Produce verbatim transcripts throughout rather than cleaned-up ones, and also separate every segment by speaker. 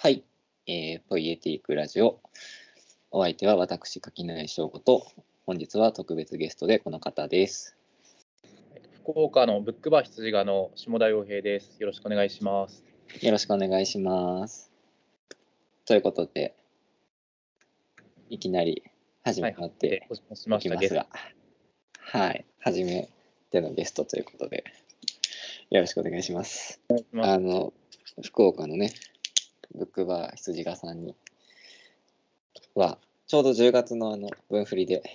Speaker 1: はい、えー、ポイエティックラジオ。お相手は私、垣内翔吾と、本日は特別ゲストでこの方です。
Speaker 2: 福岡のブックバー羊賀の下田洋平です。よろしくお願いします。
Speaker 1: よろしくお願いします。ということで、いきなり始まっておきますが、はい、初めてのゲストということで、よろしくお願いします。あの、福岡のね、ブックバー羊賀さんには、ちょうどじゅうがつのあの分振りで、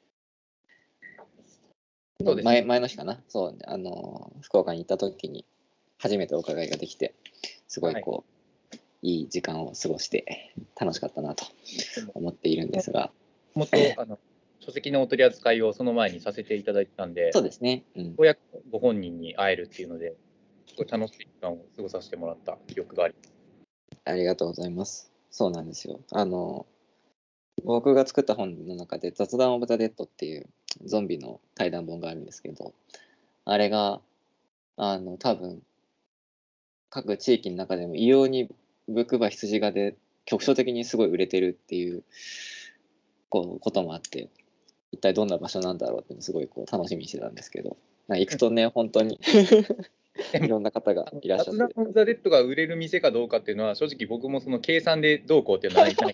Speaker 2: そうですね、
Speaker 1: 前, 前の日かな、そう、あの、福岡に行った時に初めてお伺いができて、すごいこう、はい、いい時間を過ごして楽しかったなと思っているんですが。
Speaker 2: もともとあの書籍のお取り扱いをその前にさせていただいてたんで、
Speaker 1: そうですね。うん、
Speaker 2: ようやくご本人に会えるっていうので、すごい楽しい時間を過ごさせてもらった記憶があります。
Speaker 1: ありがとうございます。そうなんですよ。あの、僕が作った本の中で、雑談オブザ・デッドっていうゾンビの対談本があるんですけど、あれが、あの、多分、各地域の中でも異様にブックバー羊賀で局所的にすごい売れてるっていう、こうこともあって、一体どんな場所なんだろうってすごいこう楽しみにしてたんですけど、行くとね、本当にいろんな方がいらっしゃって。
Speaker 2: 雑談オブザ・デッドが売れる店かどうかっていうのは、正直僕もその計算でどうこうっていうのはないない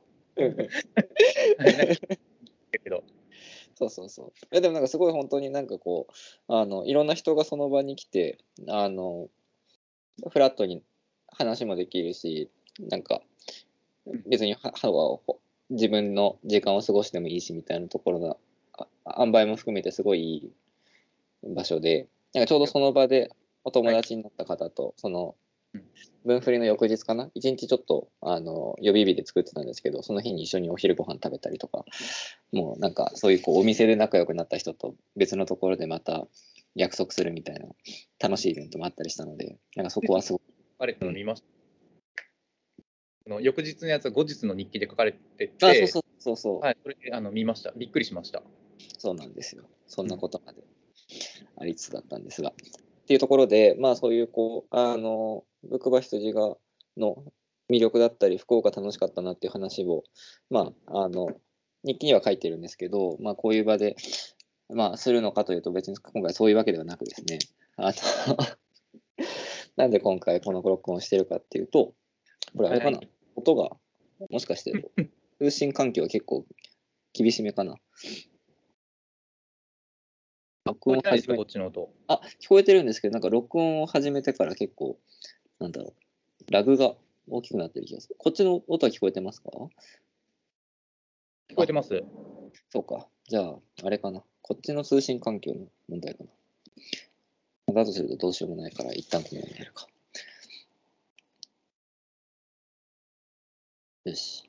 Speaker 2: けど。
Speaker 1: そうそうそう。えでもなんかすごい本当になんかこう、あのいろんな人がその場に来て、あのフラットに話もできるし、なんか別にはは自分の時間を過ごしてもいいしみたいなところが、塩梅も含めてすごいいい場所で、なんかちょうどその場でお友達になった方と、その分振りの翌日かな、一日ちょっとあの予備日で作ってたんですけど、その日に一緒にお昼ご飯食べたりとか、もうなんかそういうこうお店で仲良くなった人と別のところでまた約束するみたいな楽しいイベントもあったりしたので、なんかそこはすごく。
Speaker 2: あれの見ました。うん、の翌日のやつは後日の日記で書かれてて、
Speaker 1: あ、そうそうそうそう。
Speaker 2: はい、それあの見ました。びっくりしました。
Speaker 1: そうなんですよ。そんなことまでありつつだったんですが。っていうところで、まあそういうこう、あの、ブックバー羊賀の魅力だったり、福岡楽しかったなっていう話を、まあ、あの、日記には書いてるんですけど、まあこういう場で、まあするのかというと別に今回そういうわけではなくですね、あのなんで今回この録音してるかっていうと、これあれかな、はい、音が、もしかして通信環境は結構厳しめかな。録音を始め、
Speaker 2: こっちの音。
Speaker 1: あ、聞こえてるんですけど、なんか録音を始めてから結構、なんだろう、ラグが大きくなってる気がする。こっちの音は聞こえてますか？
Speaker 2: 聞こえてます。
Speaker 1: そうか。じゃあ、あれかな。こっちの通信環境の問題かな。だとするとどうしようもないから、一旦このようにやるか。よし。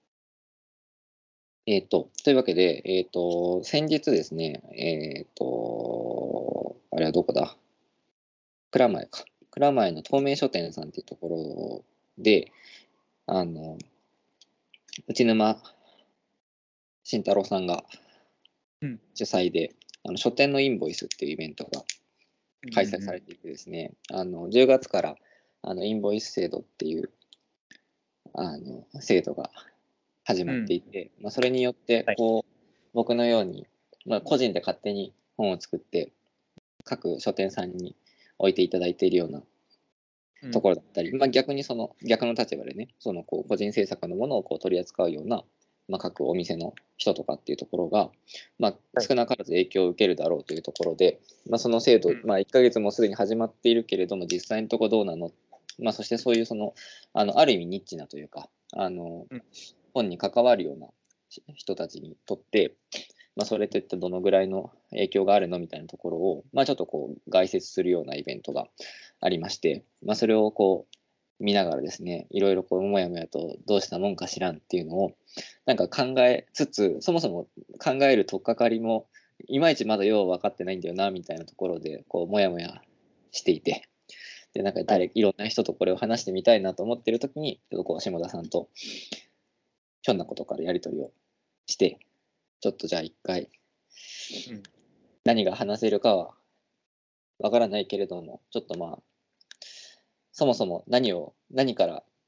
Speaker 1: えっ、ー、と、というわけで、えっ、ー、と、先日ですね、えっ、ー、と、あれはどこだ？蔵前か。蔵前の透明書店さんっていうところで、あの、内沼慎太郎さんが主催で、うん、あの書店のインボイスっていうイベントが開催されていてですね、うんうん、あのじゅうがつからあのインボイス制度っていうあの制度が始まっていて、うん、まあ、それによってこう、はい、僕のように、まあ、個人で勝手に本を作って各書店さんに置いていただいているようなところだったり、うん、まあ、逆にその逆の立場でね、そのこう個人制作のものをこう取り扱うような、まあ、各お店の人とかっていうところが、まあ、少なからず影響を受けるだろうというところで、まあ、その制度、まあ、いっかげつもすでに始まっているけれども、実際のところどうなの、まあ、そしてそういうその、あのある意味ニッチなというか、あの本に関わるような人たちにとって、まあ、それってどのぐらいの影響があるのみたいなところを、まあ、ちょっとこう概説するようなイベントがありまして、まあ、それをこう見ながらですね、いろいろこうもやもやとどうしたもんか知らんっていうのをなんか考えつつ、そもそも考える取っかかりもいまいちまだよう分かってないんだよなみたいなところでこうもやもやしていて、でなんか誰、はい、いろんな人とこれを話してみたいなと思っているときに、ちょっとこう下田さんとひょんなことからやり取りをして、ちょっとじゃあ一回、うん、何が話せるかはわからないけれども、ちょっとまあそもそも何を何から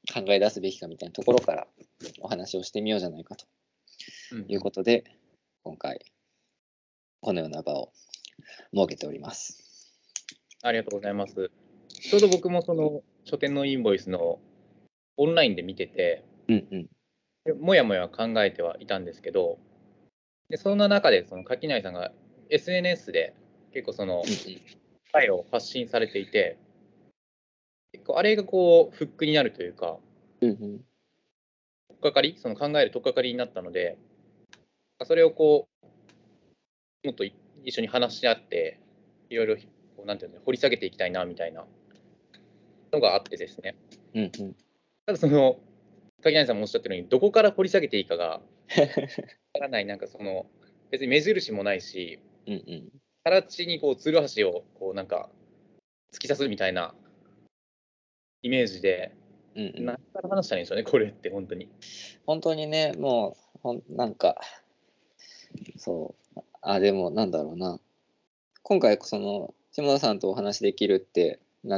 Speaker 1: 考え出すべきかみたいなところからお話をしてみようじゃないかということで、今回このような場を設けております。
Speaker 2: ありがとうございます。ちょうど僕もその書店のインボイスのオンラインで見てて、
Speaker 1: うんうん、
Speaker 2: でもやもや考えてはいたんですけど、でそんな中でその垣内さんが エスエヌエス で結構その声を発信されていて、結構あれがこうフックになるというか、
Speaker 1: うんうん、
Speaker 2: 取っかかり、その考える取っかかりになったので、それをこうもっと一緒に話し合って、いろいろこうなんていうの掘り下げていきたいなみたいなのがあってですね。
Speaker 1: うんうん、
Speaker 2: ただその垣内さんもおっしゃってるように、どこから掘り下げていいかがわからない、なんかその別に目印もないし、
Speaker 1: うんうん、
Speaker 2: 更地にこうツルハシをこうなんか突き刺すみたいなイメージで、
Speaker 1: うんうん、
Speaker 2: 何から話したらいいんでしょうね、これって本当に。
Speaker 1: 本当にね、もうほんなんかそうあでもなんだろうな、今回その下田さんとお話できるってなって、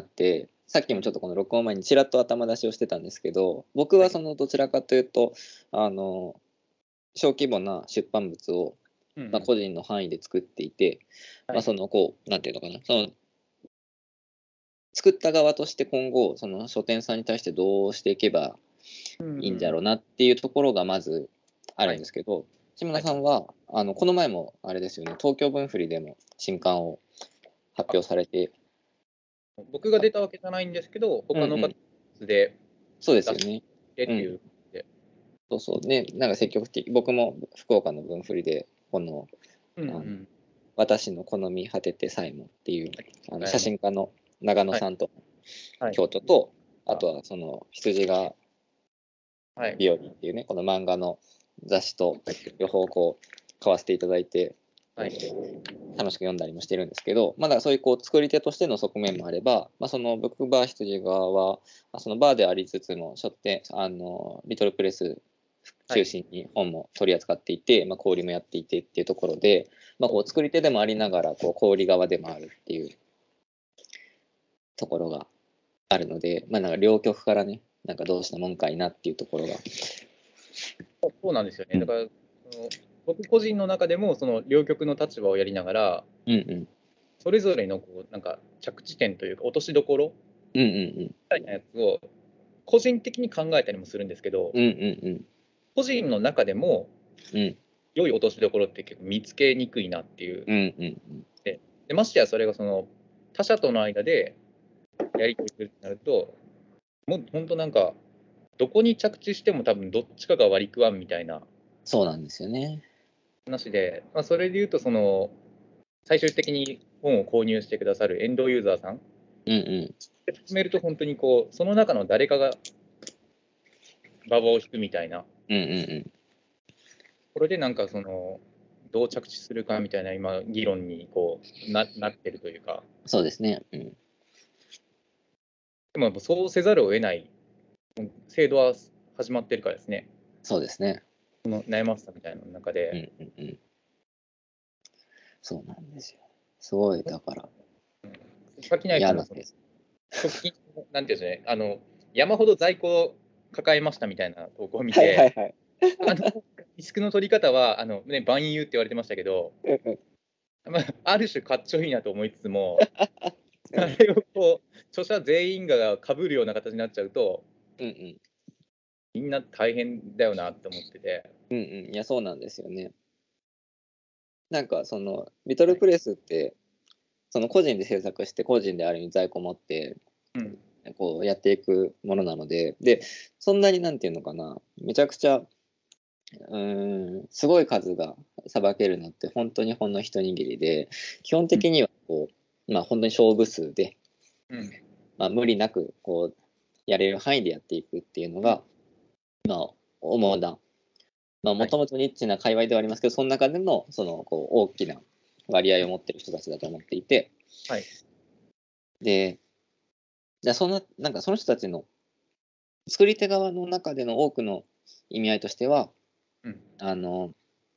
Speaker 1: さっきもちょっとこの録音前にちらっと頭出しをしてたんですけど、僕はそのどちらかというとあの小規模な出版物を、
Speaker 2: うんうん
Speaker 1: まあ、個人の範囲で作っていて、
Speaker 2: はい
Speaker 1: まあ、そのこうなんていうのかな、その作った側として今後その書店さんに対してどうしていけばいいんだろうなっていうところがまずあるんですけど、下田さんはあのこの前もあれですよね、東京文振りでも新刊を発表されて、
Speaker 2: 僕が出たわけじゃないんですけど、他の方
Speaker 1: うんうん、
Speaker 2: で
Speaker 1: そうですよね。
Speaker 2: 出してっていうで、
Speaker 1: そうそうね、なんか積極的、僕も福岡の文振りでこの
Speaker 2: うんう
Speaker 1: あの
Speaker 2: ん
Speaker 1: 私の好み果ててさえもっていうあの
Speaker 2: はい
Speaker 1: 写真家の長野さんと
Speaker 2: はい
Speaker 1: 京都と、あとはその羊が
Speaker 2: はい
Speaker 1: 日和っていうね、この漫画の雑誌と両方こう買わせていただいて
Speaker 2: はい
Speaker 1: 楽しく読んだりもしてるんですけど、まあ、だからそういうこう作り手としての側面もあれば、まあ、そのブックバー羊側はまあそのバーでありつつも書店あのリトルプレス中心に本も取り扱っていて、まあ、小売りもやっていてっていうところで、まあ、こう作り手でもありながらこう小売り側でもあるっていうところがあるので、まあ、なんか両極からね、なんかどうしたもんかいなっていうところが。
Speaker 2: そうなんですよね。
Speaker 1: うん
Speaker 2: だからその僕個人の中でもその両極の立場をやりながら、
Speaker 1: うんうん
Speaker 2: それぞれのこうなんか着地点というか落としどころ
Speaker 1: うんうん
Speaker 2: みたいなやつを個人的に考えたりもするんですけど、
Speaker 1: うんうんうん
Speaker 2: 個人の中でも
Speaker 1: うん
Speaker 2: 良い落としどころって結構見つけにくいなっていう。
Speaker 1: うんうん
Speaker 2: で、でましてやそれがその他者との間でやり取りするとなると、もう本当なんか、どこに着地しても多分どっちかが割り食わんみたいな
Speaker 1: そうなんですよね。
Speaker 2: 話で、まあ、それで言うと、その最終的に本を購入してくださるエンドユーザーさん、
Speaker 1: うんうん
Speaker 2: 進めると本当にこう、その中の誰かが馬場を引くみたいな、
Speaker 1: うんうんうん
Speaker 2: これでなんかその、どう着地するかみたいな今、議論にこうななってるというか、
Speaker 1: そうですね。うん、
Speaker 2: でもやっぱそうせざるを得ない制度は始まってるからですね、
Speaker 1: そうですね。
Speaker 2: その悩ましさみたいな中
Speaker 1: うん
Speaker 2: で。
Speaker 1: うんうん。そうなんですよ。すごい、だから
Speaker 2: 垣内さんのその
Speaker 1: 嫌なんです。
Speaker 2: 直近の、なんていうんですね、あの山ほど在庫を抱えましたみたいな投稿を見
Speaker 1: はいはい
Speaker 2: て、
Speaker 1: はい。
Speaker 2: あのリスクの取り方はあの、ね、万有って言われてましたけど、
Speaker 1: うんうん
Speaker 2: まあ、ある種かっちょいいなと思いつつも、あれをこう著者全員がかぶるような形になっちゃうと、
Speaker 1: うんうん
Speaker 2: みんな大変だよなって思ってて。
Speaker 1: うんうん。いや、そうなんですよね。なんかそのリトル
Speaker 2: はい
Speaker 1: プレスってその個人で制作して個人である意味在庫持って
Speaker 2: うん
Speaker 1: こうやっていくものなので、でそんなになんていうのかな、めちゃくちゃうーんすごい数がさばけるのって本当にほんの一握りで、基本的にはこう、まあ本当に勝負数で、
Speaker 2: うん
Speaker 1: まあ、無理なくこうやれる範囲でやっていくっていうのが、まあ、主な、まあ、もともとニッチな界隈ではありますけど、その中でもそのこう大きな割合を持ってる人たちだと思っていて、
Speaker 2: はい
Speaker 1: で、じゃあそんな、なんかその人たちの作り手側の中での多くの意味合いとしては、
Speaker 2: うん
Speaker 1: あの、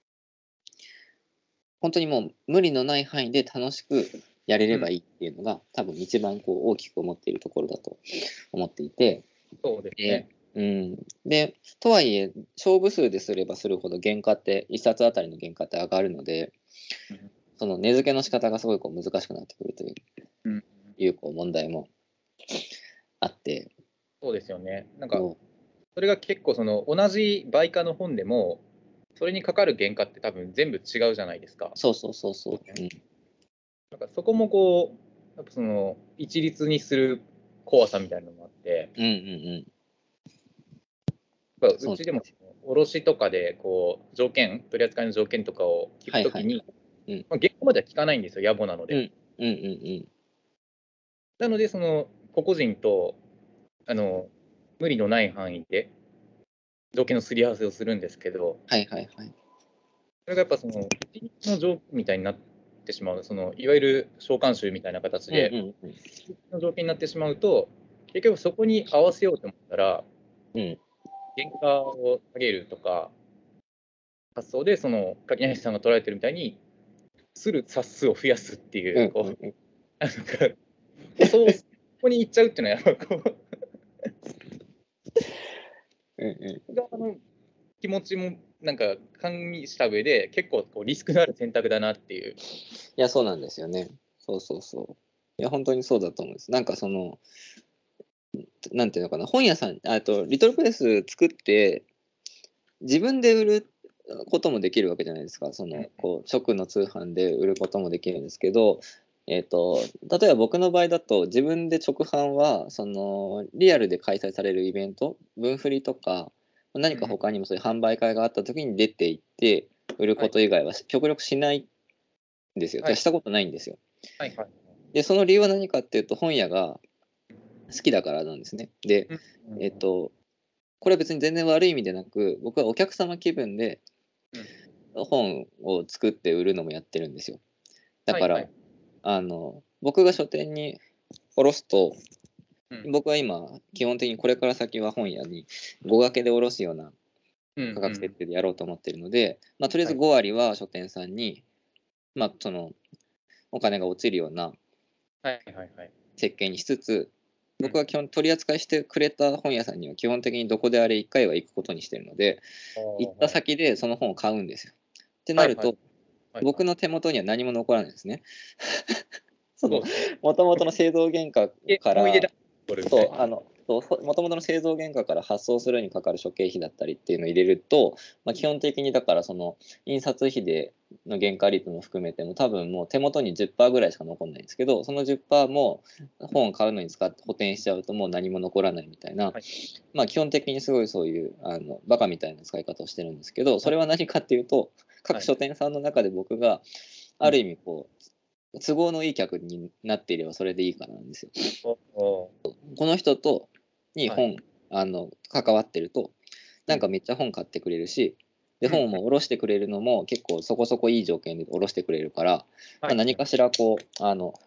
Speaker 1: 本当にもう無理のない範囲で楽しくやれればいいっていうのが、多分一番こう大きく思っているところだと思っていて、
Speaker 2: そうです
Speaker 1: で
Speaker 2: ね。
Speaker 1: うん、で、とはいえ、勝負数ですればするほど原価って、いっさつあたりの原価って上がるので、
Speaker 2: うん
Speaker 1: その値付けの仕方がすごいこう難しくなってくるという
Speaker 2: うん、
Speaker 1: いうこう問題もあって、
Speaker 2: そうですよね。なんか、
Speaker 1: そ
Speaker 2: それが結構その、同じ売価の本でも、それにかかる原価って多分全部違うじゃないですか。
Speaker 1: うそうそうそうそう、うん、
Speaker 2: なんかそこもこう、やっぱその一律にする怖さみたいなのもあって、
Speaker 1: うんうんうん、
Speaker 2: やっぱう
Speaker 1: そう
Speaker 2: ちでも卸とかでこう条件、取り扱いの条件とかを聞
Speaker 1: はいはい、
Speaker 2: くときに、
Speaker 1: うん、
Speaker 2: まあ、原稿までは聞かないんですよ、野暮なので。
Speaker 1: うんうんうん
Speaker 2: なので、その個々人とあの無理のない範囲で条件のすり合わせをするんですけど、
Speaker 1: はいはいはい、
Speaker 2: それがやっぱその一律の条件みたいになってしまう、そのいわゆる召喚集みたいな形
Speaker 1: うんう
Speaker 2: で、
Speaker 1: んうん、
Speaker 2: 一律の条件になってしまうと、結局そこに合わせようと思ったら、
Speaker 1: うん、
Speaker 2: 原価を下げるとか、発想で、その柿谷さんが捉えてるみたいに、する冊数を増やすっていう、こう、
Speaker 1: うんうんうん、
Speaker 2: なんか、そう、そこに行っちゃうっていうのは、やっぱこう、
Speaker 1: うんうん、
Speaker 2: 側の気持ちもなんか加味した上で、結構こうリスクのある選択だなっていう。
Speaker 1: いや、そうなんですよね。そうそうそう。いや、本当にそうだと思うんです。なんかその、なんていうのかな、本屋さん、あと、リトルプレス作って、自分で売ることもできるわけじゃないですか。その、こう、直の通販で売ることもできるんですけど、えっと、例えば僕の場合だと、自分で直販は、その、リアルで開催されるイベント、分振りとか、何か他にもそういう販売会があった時に出ていって、売る
Speaker 2: はい
Speaker 1: こと以外は極力しないんですよ。
Speaker 2: はい
Speaker 1: したことないんですよ。
Speaker 2: はいはい。
Speaker 1: で、その理由は何かっていうと、本屋が好きだからなんですね。で、
Speaker 2: うんうん
Speaker 1: えっと、これは別に全然悪い意味でなく、僕はお客様気分で
Speaker 2: うん
Speaker 1: 本を作って売るのもやってるんですよ。だから、
Speaker 2: はいはい。
Speaker 1: あの、僕が書店に卸すと、
Speaker 2: うん
Speaker 1: 僕は今、基本的にこれから先は本屋にご掛けで卸すような
Speaker 2: うんう
Speaker 1: 価格設
Speaker 2: ん。
Speaker 1: 定でやろうと思ってるので、まあ、とりあえず
Speaker 2: はい
Speaker 1: ご割は書店さんに、まあ、その、お金が落ちるような
Speaker 2: はいはいはい。
Speaker 1: 設計にしつつ、
Speaker 2: うん。
Speaker 1: 僕は基本取り扱いしてくれた本屋さんには基本的にどこであれいっかいは行くことにしてるので、
Speaker 2: あ
Speaker 1: 行った
Speaker 2: あ、
Speaker 1: 先でその本を買うんですよ。ってな
Speaker 2: はいはい
Speaker 1: ると、
Speaker 2: はいはい。
Speaker 1: 僕の手元には何も残らないんですね。その、
Speaker 2: そうですね。
Speaker 1: もともとの製造原価
Speaker 2: で、
Speaker 1: から、
Speaker 2: 思い出だ取るみたい
Speaker 1: そう、
Speaker 2: な。
Speaker 1: あの、もともとの製造原価から発送するにかかる諸経費だったりっていうのを入れると、まあ、基本的にだからその印刷費での原価率も含めても多分もう手元にじゅっパーセントぐらいしか残んないんですけど、そのじゅっパーセントも本を買うのに使って補填しちゃうともう何も残らないみたいな、
Speaker 2: はい
Speaker 1: まあ基本的にすごいそういうあのバカみたいな使い方をしてるんですけど、そ
Speaker 2: はい
Speaker 1: れは何かっていうと、各
Speaker 2: はい。
Speaker 1: 書店さんの中で僕がある
Speaker 2: うん。
Speaker 1: 意味こう都合のいい客になっていればそれでいいからなんですよ。
Speaker 2: おお。
Speaker 1: この人とに
Speaker 2: はい。
Speaker 1: 本あの関わってると、
Speaker 2: うん。
Speaker 1: なんかめっちゃ本買ってくれるし、で
Speaker 2: うんうん。
Speaker 1: 本も下ろしてくれるのも結構そこそこいい条件で下ろしてくれるから、まあ、
Speaker 2: はいはい。
Speaker 1: 何かしらこうあの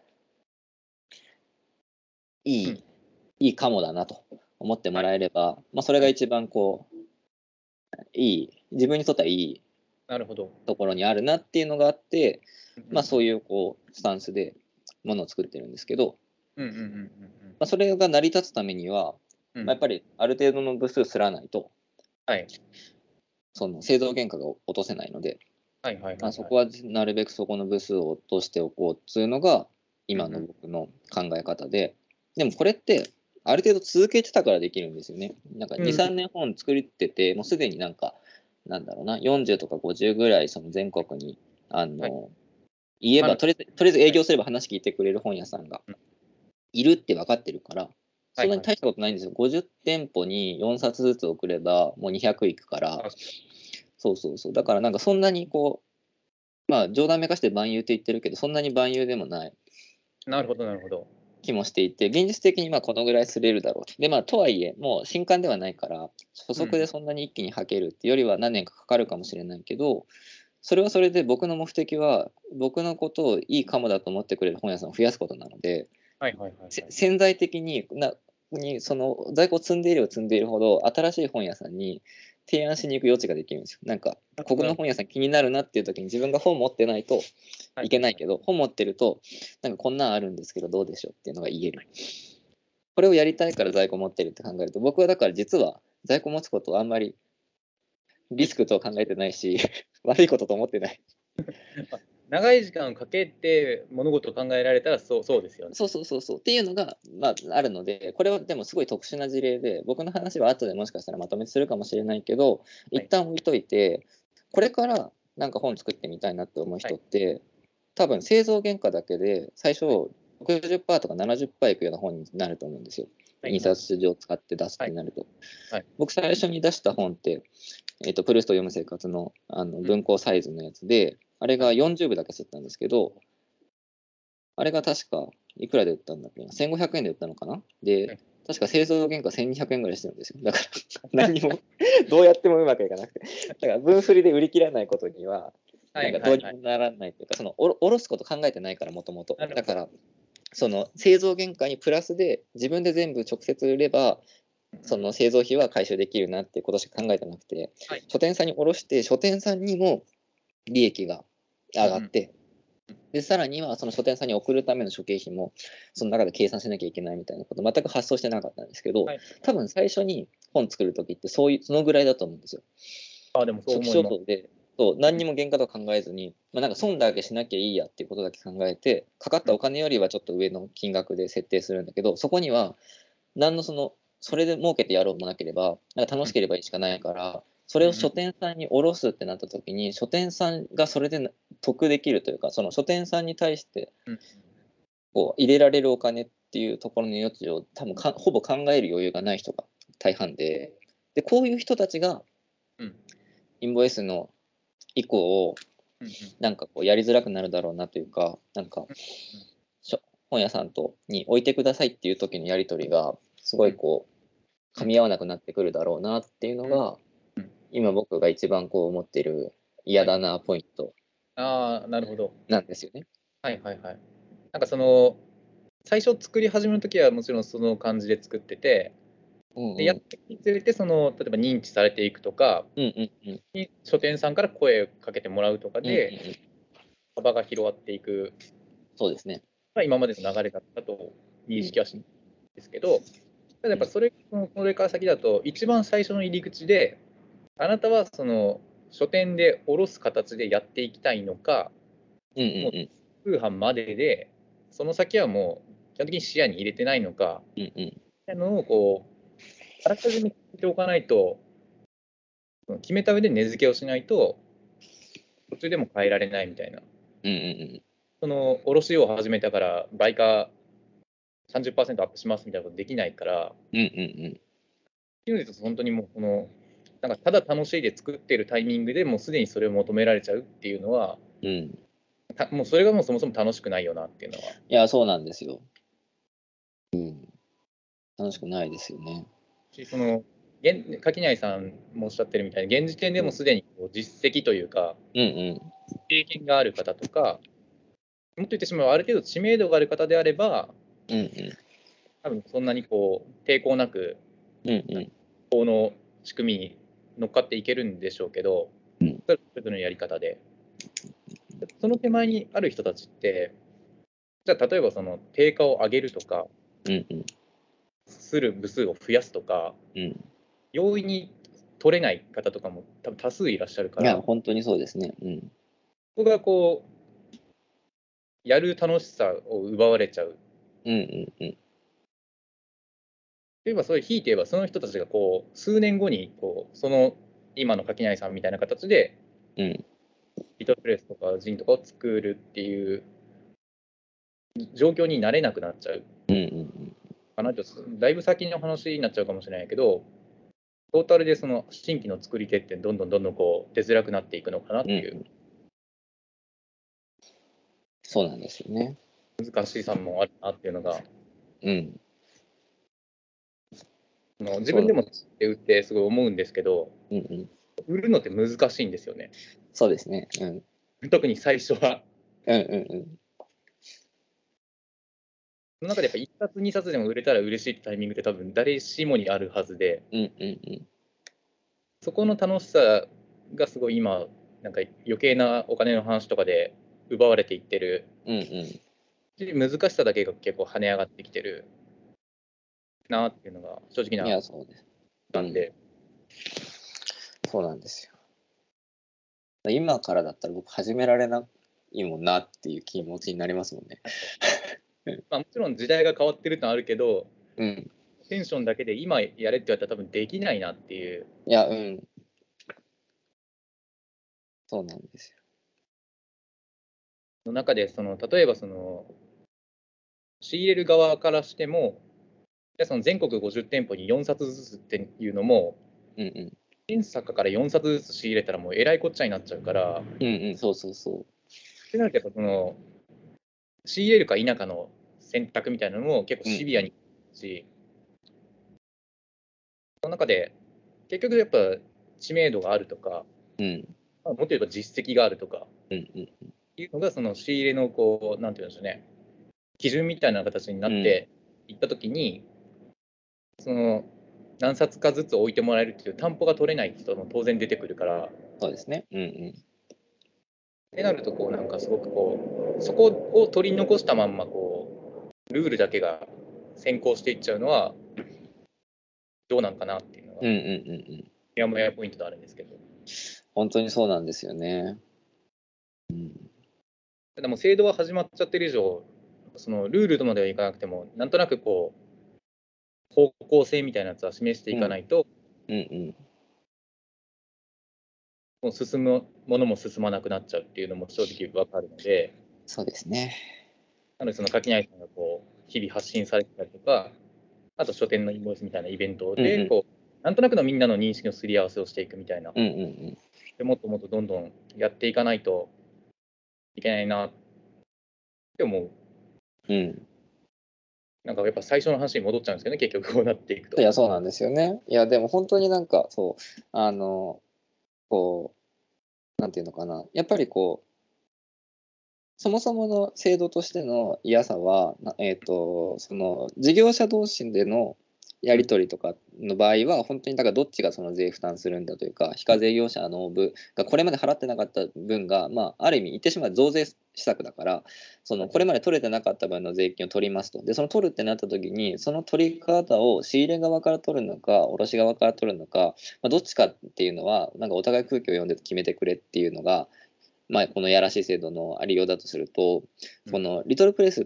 Speaker 1: いい
Speaker 2: うん。
Speaker 1: いいかもだなと思っても
Speaker 2: はい
Speaker 1: らえれば、まあ、それが
Speaker 2: はい。
Speaker 1: 一番こういい自分にとってはいい
Speaker 2: なるほど。
Speaker 1: ところにあるなっていうのがあって、まあ、
Speaker 2: うんうんうん。
Speaker 1: そういうこうスタンスでものを作ってるんですけど、
Speaker 2: うんうんうんうんうん。
Speaker 1: まあ、それが成り立つためには、まあ、や
Speaker 2: うん。
Speaker 1: っぱりある程度の部数すらないと
Speaker 2: はい。
Speaker 1: その製造原価が落とせないので、
Speaker 2: はいはい
Speaker 1: まあ、
Speaker 2: はいはい。
Speaker 1: そこはなるべくそこの部数を落としておこうっていうのが今の
Speaker 2: うんうん。
Speaker 1: 僕の考え方で、でもこれってある程度続けてたからできるんですよね。なんかに、
Speaker 2: うん。
Speaker 1: さんねん本作ってて、もうすでになんか、なんだろうな、よんじゅうとかごじゅうぐらいその全国に、あ
Speaker 2: はい。
Speaker 1: の、言えば、
Speaker 2: ある。
Speaker 1: とりあえず、とりあえず営
Speaker 2: はい。
Speaker 1: 業すれば話聞いてくれる本屋さんが
Speaker 2: うん。
Speaker 1: いるって分かってるから、
Speaker 2: はいはい。
Speaker 1: そんなに大したことないんですよ。ごじゅう店舗によんさつずつ送れば、もうにひゃくいくから、
Speaker 2: あ、
Speaker 1: そうそうそう。だからなんかそんなにこう、まあ冗談めかして万有って言ってるけど、そんなに万有でもない
Speaker 2: なるほどなるほど。
Speaker 1: 気もしていて、現実的にまあこのぐらいすれるだろうと。で、まあとはいえ、もう新刊ではないから、初
Speaker 2: うんうん。
Speaker 1: 速でそんなに一気に履けるっていうよりは何年かかかるかもしれないけど、それはそれで僕の目的は、僕のことをいいかもだと思ってくれる本屋さんを増やすことなので、
Speaker 2: はいはいはいはい。
Speaker 1: せ潜在的になにその在庫を積んでいれば積んでいるほど、新しい本屋さんに提案しに行く余地ができるんですよ。なんか、ここ
Speaker 2: なるほどなるほど。
Speaker 1: の本屋さん気になるなっていう時に自分が本持ってないとい
Speaker 2: はいはいはい。
Speaker 1: けないけど、本持ってると、なんかこんなんあるんですけどどうでしょうっていうのが言える。
Speaker 2: はい。
Speaker 1: これをやりたいから在庫持ってるって考えると、僕はだから実は在庫持つことはあんまりリスクとは考えてないし、悪いことと思ってない。
Speaker 2: 長い時間をかけて物事を考えられたらそうそうですよね。
Speaker 1: そうそうそうそう。っていうのが、まあ、あるので、これはでもすごい特殊な事例で、僕の話は後でもしかしたらまとめするかもしれないけど、一旦置いといて、これからなんか本作ってみたいなって思う人って、多分製造原価だけで最初ろくじゅっパーセントとかななじゅっパーセントいくような本になると思うんですよ。
Speaker 2: はい
Speaker 1: 印刷所を使って出すってなると。
Speaker 2: はいはい
Speaker 1: 僕最初に出した本って、えっと、プルースト読む生活のあの文庫サイズのやつで、あれがよんじゅう部だけ吸ったんですけど、あれが確かいくらで売ったんだっけな、せんごひゃくえんで売ったのかな。で、確か製造原価せんにひゃくえんぐらいしてるんですよ。だから何もどうやってもうまくいかなくて、だから分振りで売り切らないことには、なんかどうにもならないというか、そのおろ下ろすこと考えてないから、もともと。だから、その製造原価にプラスで自分で全部直接売れば、その製造費は回収できるなっていうことしか考えてなくて、
Speaker 2: はい、
Speaker 1: 書店さんに卸して、書店さんにも利益が上がって、でさらにはその書店さんに送るための諸経費もその中で計算しなきゃいけないみたいなこと全く発想してなかったんですけど、
Speaker 2: はい、
Speaker 1: 多分最初に本作るときってそういうそのぐらいだと思うんですよ。
Speaker 2: あでもそう
Speaker 1: 初期
Speaker 2: 思います。
Speaker 1: 衝動でそう何にも原価とか考えずに、まあ、なんか損だけしなきゃいいやっていうことだけ考えて、かかったお金よりはちょっと上の金額で設定するんだけど、そこには何のそのそれで儲けてやろうもなければ、なんか楽しければいいしかないから、それを書店さんに卸すってなった時に、書店さんがそれで得できるというか、その書店さんに対してこう入れられるお金っていうところの余地を多分かほぼ考える余裕がない人が大半で、でこういう人たちがインボイスの以降をなんかこうやりづらくなるだろうなというか、なんかしょ本屋さんとに置いてくださいっていう時のやり取りがすごいこう噛み合わなくなってくるだろうなっていうのが、今僕が一番こう思っている嫌だなポイント
Speaker 2: ああ、なるほど。
Speaker 1: なんですよね。
Speaker 2: はいはいはい。なんかその、最初作り始めるときはもちろんその感じで作ってて、
Speaker 1: うん
Speaker 2: でやっ
Speaker 1: う
Speaker 2: ていくにつれてその、例えば認知されていくとか、
Speaker 1: んうんうん
Speaker 2: に書店さんから声をかけてもらうとか
Speaker 1: うんうんうん
Speaker 2: で、幅が広がっていく
Speaker 1: そうですね。
Speaker 2: のが今までの流れだったと認識はしてるんですけど、ただやっぱそれ、そのこれから先だと、一番最初の入り口で、あなたはその書店で卸す形でやっていきたいのか、
Speaker 1: うんうん
Speaker 2: もう通販までで、その先はもう基本的に視野に入れてないのか、
Speaker 1: うんうん
Speaker 2: みたいなのをこう、あらかじめ決めておかないと、決めた上で値付けをしないと、途中でも変えられないみたいな。
Speaker 1: うんうん
Speaker 2: その卸を始めたから倍かさんじゅっパーセントアップしますみたいなことできないから、
Speaker 1: うんうんうん
Speaker 2: っていうので本当にもうこの、なんかただ楽しいで作っているタイミングでもうすでにそれを求められちゃうっていうのは、
Speaker 1: うん。
Speaker 2: たもうそれがもうそもそも楽しくないよなっていうのは。
Speaker 1: いや、そうなんですよ。うん。楽しくないですよね。
Speaker 2: しその現垣内さんもおっしゃってるみたいに、現時点でもすでにこう実績というか、
Speaker 1: うんうん
Speaker 2: 経験がある方とか、もっと言ってしまえば、ある程度知名度がある方であれば、
Speaker 1: うんうん
Speaker 2: 多分そんなにこう抵抗なく、
Speaker 1: うんうん
Speaker 2: この仕組みに乗っかっていけるんでしょうけど、
Speaker 1: うん
Speaker 2: それぞれのやり方で。その手前にある人たちって、じゃあ例えばその定価を上げるとか、
Speaker 1: うんうん
Speaker 2: する部数を増やすとか、
Speaker 1: うん
Speaker 2: 容易に取れない方とかも多分多数いらっしゃるか
Speaker 1: いや、
Speaker 2: ら、
Speaker 1: 本当にそうですね。うん。
Speaker 2: ここがこう、やる楽しさを奪われちゃう。
Speaker 1: うんうんうん
Speaker 2: 例えばそういう、ひいて言えばその人たちがこう数年後にこうその今の垣内さんみたいな形で
Speaker 1: うん
Speaker 2: リトルプレスとかジンとかを作るっていう状況になれなくなっちゃう
Speaker 1: うんうん
Speaker 2: かなと、だいぶ先の話になっちゃうかもしれないけど、トータルでその新規の作り手ってどんどんどんどんこう出づらくなっていくのかなっていう
Speaker 1: うん。そうなんですよね。
Speaker 2: 難しさもあるなっていうのが、
Speaker 1: うん。
Speaker 2: その自分でも売ってすごい思うんですけど、
Speaker 1: うんうん。
Speaker 2: 売るのって難しいんですよね。
Speaker 1: そうですね。うん。
Speaker 2: 特に最初は。
Speaker 1: うんうんうん。
Speaker 2: その中でやっぱいっさつ、にさつでも売れたら嬉しいってタイミングって多分誰しもにあるはずで、
Speaker 1: うんうんうん。
Speaker 2: そこの楽しさがすごい今、なんか余計なお金の話とかで奪われていってる。
Speaker 1: うんうん。
Speaker 2: 難しさだけが結構跳ね上がってきてるなっていうのが正直な
Speaker 1: いや、そうです。うん。
Speaker 2: なんで。
Speaker 1: そうなんですよ。今からだったら僕始められないもんなっていう気持ちになりますもんね。
Speaker 2: まあ、もちろん時代が変わってるのはあるけど、
Speaker 1: うん。
Speaker 2: テンションだけで今やれって言われたら多分できないなっていう。
Speaker 1: いや、うん。そうなんですよ。
Speaker 2: の中で、その例えばその、仕入れる側からしても、じゃあその全国ごじゅってんぽによんさつずつっていうのも、
Speaker 1: うんうん。
Speaker 2: 審査からよんさつずつ仕入れたらもうえらいこっちゃになっちゃうから、っ
Speaker 1: うんうん、そうそうそ
Speaker 2: てなるとやっぱその、仕入れるか否かの選択みたいなのも結構
Speaker 1: う。うん
Speaker 2: シビアにし、その中で結局やっぱ知名度があるとか、
Speaker 1: うん。
Speaker 2: まあもっと言えば実績があるとか
Speaker 1: うんうん
Speaker 2: いうのがその仕入れのこう、なんていうんでしょうね、基準みたいな形になっていったときに、その何冊かずつ置いてもらえるっていう担保が取れない人も当然出てくるから、っ
Speaker 1: そうですね。うんうん。
Speaker 2: てなるとこうなんかすごくこうそこを取り残したまんまこうルールだけが先行していっちゃうのはどうなんかなっていうのが
Speaker 1: うんうんうんうん。
Speaker 2: やもやポイントであるんですけど、
Speaker 1: 本当にそうなんですよね。
Speaker 2: ただもう制度は始まっちゃってる以上、そのルールとまではいかなくてもなんとなくこう方向性みたいなやつは示していかないと、
Speaker 1: うんうん。
Speaker 2: もう進むものも進まなくなっちゃうっていうのも正直わかるので、
Speaker 1: そうですね。
Speaker 2: なのでその垣内さんがこう日々発信されてたりとか、あと書店のインボイスみたいなイベント
Speaker 1: うんうん。
Speaker 2: でこう、なんとなくのみんなの認識のすり合わせをしていくみたいな、
Speaker 1: うんうんうん。
Speaker 2: でもっともっとどんどんやっていかないといけないなって思う。
Speaker 1: うん。
Speaker 2: なんかやっぱ最初の話に戻っちゃうんですけどね、結局こうなっていくと。
Speaker 1: いや、そうなんですよね。いや、でも本当になんか、そう、あの、こう、なんていうのかな。やっぱりこう、そもそもの制度としての嫌さは、なえっと、その事業者同士でのやり取りとかの場合は、本当にだからどっちがその税負担するんだというか、非課税業者の部がこれまで払ってなかった分が、まあ、ある意味言ってしまう増税施策だから、そのこれまで取れてなかった分の税金を取りますと。で、その取るってなった時に、その取り方を仕入れ側から取るのか、卸側から取るのか、まあ、どっちかっていうのは、なんかお互い空気を読んで決めてくれっていうのが、まあ、このやらしい制度のありようだとすると、このリトルプレスって、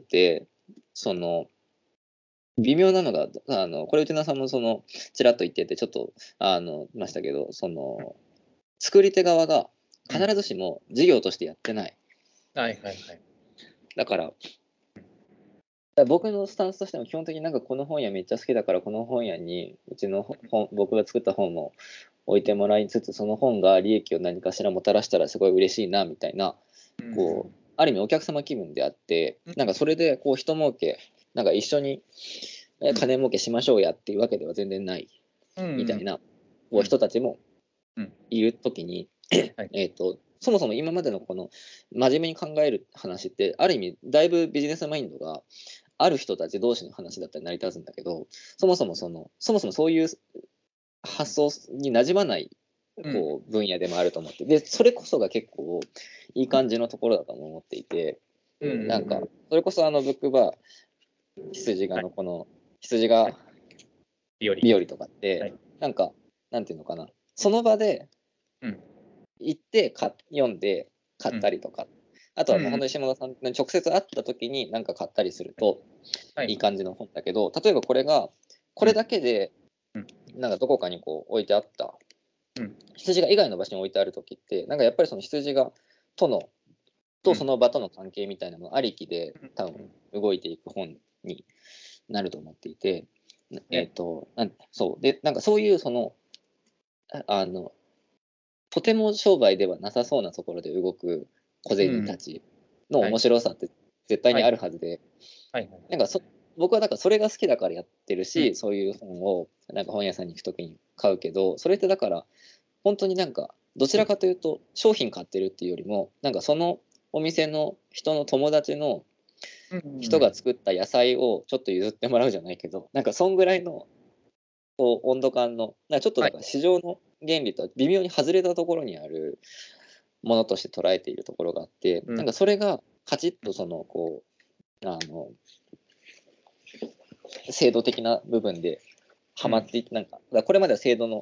Speaker 1: その、微妙なのが、あの、これ内田さんもその、ちらっと言ってて、ちょっと、あの、ましたけど、その、作り手側が必ずしも事業としてやってない。
Speaker 2: はいはいはい。
Speaker 1: だから、だから僕のスタンスとしても基本的になんかこの本屋めっちゃ好きだからこの本屋にうちの本僕が作った本を置いてもらいつつその本が利益を何かしらもたらしたらすごい嬉しいなみたいなこうある意味お客様気分であってなんかそれでこう人儲けなんか一緒にえ金儲けしましょうやっていうわけでは全然ないみたいなこう人たちもいるときにえっとそもそも今までのこの真面目に考える話ってある意味だいぶビジネスマインドがある人たち同士の話だったら成り立つんだけどそもそもそのそもそもそういう発想に馴染まないこう分野でもあると思ってでそれこそが結構いい感じのところだと思っていてなんかそれこそあのブックバー羊がのこの羊が日和とかってなんかなんていうのかなその場で行ってか読んで買ったりとかあとはもう本当に下田さんに直接会った時に何か買ったりするといい感じの本だけど例えばこれがこれだけでなんかどこかにこう置いてあった羊が以外の場所に置いてある時ってなんかやっぱりその羊がとのとその場との関係みたいなのありきで多分動いていく本になると思っていてえっとなんそうでなんかそういうそのあのとても商売ではなさそうなところで動く小銭たちの面白さって絶対にあるはずで、なんかそ僕はだからそれが好きだからやってるし、うん、そういう本をなんか本屋さんに行くときに買うけど、それってだから本当になんかどちらかというと商品買ってるっていうよりも、なんかそのお店の人の友達の人が作った野菜をちょっと譲ってもらうじゃないけど、なんかそんぐらいのこう温度感の、なんかちょっとだから市場の原理とは微妙に外れたところにあるものとして捉えているところがあって、うん、なんかそれがカチッとそのこうあの制度的な部分ではまっていって、うん、なんかこれまでは制度の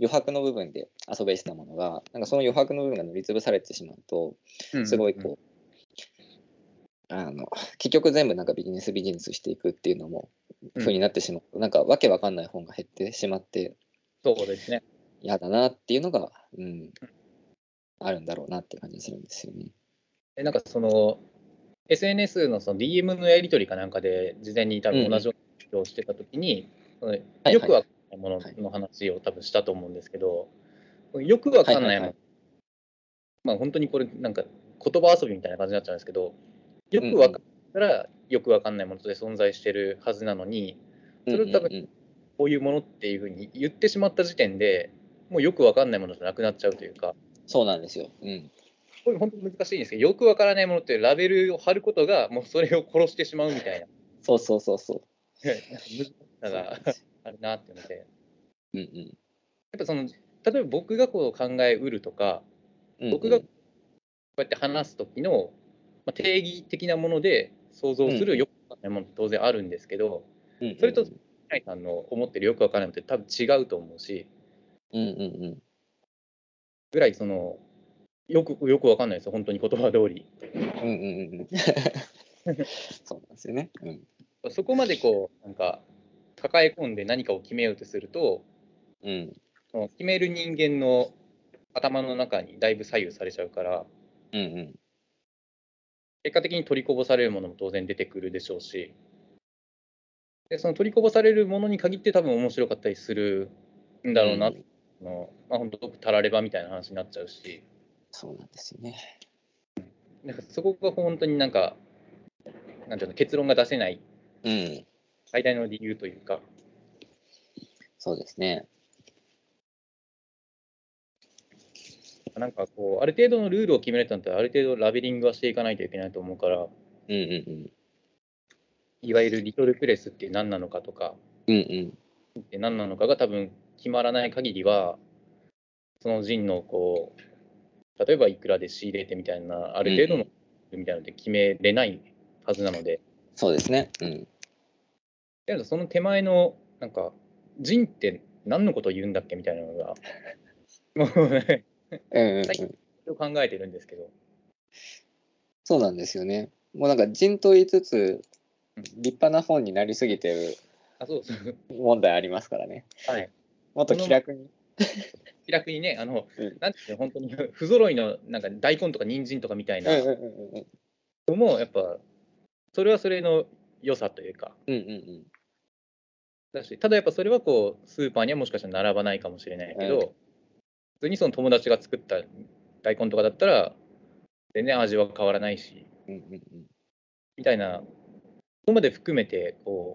Speaker 1: 余白の部分で遊べてたものが、なんかその余白の部分が塗りつぶされてしまうと、すごいこう、あの結局全部なんかビジネスビジネスしていくっていうのも、
Speaker 2: うん
Speaker 1: 風になってしまう、なんかわけわかんない本が減ってしまって、
Speaker 2: そうですね。
Speaker 1: 嫌だなっていうのが、うん、あるんだろうなって感じがするんですよね。
Speaker 2: でなんかその エスエヌエス のその ディーエム のやり取りかなんかで事前に多分同じような発表をしてたときに、その
Speaker 1: はいはい
Speaker 2: よくわかんないも
Speaker 1: はい
Speaker 2: のの話を多分したと思うんですけど、よくわかんないもの、
Speaker 1: はいはいはい。
Speaker 2: まあ本当にこれなんか言葉遊びみたいな感じになっちゃうんですけど、よ
Speaker 1: うん
Speaker 2: くわかったらよくわかんないものとして存在してるはずなのに、
Speaker 1: うん
Speaker 2: それを多分
Speaker 1: うんうん
Speaker 2: こういうものっていうふうに言ってしまった時点で、もうよくわかんないものじゃなくなっちゃうというか、
Speaker 1: そうなんですよ。うん。
Speaker 2: これ本当に難しいんですけど、よくわからないものってラベルを貼ることが、もうそれを殺してしまうみたいな、
Speaker 1: そうそうそうそう。
Speaker 2: なんか難しさが
Speaker 1: そうなんですよ。
Speaker 2: あるなっていうので、や
Speaker 1: うんうん。
Speaker 2: っぱその、例えば僕がこう考えうるとか、
Speaker 1: うん
Speaker 2: 僕がこ
Speaker 1: うん。
Speaker 2: うやって話すときの、まあ、定義的なもので想像する
Speaker 1: うんうん。
Speaker 2: よくわかんないものって当然あるんですけど、
Speaker 1: うんうん
Speaker 2: それと、
Speaker 1: うん。
Speaker 2: 平井さんの思ってるよくわからないのって多分違うと思うし、
Speaker 1: うんうんうん。
Speaker 2: ぐらいその、よくよくわかんないですよ、本当に言葉通り。
Speaker 1: うんうんうんうん。そうなんですよね。うん。
Speaker 2: そこまでこう、なんか、抱え込んで何かを決めようとすると、
Speaker 1: うん。
Speaker 2: その決める人間の頭の中にだいぶ左右されちゃうから、
Speaker 1: うんうん。
Speaker 2: 結果的に取りこぼされるものも当然出てくるでしょうし、でその取りこぼされるものに限って多分面白かったりするんだろうな、
Speaker 1: うん。
Speaker 2: のまあ、本当、たらればみたいな話になっちゃうし、
Speaker 1: そうなんですよね。
Speaker 2: なんかそこが本当になんか、なんていうの、結論が出せない
Speaker 1: うん。
Speaker 2: 最大の理由というか、
Speaker 1: そうですね。
Speaker 2: なんかこう、ある程度のルールを決めるとなったら、ある程度ラベリングはしていかないといけないと思うから、
Speaker 1: うんうん
Speaker 2: いわゆるリトルプレスって何なのかとか、
Speaker 1: うん。うん
Speaker 2: って何なのかが多分決まらない限りは、その陣のこう、例えばいくらで仕入れてみたいな、あ
Speaker 1: うん。
Speaker 2: る程度の
Speaker 1: うんうん。
Speaker 2: みたいなので決めれないはずなので、
Speaker 1: そうですね。うん。
Speaker 2: でもその手前の、なんか、陣って何のことを言うんだっけみたいなのが、もうね、
Speaker 1: うんうん
Speaker 2: 最
Speaker 1: うん。
Speaker 2: 近考えてるんですけど、
Speaker 1: そうなんですよね。もうなんか人と言いつつ、
Speaker 2: うん、
Speaker 1: 立派な本になりすぎてる
Speaker 2: あ、そうそう、
Speaker 1: 問題ありますからね。
Speaker 2: はい。
Speaker 1: もっと
Speaker 2: そのま
Speaker 1: 気楽に。
Speaker 2: 気楽にね、あの、
Speaker 1: うん。
Speaker 2: なんていうの、本当に不揃いのなんか大根とか人参とかみたいな
Speaker 1: うんうんうんうん。
Speaker 2: のも、やっぱ、それはそれの良さというか、
Speaker 1: うんうん
Speaker 2: だし、ただやっぱそれはこう、スーパーにはもしかしたら並ばないかもしれない
Speaker 1: うん。うん。
Speaker 2: けど、普通にその友達が作った大根とかだったら、全然味は変わらないし、
Speaker 1: うんうんうん。
Speaker 2: みたいな、そこまで含めてこ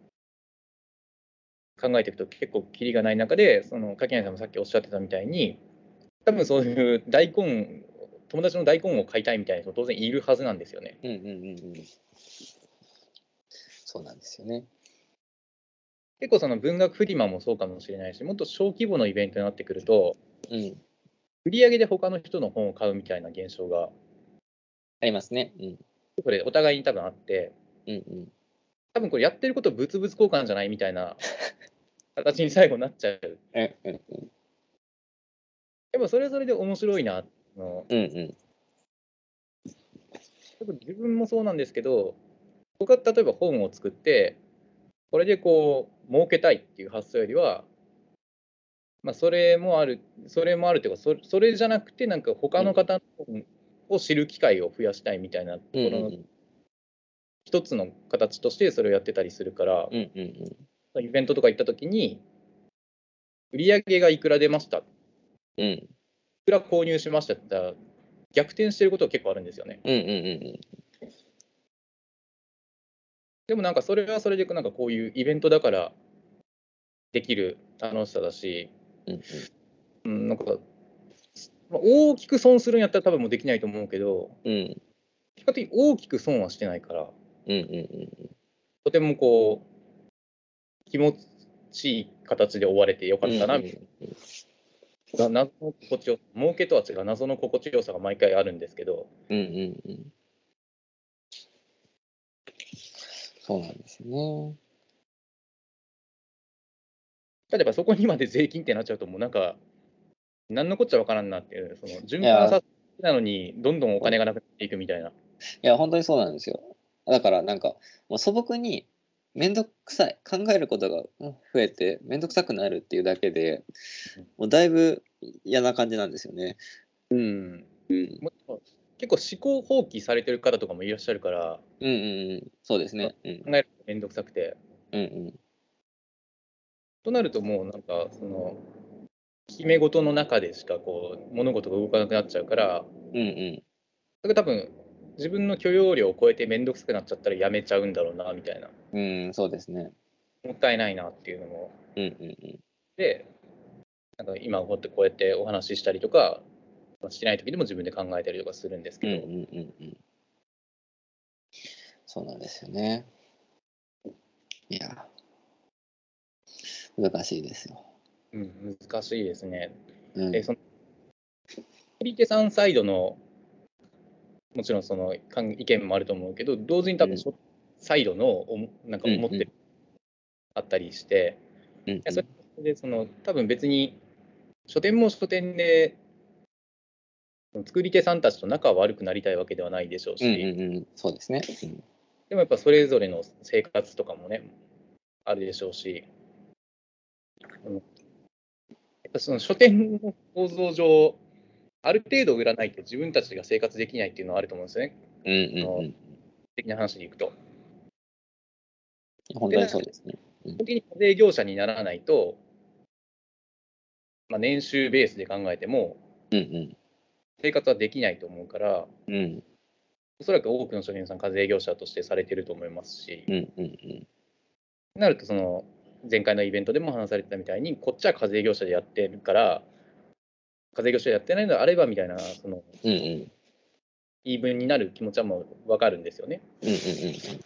Speaker 2: う考えていくと結構キリがない中で、その柿谷さんもさっきおっしゃってたみたいに、多分そういう大根、友達の大根を買いたいみたいな人当然いるはずなんですよね。
Speaker 1: うんうんうんうん。そうなんですよね。
Speaker 2: 結構その文学フリマもそうかもしれないし、もっと小規模のイベントになってくると、
Speaker 1: うん。
Speaker 2: 売り上げで他の人の本を買うみたいな現象が、
Speaker 1: ありますね。うん。
Speaker 2: これお互いに多分あって、
Speaker 1: うんうん。
Speaker 2: 多分これやってること物々交換じゃないみたいな形に最後なっちゃう。
Speaker 1: うんうんうん。
Speaker 2: やっぱそれはそれで面白いな。あの
Speaker 1: うんうん。
Speaker 2: 多分自分もそうなんですけど、僕は例えば本を作って、これでこう儲けたいっていう発想よりは、まあ、それもある、それもあるというか、それそれじゃなくて、なんか他
Speaker 1: うん
Speaker 2: の方の本を知る機会を増やしたいみたいな
Speaker 1: うん
Speaker 2: ところの
Speaker 1: うん
Speaker 2: 一つの形としてそれをやってたりするから、
Speaker 1: うんうん
Speaker 2: イベントとか行った時に、売り上げがいくら出ました、い
Speaker 1: うん。
Speaker 2: くら購入しましたって言ったら、逆転してることが結構あるんですよね。
Speaker 1: うんうんうん
Speaker 2: でもなんかそれはそれで、なんかこういうイベントだからできる楽しさだし、
Speaker 1: うんうん。
Speaker 2: うん、なんかまあ大きく損するんやったら多分もうできないと思うけど、
Speaker 1: うん
Speaker 2: 比較的大きく損はしてないから、
Speaker 1: うんうん
Speaker 2: とてもこう、気持ちいい形で終われてよか
Speaker 1: うん
Speaker 2: ったな、
Speaker 1: うん
Speaker 2: な謎の心地よさ、儲けとは違う謎の心地よさが毎回あるんですけど、
Speaker 1: うんうんうん。そうなんですよね。
Speaker 2: 例えばそこにまで税金ってなっちゃうと、もうなんか、なんのこっちゃわからんなっていう、その
Speaker 1: いや、
Speaker 2: 循環させなのに、どんどんお金がなくなっていくみたいな。
Speaker 1: いや、本当にそうなんですよ。だからなんか、もう素朴にめんどくさい、考えることがうん増えて、めんどくさくなるっていうだけで、もうだいぶ嫌な感じなんですよね。
Speaker 2: うん。
Speaker 1: うん。
Speaker 2: もっと結構思考放棄されてる方とかもいらっしゃるから、
Speaker 1: うんうんうん。そうですね。うん。
Speaker 2: 考えるのめんどくさくて。
Speaker 1: うんうん。
Speaker 2: となるともうなんか、その、決め事の中でしかこう、物事が動かなくなっちゃうから、
Speaker 1: うんうん。
Speaker 2: それが多分、自分の許容量を超えてめんどくさくなっちゃったらやめちゃうんだろうな、みたいな。
Speaker 1: うん、そうですね。
Speaker 2: もったいないなっていうのも。
Speaker 1: うんうんうん。
Speaker 2: で、なんか今こうやってこうやってお話ししたりとか、してない時でも自分で考えたりとかするんですけど、
Speaker 1: うんうんうんうん。そうなんですよね。いや、難しいですよ。
Speaker 2: うん、難しいですね。で、
Speaker 1: うん。
Speaker 2: その、作り手さんサイドの、もちろんそのかん意見もあると思うけど、同時に
Speaker 1: うん。
Speaker 2: 多分、サイドのおもなんか
Speaker 1: うんうん。
Speaker 2: 思ってるあったりして、いやそ
Speaker 1: うんうん。
Speaker 2: れでその多分別に書店も書店で作り手さんたちと仲は悪くなりたいわけではないでしょう
Speaker 1: うん
Speaker 2: し、
Speaker 1: うんうん。そうですね。うん。
Speaker 2: でもやっぱそれぞれの生活とかもね、あるでしょうし、うん、やっぱその書店の構造上、ある程度売らないと自分たちが生活できないっていうのはあると思うんですよね。
Speaker 1: うんうん
Speaker 2: あの
Speaker 1: うん。
Speaker 2: 的な話でいくと。
Speaker 1: 本当に
Speaker 2: でな
Speaker 1: そうですね。うん。
Speaker 2: 基本的に課税業者にならないと、まあ、年収ベースで考えても
Speaker 1: うんうん。
Speaker 2: 生活はできないと思うから、
Speaker 1: うん。
Speaker 2: おそらく多くの書店さん課税業者としてされてると思いますし、
Speaker 1: うんうんうん。
Speaker 2: なるとその前回のイベントでも話されてたみたいに、こっちは課税業者でやってるから、課税業者でやってないのであればみたいな、その
Speaker 1: うんうん。
Speaker 2: 言い分になる気持ちはもう分かるんですよね。
Speaker 1: うんうんうんうん。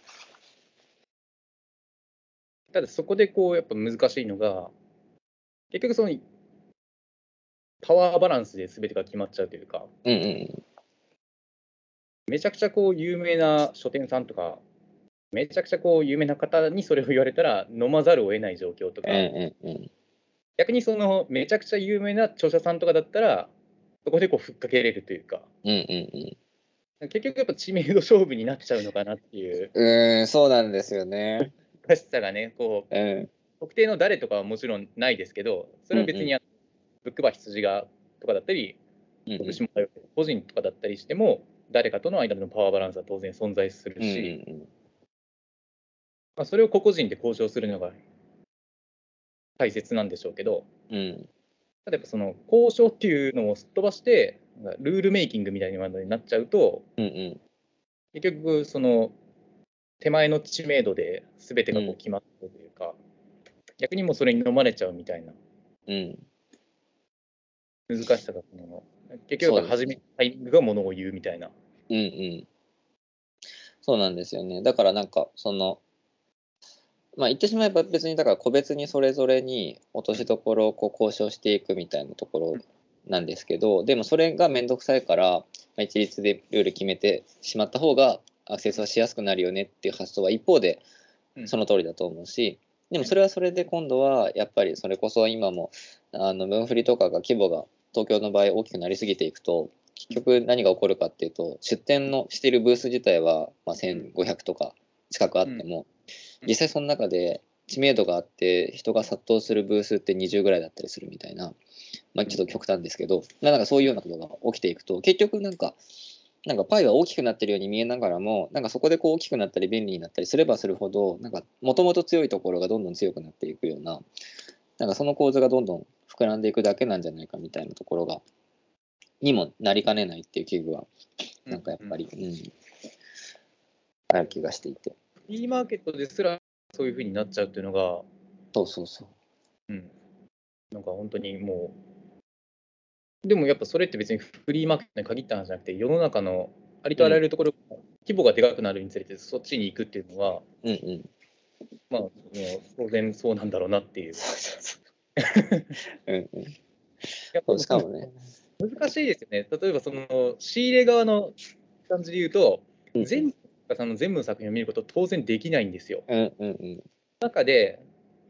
Speaker 2: ただそこでこうやっぱ難しいのが、結局そのパワーバランスで全てが決まっちゃうというか、
Speaker 1: うんうんうん。
Speaker 2: めちゃくちゃこう有名な書店さんとか、めちゃくちゃこう有名な方にそれを言われたら飲まざるを得ない状況と
Speaker 1: うん
Speaker 2: か、
Speaker 1: うんうん。
Speaker 2: 逆にそのめちゃくちゃ有名な著者さんとかだったら、そこでこうふっかけれるというか、
Speaker 1: うんうんうん。
Speaker 2: 結局やっぱ知名度勝負になっちゃうのかなっていう
Speaker 1: うーん、そうなんですよね。
Speaker 2: 難しさがね、こう
Speaker 1: うん。
Speaker 2: 特定の誰とかはもちろんないですけど、そ
Speaker 1: うんうん。
Speaker 2: れは別にあのブックバ羊がとかだったり、
Speaker 1: うんうん。
Speaker 2: 徳島個人とかだったりしても、誰かとの間のパワーバランスは当然存在する
Speaker 1: うんうん
Speaker 2: し、
Speaker 1: うん。
Speaker 2: まあ、それを個々人で交渉するのが大切なんでしょうけど、
Speaker 1: うん。
Speaker 2: 例えばその交渉っていうのをすっ飛ばして、ルールメイキングみたいなものになっちゃうと、
Speaker 1: うんうん。
Speaker 2: 結局、その手前の知名度で全て
Speaker 1: うん。
Speaker 2: がこう決まってるというか、逆にもうそれに飲まれちゃうみたいな
Speaker 1: うん。
Speaker 2: 難しさが、その結局、やっぱ始め
Speaker 1: そうですね。
Speaker 2: たタイミングがものを言うみたいな。
Speaker 1: うんうん。そうなんですよね。だからなんか、その、ま、言ってしまえば別にだから個別にそれぞれに落としどころをこう交渉していくみたいなところなんですけど、でもそれがめんどくさいから、ま、一律でルール決めてしまった方がアクセスはしやすくなるよねっていう発想は一方で
Speaker 2: うん。
Speaker 1: その通りだと思うし、でも
Speaker 2: はい。
Speaker 1: それはそれで今度はやっぱりそれこそ今もあの分振りとかが規模が東京の場合大きくなりすぎていくと、結局何が起こるかっていうと、出店のしているブース自体は、ま、
Speaker 2: うん。
Speaker 1: せんごひゃくとか近くあ
Speaker 2: うん。
Speaker 1: っても、
Speaker 2: うん。
Speaker 1: 実際その中で知名度があって人が殺到するブースってにじゅうぐらいだったりするみたいな、まあ、
Speaker 2: うん。
Speaker 1: ちょっと極端ですけど、まあ、なんかそういうようなことが起きていくと、結局なんかなんかパイは大きくなってるように見えながらも、なんかそこでこう大きくなったり便利になったりすればするほど、なんかもともと強いところがどんどん強くなっていくような、なんかその構図がどんどん膨らんでいくだけなんじゃないかみたいなところが、にもなりかねないっていう危惧は、
Speaker 2: うん。
Speaker 1: なんかやっ
Speaker 2: うん。
Speaker 1: ぱり、うん、ある気がしていて。
Speaker 2: フリーマーケットですらそういう風になっちゃうっていうのが、
Speaker 1: そうそうそう。
Speaker 2: うん、なんか本当にもう、でもやっぱそれって別にフリーマーケットに限った話じゃなくて、世の中のありとあら
Speaker 1: うん、
Speaker 2: ゆるところ、規模がでかくなるにつれて、そっちに行くっていうのは、
Speaker 1: うんうん。
Speaker 2: まあ、もう当然そうなんだろうなっていう。
Speaker 1: そうそうそう。うんうん。
Speaker 2: や、
Speaker 1: そう、
Speaker 2: でもその
Speaker 1: しかもね、
Speaker 2: 難しいですよね。例えばその仕入れ側の感じで言うと、
Speaker 1: うんうん。
Speaker 2: 全部その全部の作品を見ること当然できないんですよ。
Speaker 1: うんうんうん。
Speaker 2: 中で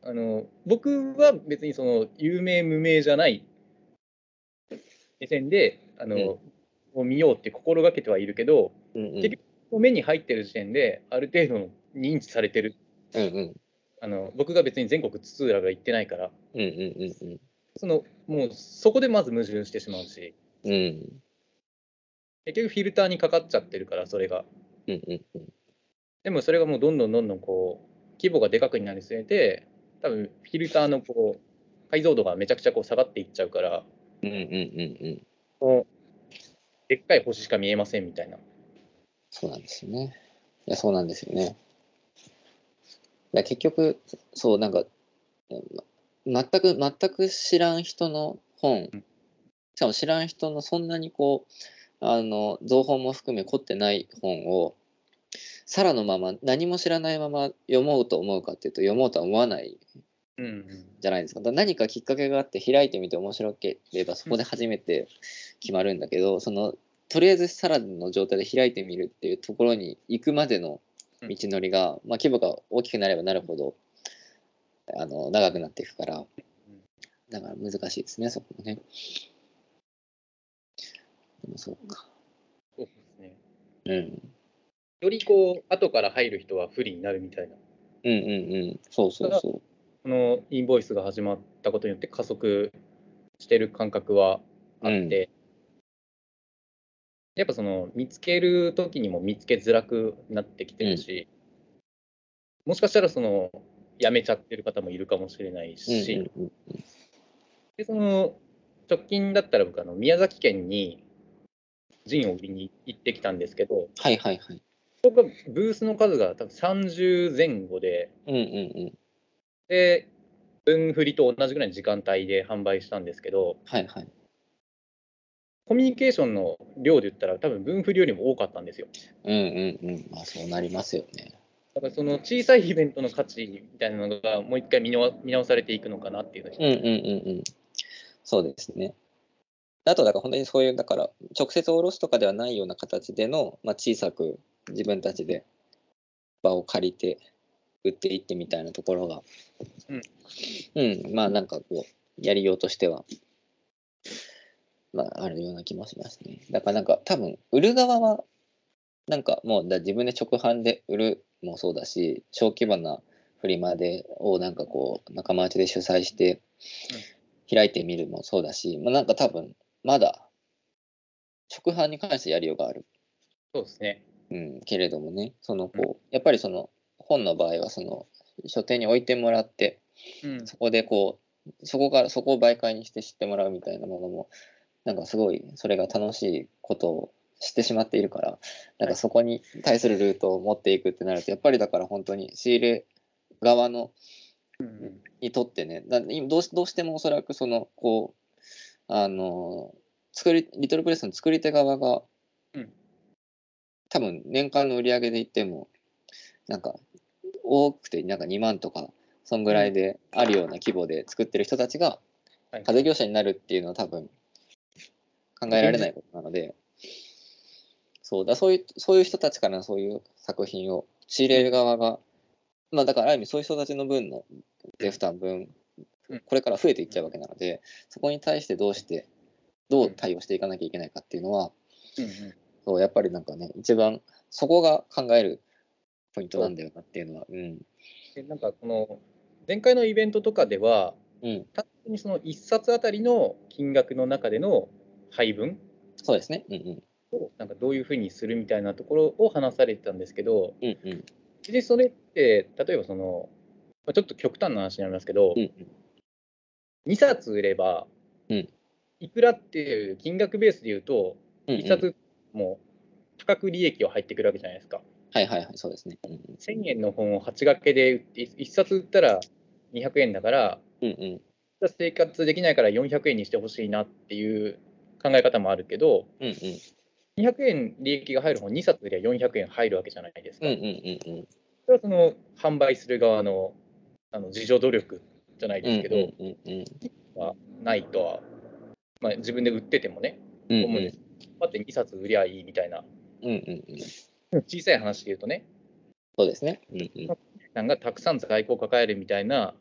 Speaker 2: あの僕は別にその有名無名じゃない目線であの、を見ようって心がけてはいるけど、
Speaker 1: うんうん
Speaker 2: 結局目に入ってる時点である程度の認知されてる。
Speaker 1: うんうん
Speaker 2: あの僕が別に全国津々浦々行ってないから、
Speaker 1: うんうんうん
Speaker 2: そのもうそこでまず矛盾してしまうし、
Speaker 1: うんうん
Speaker 2: 結局フィルターにかかっちゃってるから、それが。
Speaker 1: うんうんうん
Speaker 2: でもそれがもうどんどんどんどんこう規模がでかくなるにつれて、多分フィルターのこう解像度がめちゃくちゃこう下がっていっちゃうから、
Speaker 1: うんうんうんうん
Speaker 2: もうでっかい星しか見えませんみたいな。
Speaker 1: そうなんですよね。いや、そうなんですよね。いや、結局、そう、なんか、ま全く、全く知らん人の本、
Speaker 2: うん
Speaker 1: しかも知らん人のそんなにこう、あの、造本も含め凝ってない本を、さらのまま、何も知らないまま読もうと思うかっていうと、読もうとは思わない
Speaker 2: うんうん
Speaker 1: じゃないですか。だから何かきっかけがあって開いてみて面白ければ、そこで初めて決まるんだけど、その、とりあえずさらの状態で開いてみるっていうところに行くまでの道のりが、まあ、規模が大きくなればなるほど、あの、長くなっていくから、だから難しいですね、そこもね。でもそうか。
Speaker 2: そうですね。
Speaker 1: うん。
Speaker 2: よりこう後から入る人は不利になるみたいな。
Speaker 1: うんうんうん。そうそうそ
Speaker 2: このインボイスが始まったことによって加速してる感覚は
Speaker 1: う。うん。
Speaker 2: あって、やっぱその見つける時にも見つけづらくなってきて
Speaker 1: うん。
Speaker 2: るし、もしかしたらそのやめちゃってる方もいるかもしれない
Speaker 1: うん
Speaker 2: し、
Speaker 1: うんうん。
Speaker 2: でその直近だったら僕あの宮崎県にジンを売りに行ってきたんですけど、
Speaker 1: はいはいはい。
Speaker 2: 僕はブースの数が多分さんじゅうぜん後で、
Speaker 1: うんうんうん。
Speaker 2: で分振りと同じぐらいの時間帯で販売したんですけど、
Speaker 1: はいはい。
Speaker 2: コミュニケーションの量で言ったら多分分振りよりも多かったんですよ。
Speaker 1: うんうんうん。まあそうなりますよね。
Speaker 2: だからその小さいイベントの価値みたいなのがもう一回見直見直されていくのかなっていうのに。
Speaker 1: うんうんうんうん。そうですね。あと、だから本当にそういう、だから直接下ろすとかではないような形での、まあ、小さく自分たちで場を借りて売っていってみたいなところが、
Speaker 2: うん、
Speaker 1: うん、まあなんかこう、やりようとしては、まああるような気もしますね。だからなんか多分、売る側は、なんかもうだ自分で直販で売るもそうだし、小規模なフリマでをなんかこう、仲間内で主催して開いてみるもそうだし、まあなんか多分、まだ直販に関してやりようがある。
Speaker 2: そうですね。
Speaker 1: うん、けれどもね、その
Speaker 2: うん
Speaker 1: こう、やっぱりその本の場合はその書店に置いてもらって、
Speaker 2: うん
Speaker 1: そこでこう、そこからそこを媒介にして知ってもらうみたいなものも、なんかすごいそれが楽しいことを知ってしまっているから、なん
Speaker 2: はい
Speaker 1: かそこに対するルートを持っていくってなると、やっぱりだから本当に仕入れ側の
Speaker 2: うん
Speaker 1: にとってね、だ今どうしどうしてもおそらくそのこう、あの、作りリトルプレスの作り手側が
Speaker 2: うん
Speaker 1: 多分年間の売り上げで言っても、なんか多くてなんかにまんとか、そんぐ
Speaker 2: うん
Speaker 1: らいであるような規模で作ってる人たちが、
Speaker 2: はい
Speaker 1: 課税業者になるっていうのは多分考えら
Speaker 2: 現実。
Speaker 1: れないことなので、そうだ、そういう、そういう人たちからのそういう作品を仕入れる側が、まあだからある意味そういう人たちの分の税負担分、
Speaker 2: うん
Speaker 1: これから増えていっちゃうわけなので、そこに対してどうして、どう対応していかなきゃいけないかっていうのは、
Speaker 2: うんうん
Speaker 1: そう、やっぱりなんかね、一番そこが考えるポイント
Speaker 2: そう
Speaker 1: なんだよなっていうのは、うん、
Speaker 2: でなんかこの前回のイベントとかでは、
Speaker 1: うん、
Speaker 2: 単純にそのいっさつあたりの金額の中での配分
Speaker 1: そうですね、うんうん、
Speaker 2: をなんかどういうふうにするみたいなところを話されてたんですけど、
Speaker 1: うんうん、
Speaker 2: でそれって例えばその、まあ、ちょっと極端な話になりますけど、
Speaker 1: うん
Speaker 2: にさつ売れば
Speaker 1: うん、うん、
Speaker 2: いくらっていう金額ベースで言うと、
Speaker 1: うんうん、
Speaker 2: いっさつも高く利益は入ってくるわけじゃないですか。
Speaker 1: はいはいはい、そうですね。うん
Speaker 2: せんえんの本をはち掛けで売っていっさつ売ったらにひゃくえんだから、
Speaker 1: うんうん
Speaker 2: 生活できないからよんひゃくえんにしてほしいなっていう考え方もあるけど、
Speaker 1: うんうん
Speaker 2: にひゃくえん利益が入る本にさつ売りゃよんひゃくえん入るわけじゃないですか。
Speaker 1: うんうんうんうん
Speaker 2: それはその販売する側のあの自助努力じゃない
Speaker 1: うん
Speaker 2: ですけど、
Speaker 1: うんうん
Speaker 2: はないとは、まあ、自分で売っててもね、
Speaker 1: うんうん
Speaker 2: 思うんです。だってにさつ売りゃいいみたいな、
Speaker 1: うんうんうん、
Speaker 2: 小さい話で言うとね、
Speaker 1: そうですね。うんうん
Speaker 2: なんがたくさん在庫を抱えるみたいな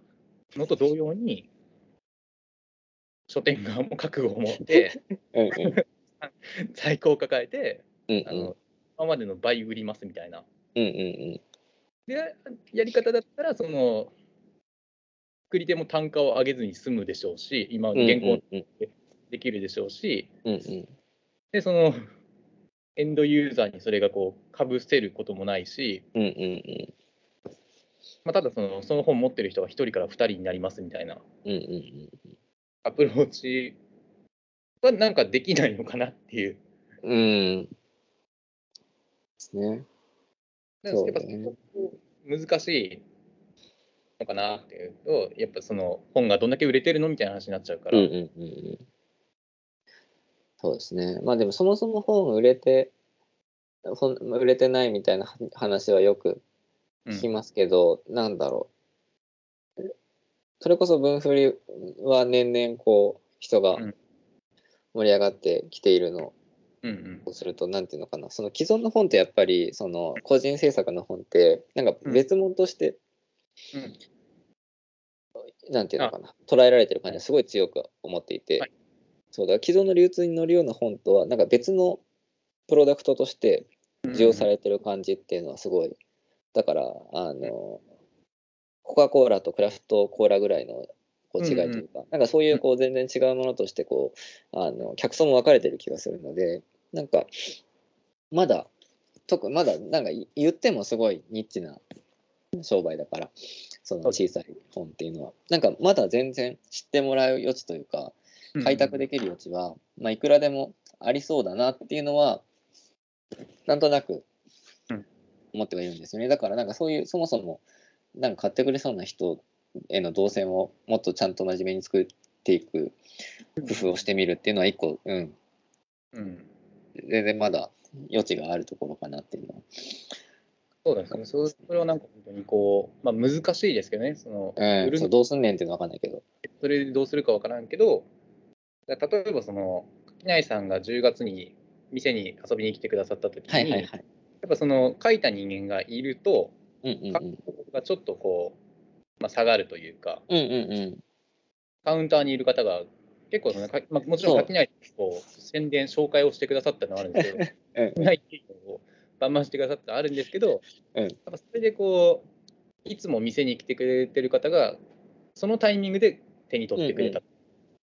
Speaker 2: のと同様に、書店側も覚悟を持って、
Speaker 1: うんうん
Speaker 2: 在庫を抱えて、
Speaker 1: うん
Speaker 2: あの今までの倍売りますみたいな。
Speaker 1: うんうん
Speaker 2: で、やり方だったら、その作り手も単価を上げずに済むでしょうし、今
Speaker 1: うんう
Speaker 2: の現行
Speaker 1: んうん
Speaker 2: でできるでしょうし、
Speaker 1: うんうん
Speaker 2: で、そのエンドユーザーにそれがこうかぶせることもないし、
Speaker 1: うんうん
Speaker 2: まあ、ただそのその本持ってる人がひとりからふたりになりますみたいな
Speaker 1: うんうん
Speaker 2: アプローチはなんかできないのかなっていう。
Speaker 1: うんうんですね。
Speaker 2: だからやっぱ
Speaker 1: そうね。
Speaker 2: 難しいのかなっていうと、やっぱその本がどんだけ売れてるのみたいな話になっちゃうから。
Speaker 1: うんうんうんうん。そうですね。まあでもそもそも本売れて、ほん売れてないみたいな話はよく
Speaker 2: うん。
Speaker 1: 聞きますけど、なんだろう。それこそ分振りは年々こう人が
Speaker 2: うん
Speaker 1: 盛り上がってきているの
Speaker 2: うんうん
Speaker 1: をすると、なんていうのかな、その既存の本ってやっぱりその個人制作の本ってなんか
Speaker 2: うん
Speaker 1: 別物として
Speaker 2: うん
Speaker 1: なんていうの
Speaker 2: あ、
Speaker 1: かな、捉えられてる感
Speaker 2: はい
Speaker 1: じはすごい強く思っていて、
Speaker 2: はい。
Speaker 1: そうだ、既存の流通に乗るような本とはなんか別のプロダクトとして
Speaker 2: うん
Speaker 1: 需要されてる感じっていうのはすごい、だからあ
Speaker 2: うん
Speaker 1: のコカ・コーラとクラフトコーラぐらいのこう
Speaker 2: うんうん
Speaker 1: 違いというか、なんかそういうこう全然違うものとしてこうあの客層も分かれてる気がするので、なんかまだ特まだなんか言ってもすごいニッチな商売だから、その
Speaker 2: そうです。
Speaker 1: 小さい本っていうのはなんかまだ全然知ってもらう余地というか、
Speaker 2: うん
Speaker 1: 開拓できる余地は、まあ、いくらでもありそうだなっていうのはなんとなく
Speaker 2: うん
Speaker 1: 思ってはいるんですよね。だからなんかそういうそもそもなんか買ってくれそうな人への動線をもっとちゃんと真面目に作っていく工夫をしてみるっていうのは一個、うん、
Speaker 2: うん。
Speaker 1: 全然まだ余地があるところかなっていうのは。
Speaker 2: そうですね。そそれはなんか本当にこう、まあ、難しいですけどね、その
Speaker 1: うん、そう、
Speaker 2: 売るの、
Speaker 1: どうすんねんっていうのは分かんないけど。
Speaker 2: それでどうするかわからんけど、例えばその、木内さんがじゅうがつに店に遊びに来てくださったときに、
Speaker 1: はいはいはい。
Speaker 2: やっぱその書いた人間がいると、
Speaker 1: うんうん
Speaker 2: 価格がちょっとこう、まあ、下がるというか、
Speaker 1: うん。うんうんうん。
Speaker 2: カウンターにいる方が結構その、かまあ、もちろん
Speaker 1: そう。
Speaker 2: 垣内こう宣伝、紹介をしてくださったのはあるんですけど、
Speaker 1: うんうん
Speaker 2: 垣内っていうのをバンバンしてくださったのはあるんですけど、
Speaker 1: うん。
Speaker 2: やっぱそれでこう、いつも店に来てくれてる方が、そのタイミングで手に取ってくれた。
Speaker 1: うん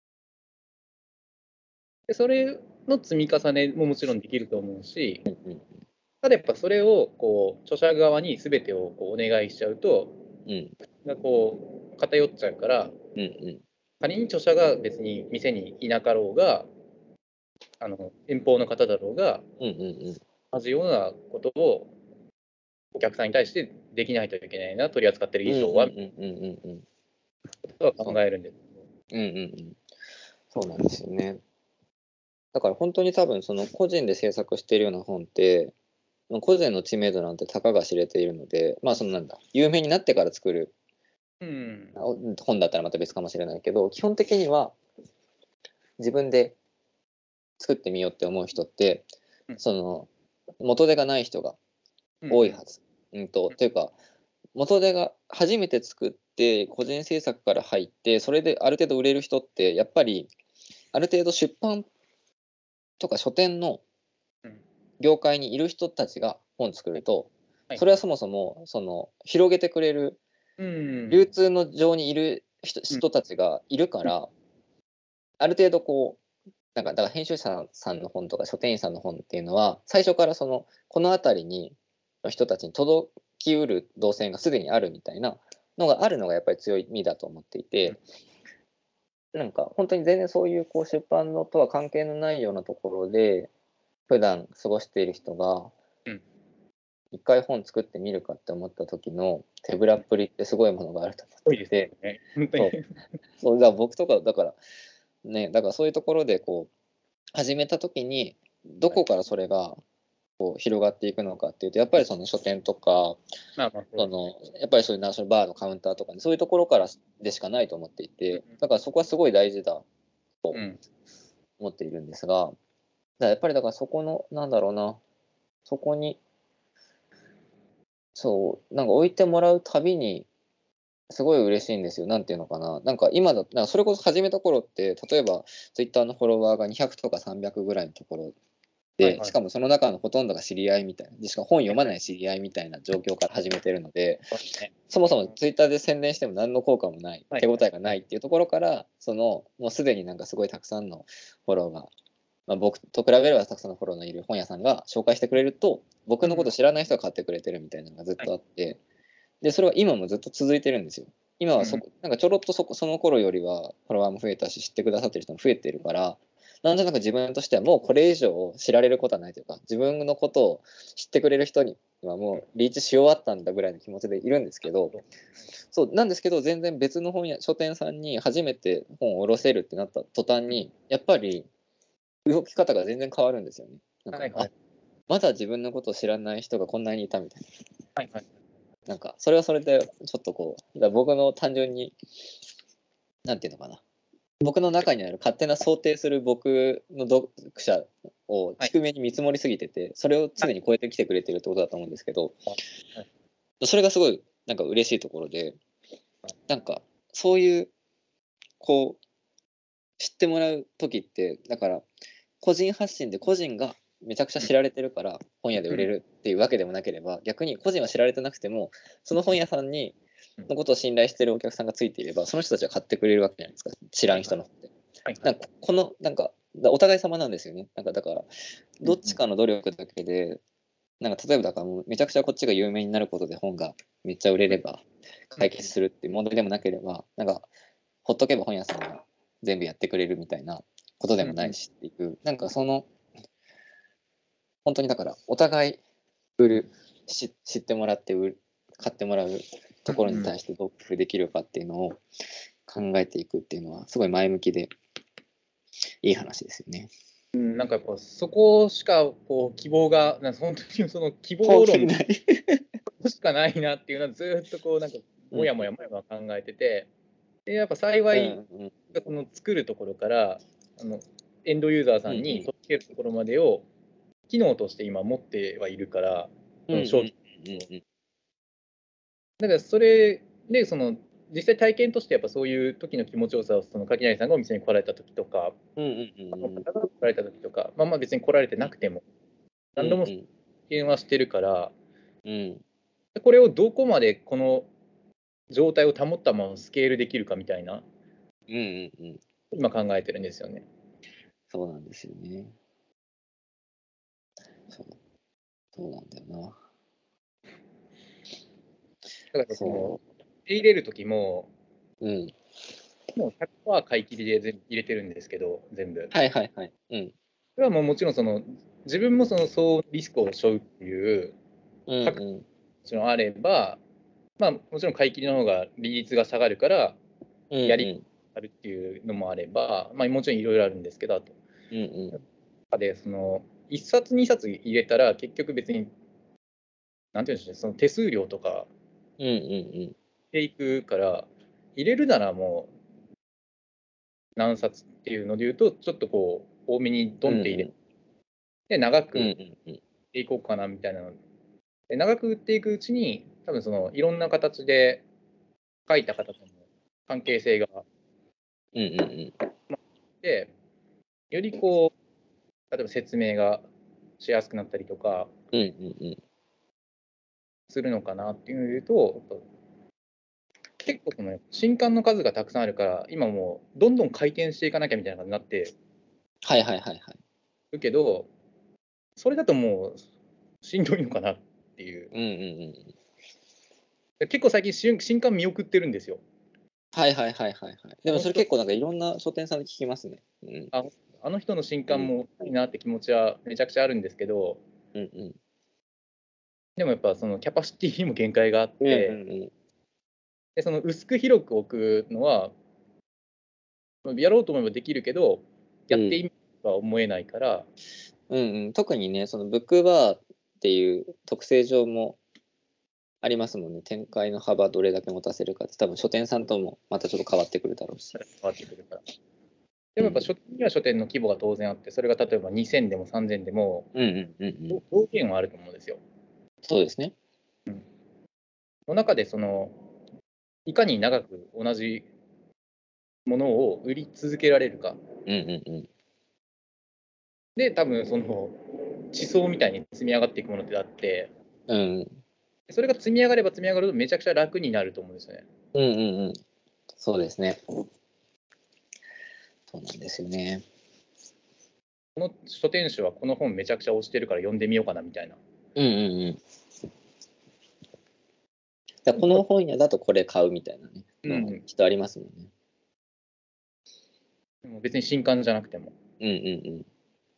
Speaker 2: でそれの積み重ねももちろんできると思うし、
Speaker 1: うんうん
Speaker 2: ただやっぱそれをこう著者側に全てをこうお願いしちゃうと、
Speaker 1: うん
Speaker 2: がこう偏っちゃうから、
Speaker 1: うんうん
Speaker 2: 仮に著者が別に店にいなかろうが、あの遠方の方だろうが、
Speaker 1: うんうんうん。
Speaker 2: 同じようなことをお客さんに対してできないといけないな、取り扱ってる
Speaker 1: うんうん
Speaker 2: 以上は、
Speaker 1: うんうんうんうん。
Speaker 2: とは考
Speaker 1: そう。
Speaker 2: えるんです。
Speaker 1: うんうんうん。そうなんですよね。だから本当に多分その個人で制作しているような本って、個人の知名度なんてたかが知れているので、まあそのなんだ、有名になってから作る
Speaker 2: うん。
Speaker 1: 本だったらまた別かもしれないけど、基本的には自分で作ってみようって思う人って、
Speaker 2: うん。
Speaker 1: その元手がない人が
Speaker 2: うん。
Speaker 1: 多いはず。うんと、というか、元手が初めて作って個人制作から入ってそれである程度売れる人ってやっぱりある程度出版とか書店の
Speaker 2: うん。
Speaker 1: 業界にいる人たちが本作
Speaker 2: はい。
Speaker 1: ると、
Speaker 2: はい。
Speaker 1: それはそもそもその広げてくれる
Speaker 2: うん。
Speaker 1: 流通の上にいる人
Speaker 2: うん。
Speaker 1: 人たちがいるか
Speaker 2: うん。
Speaker 1: ら、ある程度こうなんかだから編集者さんの本とか書店員さんの本っていうのは最初からそのこの辺りにの人たちに届きうる動線がすでにあるみたいなのがあるのがやっぱり強みだと思っていて、なんか本当に全然そういうこう出版のとは関係のないようなところで普段過ごしている人が
Speaker 2: うん。
Speaker 1: 一回本作ってみるかって思った時の手ぶらっぷりってすごいものがあると思っ
Speaker 2: 多いです
Speaker 1: ていて、
Speaker 2: ね。本当に。
Speaker 1: そうそうだから僕とかだからね、だからそういうところでこう始めた時にど
Speaker 2: はい。
Speaker 1: こからそれがこう広がっていくのかっていうと、やっぱりその書店とか
Speaker 2: まあまあ、そうです。
Speaker 1: そのやっぱりそういうナショナルバーのカウンターとか、ね、そういうところからでしかないと思っていて、だからそこはすごい大事だと
Speaker 2: うん。
Speaker 1: 思っているんですが、だからやっぱりだからそこのなんだろうな、そこにそうなんか置いてもらうたびにすごい嬉しいんですよ。なんていうのかな。なんか今だなんかそれこそ始めた頃って、例えばツイッターのフォロワーがにひゃくとかさんびゃくぐらいのところで、
Speaker 2: はいはい。
Speaker 1: しかもその中のほとんどが知り合いみたいな、でしかも本読まない知り合いみたいな状況から始めてるので、
Speaker 2: そうですね。
Speaker 1: そもそもツイッターで宣伝しても何の効果もない、
Speaker 2: はい
Speaker 1: 手応えがないっていうところから、そのもうすでになんかすごいたくさんのフォローが、まあ、僕と比べればたくさんのフォローのいる本屋さんが紹介してくれると、僕のこと知らない人が買ってくれてるみたいなのがずっとあって、で、それは今もずっと続いてるんですよ。今はそこ、なんかちょろっとそこ、その頃よりはフォロワーも増えたし、知ってくださってる人も増えてるから、なんとなく自分としてはもうこれ以上知られることはないというか、自分のことを知ってくれる人にはもうリーチし終わったんだぐらいの気持ちでいるんですけど、そうなんですけど、全然別の本屋、書店さんに初めて本を下ろせるってなった途端に、やっぱり動き方が全然変わるんですよね。なんか、あ、
Speaker 2: はいはい。
Speaker 1: まだ自分のことを知らない人がこんなにいたみたいな。
Speaker 2: はいはい。
Speaker 1: なんか、それはそれで、ちょっとこう、だから僕の単純に、なんていうのかな。僕の中にある勝手な想定する僕の読者を
Speaker 2: はい。
Speaker 1: 低めに見積もりすぎてて、それを常に超えてきてくれてるってことだと思うんですけど、
Speaker 2: はい
Speaker 1: それがすごい、なんか嬉しいところで、なんか、そういう、こう、知ってもらう時って、だから、個人発信で個人がめちゃくちゃ知られてるから本屋で売れるっていうわけでもなければ、逆に個人は知られてなくても、その本屋さんにのことを信頼してるお客さんがついていれば、その人たちは買ってくれるわけじゃないですか、知らん人の方って。
Speaker 2: はいはい。
Speaker 1: なんかこのなんかだお互い様なんですよね。なんかだからどっちかの努力だけで、なんか例えばだからもうめちゃくちゃこっちが有名になることで本がめっちゃ売れれば解決するっていう問題でもなければ、なんかほっとけば本屋さんが全部やってくれるみたいなことでもないしっていう、なんかその本当にだからお互い売るし知ってもらって売る買ってもらうところに対してどう工夫できるかっていうのを考えていくっていうのはすごい前向きでいい話ですよね。
Speaker 2: うん、なんかやっぱそこしかこう希望が、なんか本当にその希望論
Speaker 1: 本当にない。
Speaker 2: しかないなっていうのはずっとこうなんかもやもやもやもや考えてて、でやっぱ幸
Speaker 1: うん
Speaker 2: い
Speaker 1: うん
Speaker 2: その作るところからあのエンドユーザーさんに
Speaker 1: うん
Speaker 2: 届けるところまでを機能として今持ってはいるから、
Speaker 1: うんうん
Speaker 2: その商品を。
Speaker 1: うんうん
Speaker 2: だからそれでその実際体験としてやっぱそういう時の気持ちよさをその柿谷さんがお店に来られた時とか、
Speaker 1: うんうん
Speaker 2: 他の
Speaker 1: うん
Speaker 2: 方が来られた時とか、まあまあ別に来られてなくても何度も
Speaker 1: うん
Speaker 2: 経験はしてるから、
Speaker 1: うん
Speaker 2: これをどこまでこの状態を保ったままスケールできるかみたいな、
Speaker 1: うんうんうん、
Speaker 2: 今考えてるんですよね。
Speaker 1: そうなんですよね。そうそうなんだよな。
Speaker 2: だからその、
Speaker 1: そ
Speaker 2: 入れる時も、
Speaker 1: う。うん。
Speaker 2: もうひゃくパーセント買い切りで全部入れてるんですけど、全部。
Speaker 1: はいはいはい。うん。
Speaker 2: それはもうもちろんその、自分もその総リスクを背負うっていう
Speaker 1: うん
Speaker 2: 覚悟がも
Speaker 1: うん。
Speaker 2: ちろんあれば、まあ、もちろん買い切りの方が利率が下がるから、
Speaker 1: うん
Speaker 2: やり
Speaker 1: う
Speaker 2: あるっていうのもあれば、まあ、もちろんいろいろあるんですけど、あと、
Speaker 1: ん。うんうん。
Speaker 2: で、その、いっさつ、にさつ入れたら、結局別に、なんていうんでしょうね、その手数料とか
Speaker 1: うんうん
Speaker 2: していくから、入れるならもう何冊っていうので言うと、ちょっとこう、多めに
Speaker 1: うん。うん
Speaker 2: ドンって入れ
Speaker 1: うん。
Speaker 2: て、長
Speaker 1: うん
Speaker 2: く
Speaker 1: うんうん。
Speaker 2: ていこうかなみたいなので、長く売っていくうちに、多分その、いろんな形で書いた方との関係性があっ
Speaker 1: うんうんうん。
Speaker 2: て、よりこう、例えば説明がしやすくなったりとか
Speaker 1: うんうんうん。
Speaker 2: するのかなっていうので言うと、結構その新刊の数がたくさんあるから、今もうどんどん回転していかなきゃみたいな感じになって
Speaker 1: はいはいはいはい。
Speaker 2: るけど、それだともうしんどいのかなっていう。
Speaker 1: うんうんうん。
Speaker 2: 結構最近新新刊見送ってるんですよ。
Speaker 1: はいはいはいはいはい。で
Speaker 2: あの人、
Speaker 1: もそれ結構なんかいろんな書店さんで聞きますね。うん。
Speaker 2: ああの人の新刊
Speaker 1: うん。
Speaker 2: もいいなって気持ちはめちゃくちゃあるんですけど、
Speaker 1: うんうん。
Speaker 2: でもやっぱそのキャパシティにも限界があっ
Speaker 1: うんう
Speaker 2: て、
Speaker 1: んうん。
Speaker 2: でその薄く広く置くのは、やろうと思えばできるけど、やっていいとは思えないから、
Speaker 1: うんうん。特にね、そのブックバーっていう特性上もありますもんね。展開の幅どれだけ持たせるかって、多分書店さんともまたちょっと変わってくるだろうし。
Speaker 2: 変わってくるから。でもやっぱ
Speaker 1: うん。
Speaker 2: 書店には書店の規模が当然あって、それが例えばにせんでもさんぜんでも、
Speaker 1: うんうんうんうん。
Speaker 2: 条件はあると思うんですよ。
Speaker 1: そうですね。
Speaker 2: その中でそのいかに長く同じものを売り続けられるか。
Speaker 1: うんうんうん。
Speaker 2: で、多分その地層みたいに積み上がっていくものってあって、
Speaker 1: うん。
Speaker 2: それが積み上がれば積み上がるとめちゃくちゃ楽になると思うんですよね。
Speaker 1: うんうんうん。そうですね。そうなんですよね。
Speaker 2: この書店主はこの本めちゃくちゃ推してるから読んでみようかなみたいな。
Speaker 1: うんうんうん。だこの本屋だとこれ買うみたいなね、のもきっとありますもんね。
Speaker 2: うん、別に新刊じゃなくても。
Speaker 1: うんうんうん。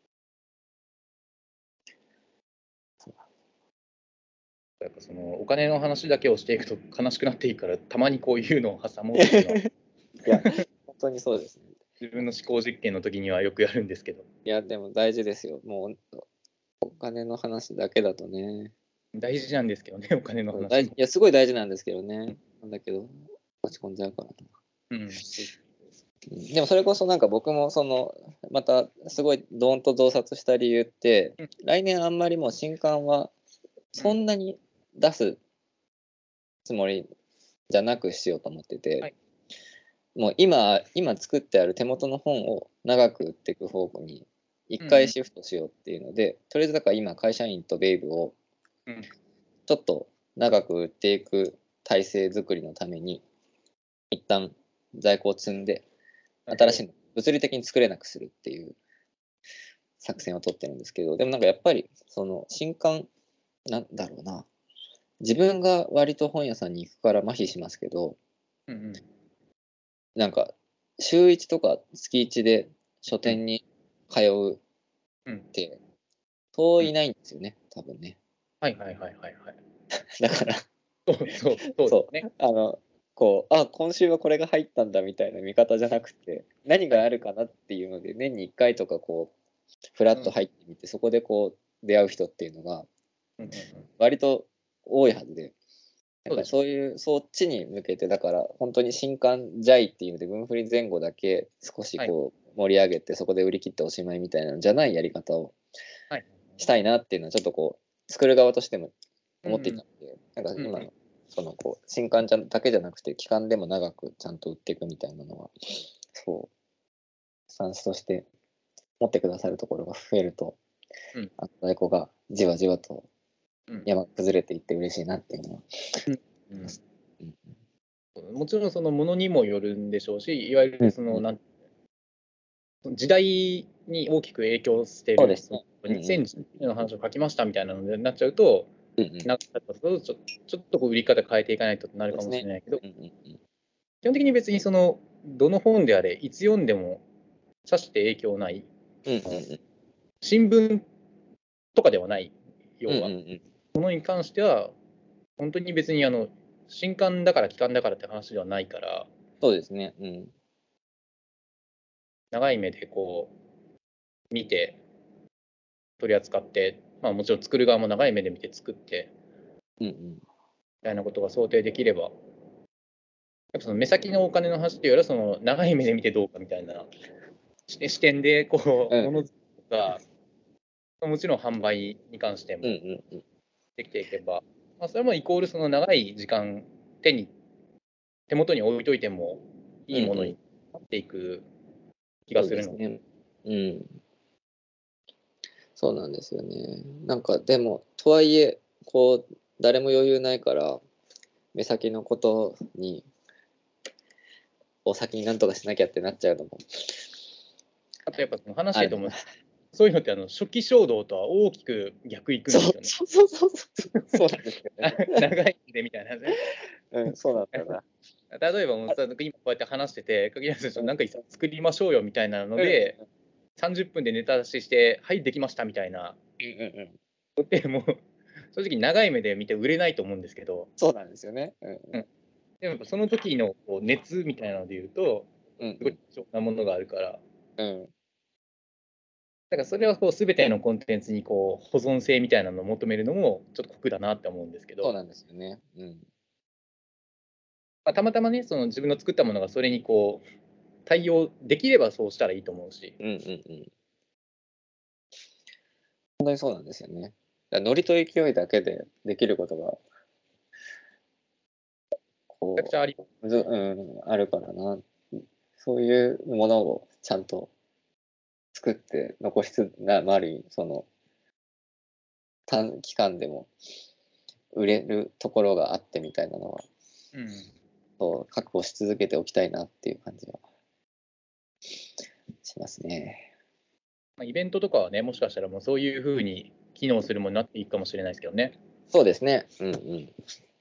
Speaker 2: やっぱそのお金の話だけをしていくと悲しくなっていいから、たまにこういうのを挟もうっていうのは
Speaker 1: いや、本当にそうですね。
Speaker 2: 自分の思考実験の時にはよくやるんですけど。
Speaker 1: いや、でも大事ですよ。もう、お金の話だけだとね。
Speaker 2: 大事なんですけどね、お金の話も。
Speaker 1: 大事いや、すごい大事なんですけどね。なんだけど、落ち込んじゃうからな。
Speaker 2: うん、
Speaker 1: うんでもそれこそなんか僕もそのまたすごいドーンと増刷した理由って、
Speaker 2: うん
Speaker 1: 来年あんまりもう新刊はそんなに出すつもりじゃなくしようと思ってて、
Speaker 2: はい、
Speaker 1: もう今今作ってある手元の本を長く売っていく方向に一
Speaker 2: うん
Speaker 1: 回シフトしようっていうので、とりあえずだから今会社員とベイブを
Speaker 2: うん
Speaker 1: ちょっと長く売っていく体制作りのために一旦在庫を積んで新しいの物理的に作れなくするっていう作戦を取ってるんですけど、でもなんかやっぱりその新刊なんだろうな、自分が割と本屋さんに行くから麻痺しますけど、
Speaker 2: うんうん
Speaker 1: なんか週いちとか月いちで書
Speaker 2: うん
Speaker 1: 店に通うっ
Speaker 2: うん
Speaker 1: てそう
Speaker 2: うん
Speaker 1: いないんですよね、多分ね。
Speaker 2: はいはいはいはいはい。
Speaker 1: だから
Speaker 2: そうそうそうで
Speaker 1: そ
Speaker 2: すね。
Speaker 1: うあのこうあ今週はこれが入ったんだみたいな見方じゃなくて、何
Speaker 2: はい。
Speaker 1: があるかなっていうので年にいっかいとかこうフラッと
Speaker 2: うん
Speaker 1: 入ってみて、そこでこう出会う人っていうのが
Speaker 2: うんうんうん。
Speaker 1: 割と多いはずで、なんか
Speaker 2: そうでしょ
Speaker 1: そういうそっちに向けて、だから本当に新刊ジャイっていうので分振り前後だけ少し
Speaker 2: はい。
Speaker 1: こう盛り上げてそこで売り切っておしまいみたいなのじゃないやり方を
Speaker 2: はい。
Speaker 1: したいなっていうのはちょっとこう作る側としても思ってい
Speaker 2: うんうん
Speaker 1: たので、なんか
Speaker 2: うんうん
Speaker 1: 今のそのこう新刊じゃだけじゃなくて期間でも長くちゃんと売っていくみたいなのは、そうスタンスとして持ってくださるところが増えると、
Speaker 2: うん
Speaker 1: あの在庫がじわじわと
Speaker 2: うん
Speaker 1: 山崩れていって嬉しいなっていうのは
Speaker 2: うん
Speaker 1: 思います。うん
Speaker 2: うん。もちろんそのものにもよるんでしょうし、いわゆ
Speaker 1: うんうん
Speaker 2: るそのなん時代に大きく影響している、その
Speaker 1: そうですね。うんうん
Speaker 2: にせんじゅうねんの話を書きましたみたいなのになっちゃうと、
Speaker 1: うんうん
Speaker 2: なんかちょちょちょっとこう売り方変えていかないとなるかもし
Speaker 1: そうですね。
Speaker 2: れないけど、
Speaker 1: うんうんうん
Speaker 2: 基本的に別にそのどの本であれ、いつ読んでもさして影響ない、
Speaker 1: うんうんうん
Speaker 2: 新聞とかではない、
Speaker 1: うんうん
Speaker 2: 要は。
Speaker 1: うん。
Speaker 2: ものに関しては、本当に別にあの新刊だから期間だからって話ではないから、
Speaker 1: そうですね。うん。
Speaker 2: 長い目でこう見て、取り扱って、まあ、もちろん作る側も長い目で見て作って、
Speaker 1: うんうん。
Speaker 2: みたいなことが想定できれば、やっぱその目先のお金の話っていうよりは、その長い目で見てどうかみたいな視視点で、こう、
Speaker 1: うん
Speaker 2: ものづくりとか、もちろん販売に関して
Speaker 1: うん
Speaker 2: も
Speaker 1: うんうん。
Speaker 2: できていけば、まあ、それもイコールその長い時間、手に、手元に置いといてもいいものに
Speaker 1: うんうん。
Speaker 2: なっていく気
Speaker 1: そう
Speaker 2: がするので。
Speaker 1: ですね。うん。そうなんですよね。なんかでも、とはいえ、こう、誰も余裕ないから、目先のことに、を先になんとかしなきゃってなっちゃうのも
Speaker 2: あとやっぱその話して
Speaker 1: あるな。
Speaker 2: ると思う、そういうのってあの初期衝動とは大きく逆いくん
Speaker 1: そう
Speaker 2: ですよね。
Speaker 1: そうそうそうそう。そうなんですよね。
Speaker 2: 長いんでみたいなね。
Speaker 1: うん、そうなんだよな。
Speaker 2: 例えばもう
Speaker 1: あ
Speaker 2: さ、今こうやって話してて、鍵谷選手
Speaker 1: うん
Speaker 2: なんか作りましょうよみたいなの
Speaker 1: うんうん
Speaker 2: で、さんじゅっぷんでネタ出しして、はい、できましたみたいな、
Speaker 1: うんうんうん。
Speaker 2: でもう正直長い目で見て売れないと思うんですけど、
Speaker 1: そうなんですよね。うん
Speaker 2: うん、でもその時のこう熱みたいなので言うと、すごい
Speaker 1: うんうん
Speaker 2: 貴重なものがあるから、
Speaker 1: うん。
Speaker 2: だからそれはこう全てのコンテンツにこう保存性みたいなのを求めるのもちょっと酷だなって思うんですけど、
Speaker 1: そうなんですよね。うん。
Speaker 2: まあ、たまたまね、その自分の作ったものがそれにこう対応できればそうしたらいいと思うし、
Speaker 1: うんうんうん。本当にそうなんですよね。だからノリと勢いだけでできることがこ
Speaker 2: めちゃくちゃあり
Speaker 1: う、ずうん、あるからな。そういうものをちゃんと作って残しつな、まあ、ある意味、その、短期間でも売れるところがあってみたいなのは、
Speaker 2: うん。
Speaker 1: そう、確保し続けておきたいなっていう感じはしますね。
Speaker 2: まあ、イベントとかはね、もしかしたらもうそういう風に機能するものになっていいかもしれないですけどね。
Speaker 1: そうですね。うんうん。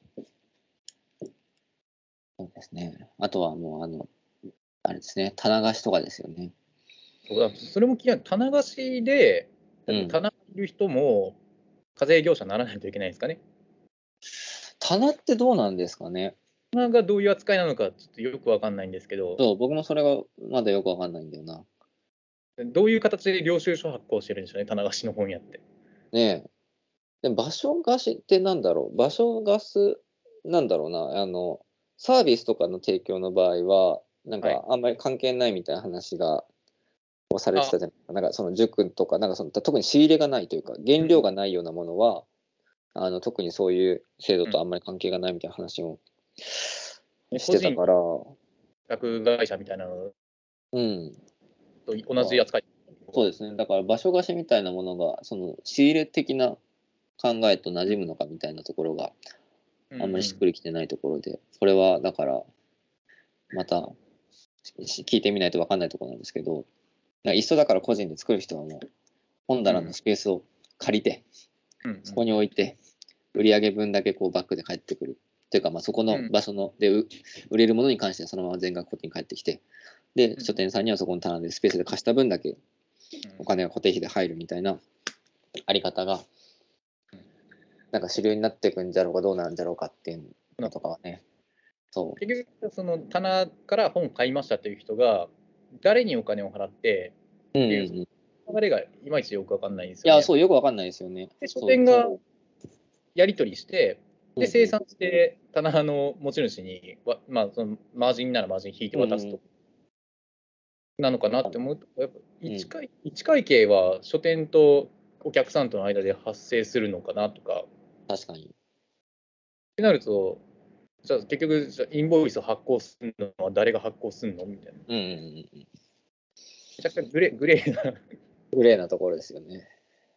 Speaker 1: そうですね。あとはもう、あの、あれですね、棚貸しとかですよね。
Speaker 2: そうだ、それも気になる。棚貸しで、
Speaker 1: うん。
Speaker 2: 例えば棚借りる人も課税業者にならないといけないんですかね。
Speaker 1: 棚ってどうなんですかね。
Speaker 2: 棚がどういう扱いなのかちょっとよくわかんないんですけど、
Speaker 1: そう、僕もそれがまだよくわかんないんだよな。
Speaker 2: どういう形で領収書発行してるんでしょうね、棚貸しの本屋って。
Speaker 1: ねえ。でも場所貸しってなんだろう。場所貸す、なんだろうな。あの、サービスとかの提供の場合は、なん
Speaker 2: はい。
Speaker 1: かあんまり関係ないみたいな話がをされて
Speaker 2: あ、
Speaker 1: たじゃないですか。なんかその塾とか、なんかその特に仕入れがないというか、原料
Speaker 2: うん、
Speaker 1: がないようなものは、あの特にそういう制度
Speaker 2: うん。
Speaker 1: とあんまり関係がないみたいな話をし
Speaker 2: 個人、
Speaker 1: てたから、
Speaker 2: 宅会社みたいなの
Speaker 1: うん。
Speaker 2: と同じ扱い。
Speaker 1: そうですね。だから場所貸しみたいなものが、その仕入れ的な考えと馴染むのかみたいなところが
Speaker 2: うん
Speaker 1: あんまりしっ
Speaker 2: うん。
Speaker 1: くりきてないところで、これはだからまたし聞いてみないと分かんないところなんですけど、いっそだから個人で作る人はもう本棚の
Speaker 2: うん
Speaker 1: スペースを借りて、
Speaker 2: うんうん
Speaker 1: そこに置いて、売上分だけこうバックで返ってくる。というか、まあ、そこの
Speaker 2: うん
Speaker 1: 場所のでう売れるものに関してはそのまま全額こっちに返ってきて、で、
Speaker 2: うん
Speaker 1: 書店さんにはそこの棚でスペースで貸した分だけお金が固定費で入るみたいなあり方が、なんか主流になっていくんじゃろうかどうなんじゃろうかっていうのとかはね、そ
Speaker 2: 結局、その棚から本買いましたっていう人が、誰にお金を払って
Speaker 1: う。うん
Speaker 2: っていう
Speaker 1: うんうん。い
Speaker 2: 流れがいまいちよくわかんないんですよ
Speaker 1: や、
Speaker 2: ね。
Speaker 1: そう、よくわかんないですよね。
Speaker 2: で、書
Speaker 1: そう、
Speaker 2: 店が
Speaker 1: そ
Speaker 2: やり取りして、
Speaker 1: う。う
Speaker 2: で、
Speaker 1: んうん。
Speaker 2: 生産して棚の持ち主に、わまあ、そのマージンならマージン引いて
Speaker 1: うん
Speaker 2: 渡すと、
Speaker 1: うん。
Speaker 2: なのかな
Speaker 1: あ
Speaker 2: って思うと、やっぱ
Speaker 1: うん。
Speaker 2: 一会一会計は書店とお客さんとの間で発生するのかなとか、っ
Speaker 1: 確かに。
Speaker 2: てなると、じゃあ結局、じゃあインボイスを発行するのは誰が発行するのみたいな。め
Speaker 1: うんうんうんうん。
Speaker 2: ちゃくちゃグレグレーな。
Speaker 1: グレーなところですよね。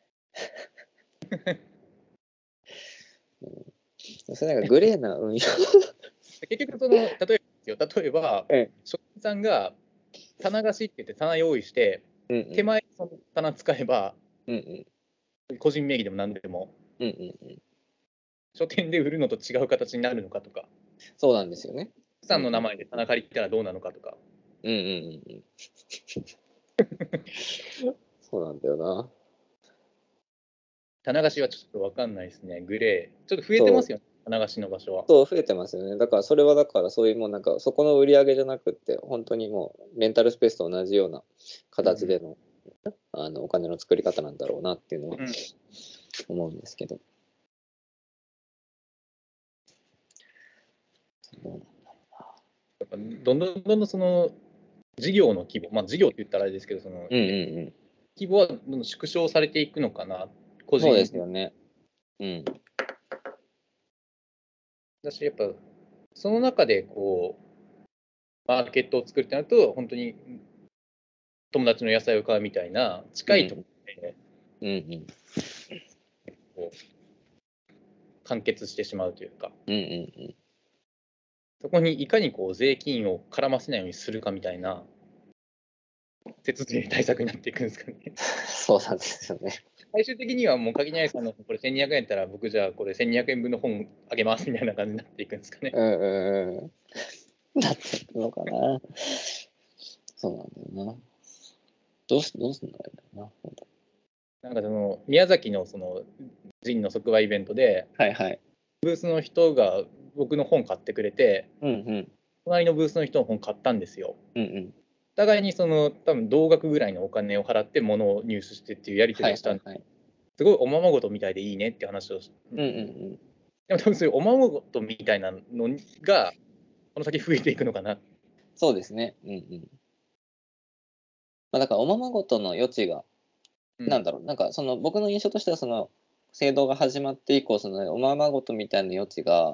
Speaker 1: うん、それなんかグレーな運用。
Speaker 2: 結局その、例えばですよ、例えば、
Speaker 1: ええ。
Speaker 2: 書店さんが棚貸しって言って棚用意して、
Speaker 1: うんうん。
Speaker 2: 手前にその棚使えば、
Speaker 1: うんうん。
Speaker 2: 個人名義でも何でも、
Speaker 1: うんうんうん。
Speaker 2: 書店で売るのと違う形になるのかとか、
Speaker 1: そうなんですよね。
Speaker 2: 奥
Speaker 1: うん。
Speaker 2: さんの名前で棚借りたらどうなのかとか、
Speaker 1: うんうんうんうん。そうなんだよな。
Speaker 2: 棚貸しはちょっと分かんないですね、グレー。ちょっと増えてま
Speaker 1: そう。
Speaker 2: すよね、棚貸しの場所は。
Speaker 1: そう、増えてますよね。だからそれはだからそういうもうなんかそこの売り上げじゃなくって、本当にもうレンタルスペースと同じような形での、あのお金の作り方なんだろうなっていうのは
Speaker 2: うん、うん、
Speaker 1: 思うんですけど。
Speaker 2: やっぱどんどんどんどんその事業の規模、まあ、事業って言ったらあれですけど、その、
Speaker 1: うん
Speaker 2: ね、
Speaker 1: うんうん。
Speaker 2: 規模はどんどん縮小されていくのかな、個
Speaker 1: そうです
Speaker 2: 人
Speaker 1: よね。うん。
Speaker 2: だし、やっぱその中でこうマーケットを作るってなると、本当に友達の野菜を買うみたいな、近いとこ
Speaker 1: うん。
Speaker 2: ろで
Speaker 1: うんうん。
Speaker 2: こう完結してしまうというか、
Speaker 1: うんうんうん。
Speaker 2: そこにいかにこう税金を絡ませないようにするかみたいな節税対策になっていくんですかね。
Speaker 1: そうなんですよね。
Speaker 2: 最終的にはもう鍵谷さんのこれせんにひゃくえんやったら、僕じゃあこれせんにひゃくえんぶんの本あげますみたいな感じになっていくんですかね。
Speaker 1: うんうんうん。なっていくのかな。そうなんだよな。どうすどうすんだろうな。
Speaker 2: なんかその宮崎のそのジンの即売イベントで、
Speaker 1: はいはい。
Speaker 2: ブースの人が僕の本買ってくれて、
Speaker 1: うんうん。
Speaker 2: 隣のブースの人の本買ったんですよ。
Speaker 1: うんうん。
Speaker 2: お互いにその多分同額ぐらいのお金を払って物を入手してっていうやり取
Speaker 1: は
Speaker 2: りをしたんで、
Speaker 1: いはいはい。
Speaker 2: すごいおままごとみたいでいいねって話をし、
Speaker 1: うんうんうん。
Speaker 2: でも多分そういうおままごとみたいなのがこの先増えていくのかな。
Speaker 1: そうですね。うんうん。まあ、だからおままごとの余地が、
Speaker 2: うん。
Speaker 1: なんだろう、なんかその僕の印象としてはその制度が始まって以降、そのおままごとみたいな余地が、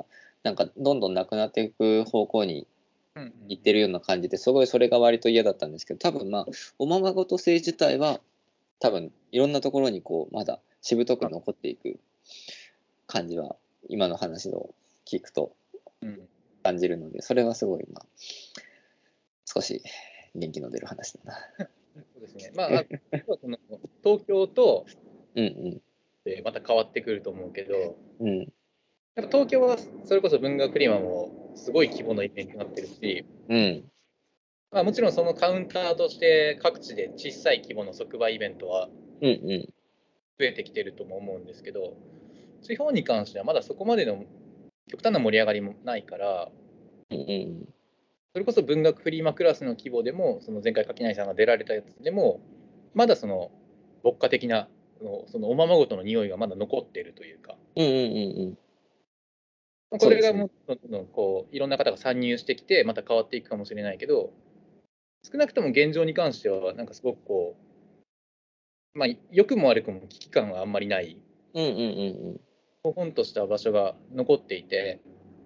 Speaker 1: なんかどんどんなくなっていく方向に
Speaker 2: うんうん
Speaker 1: 行ってるような感じですごいそれが割と嫌だったんですけど、多分まあおままごと性自体は多分いろんなところにこうまだしぶとく残っていく感じは今の話を聞くと
Speaker 2: うん
Speaker 1: 感じるので、それはすごいまあ少し元気の出る話だな。
Speaker 2: そうですね。まあ、あその東京と
Speaker 1: うんうん
Speaker 2: でまた変わってくると思うけど、
Speaker 1: うん
Speaker 2: やっぱ東京はそれこそ文学リマもすごい規模のイベントになってるし、
Speaker 1: うん
Speaker 2: まあ、もちろんそのカウンターとして各地で小さい規模の即売イベントは
Speaker 1: うんうん
Speaker 2: 増えてきてるとも思うんですけど、地方に関してはまだそこまでの極端な盛り上がりもないから、
Speaker 1: うんうん
Speaker 2: それこそ文学フリーマクラスの規模でも、その前回垣内さんが出られたやつでも、まだその牧歌的なそのそのおままごとの匂いがまだ残っているというか、
Speaker 1: うんうんうんうん
Speaker 2: これがもっとどんどんこういろんな方が参入してきて、また変わっていくかもしれないけど、少なくとも現状に関しては、なんかすごくこう、まあ、良くも悪くも危機感があんまりない、
Speaker 1: うんうんうんうん
Speaker 2: ほほんとした場所が残っていて、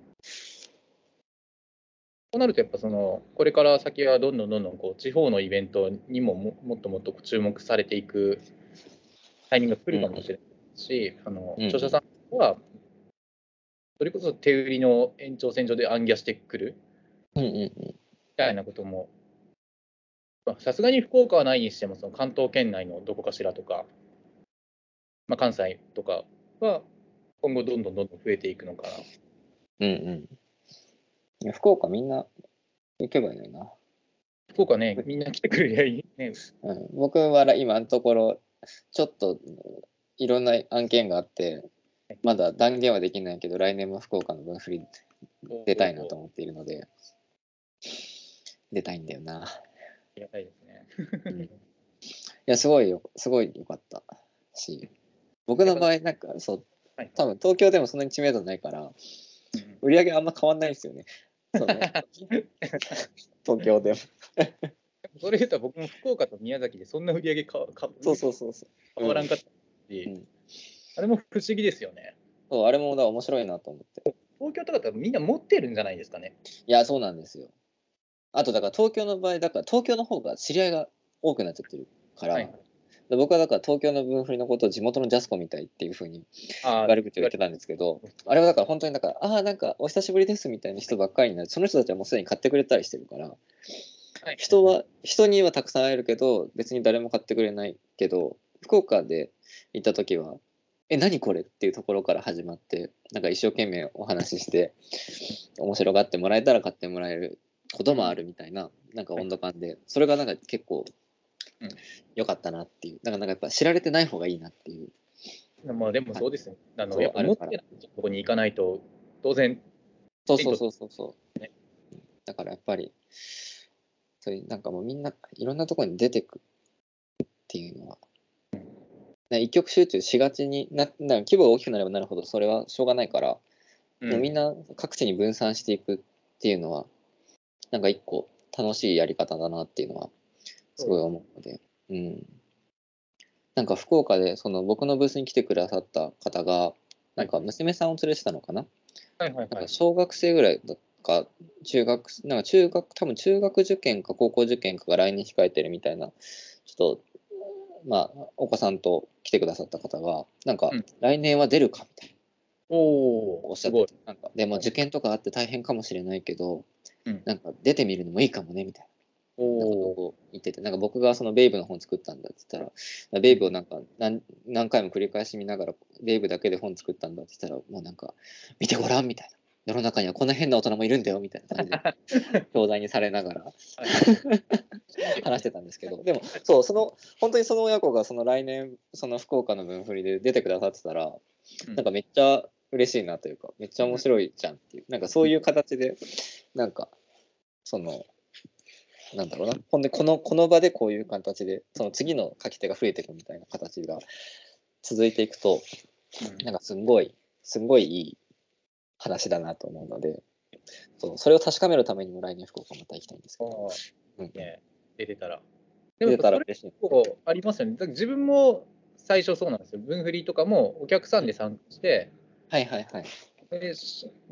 Speaker 2: そうなると、やっぱその、これから先はどんどんどんどんこう地方のイベントにもももっともっと注目されていくタイミングが来るかもしれないし、あの
Speaker 1: うんうん
Speaker 2: 著者さんは、それこそ手売りの延長線上で暗ギャしてくる
Speaker 1: うんうんうん
Speaker 2: みたいなことも、まあさすがに福岡はないにしても、その関東圏内のどこかしらとか、まあ、関西とかは、今後どんどんどんどん増えていくのかな。
Speaker 1: うんうんいや福岡みんな行けばいいのにな。
Speaker 2: 福岡ね、みんな来てくれりゃいいね。
Speaker 1: うん、僕は今のところちょっといろんな案件があってまだ断言はできないけど来年も福岡の分振り出たいなと思っているので出たいんだよな。
Speaker 2: ありがたいですね。
Speaker 1: うん、いやすごいよすごい良かったし僕の場合なんかそう
Speaker 2: はい
Speaker 1: 多分東京でもそんなに知名度ないから
Speaker 2: うん
Speaker 1: 売り上げあんま変わんないんですよね。その東京でも
Speaker 2: それ言うと僕も福岡と宮崎でそんな売り上げかか
Speaker 1: そうそうそうそう
Speaker 2: 変わらんかったし、
Speaker 1: うん、
Speaker 2: あれも不思議ですよね。
Speaker 1: そうあれもだから面白いなと思って。
Speaker 2: 東京とかだとみんな持ってるんじゃないですかね。
Speaker 1: いやそうなんですよ。あとだから東京の場合だから東京の方が知り合いが多くなっちゃってるから、
Speaker 2: はい、
Speaker 1: で僕はだから東京の分振りのことを地元のジャスコみたいっていうふうに
Speaker 2: あ
Speaker 1: 悪口を言ってたんですけど、あれはだから本当にだからああなんかお久しぶりですみたいな人ばっかりになる。その人たちはもうすでに買ってくれたりしてるから、
Speaker 2: はい、
Speaker 1: 人は人にはたくさん会えるけど別に誰も買ってくれないけど、福岡で行った時はえ何これっていうところから始まって、なんか一生懸命お話しして面白がってもらえたら買ってもらえることもあるみたいな、なんか温度感で、それがなんか結構良かったなっていう、なんかなんかやっぱ知られてない方がいいなっていう。
Speaker 2: うん、まあでもそうですね。あの
Speaker 1: そう
Speaker 2: やっぱ持ってないとこに行かないと、当然、
Speaker 1: そうそうそうそうそうだからやっぱりそういうなんかもうみんないろんなところに出てくっていうのは、ね、一極集中しがちにな、な規模が大きくなればなるほどそれはしょうがないから、
Speaker 2: うん、
Speaker 1: もうみんな各地に分散していくっていうのはなんか一個楽しいやり方だなっていうのはすごい思うので、うん。なんか福岡でその僕のブースに来てくださった方が、なんか娘さんを連れてたのかな、
Speaker 2: はいはいはい。
Speaker 1: なんか小学生ぐらいだか、中学、なんか中学、多分中学受験か高校受験かが来年控えてるみたいな、ちょっと、まあ、お子さんと来てくださった方が、なんか
Speaker 2: うん、
Speaker 1: 来年は出るかみたいな。
Speaker 2: おお、すごい。
Speaker 1: おっしゃってて、なんかでも受験とかあって大変かもしれないけど、
Speaker 2: うん、
Speaker 1: なんか出てみるのもいいかもねみたいなこと
Speaker 2: おお、
Speaker 1: を言ってて、なんか僕がそのベイブの本作ったんだって言ったら、ベイブをなんか何何回も繰り返し見ながら、ベイブだけで本作ったんだって言ったら、もうなんか、見てごらんみたいな。世の中にはこんな変な大人もいるんだよみたいな感じで教材にされながら話してたんですけど、でもそうその本当にその親子がその来年その福岡の分振りで出てくださってたら、なんかめっちゃ嬉しいなというか、めっちゃ面白いじゃんっていう、なんかそういう形でなんかそのなんだろうな、ほんでこのこの場でこういう形でその次の書き手が増えていくみたいな形が続いていくと、なんかすんごいすんごいいい話だなと思うので、そうそれを確かめるためにも来年福岡また行きたいんですけど、うん、
Speaker 2: ね、出てたら。で
Speaker 1: 出
Speaker 2: もそれ
Speaker 1: たら嬉しい。
Speaker 2: 結構ありますよね。だから自分も最初そうなんですよ。分振りとかもお客さんで参加して、
Speaker 1: はいはいはい。
Speaker 2: でなんか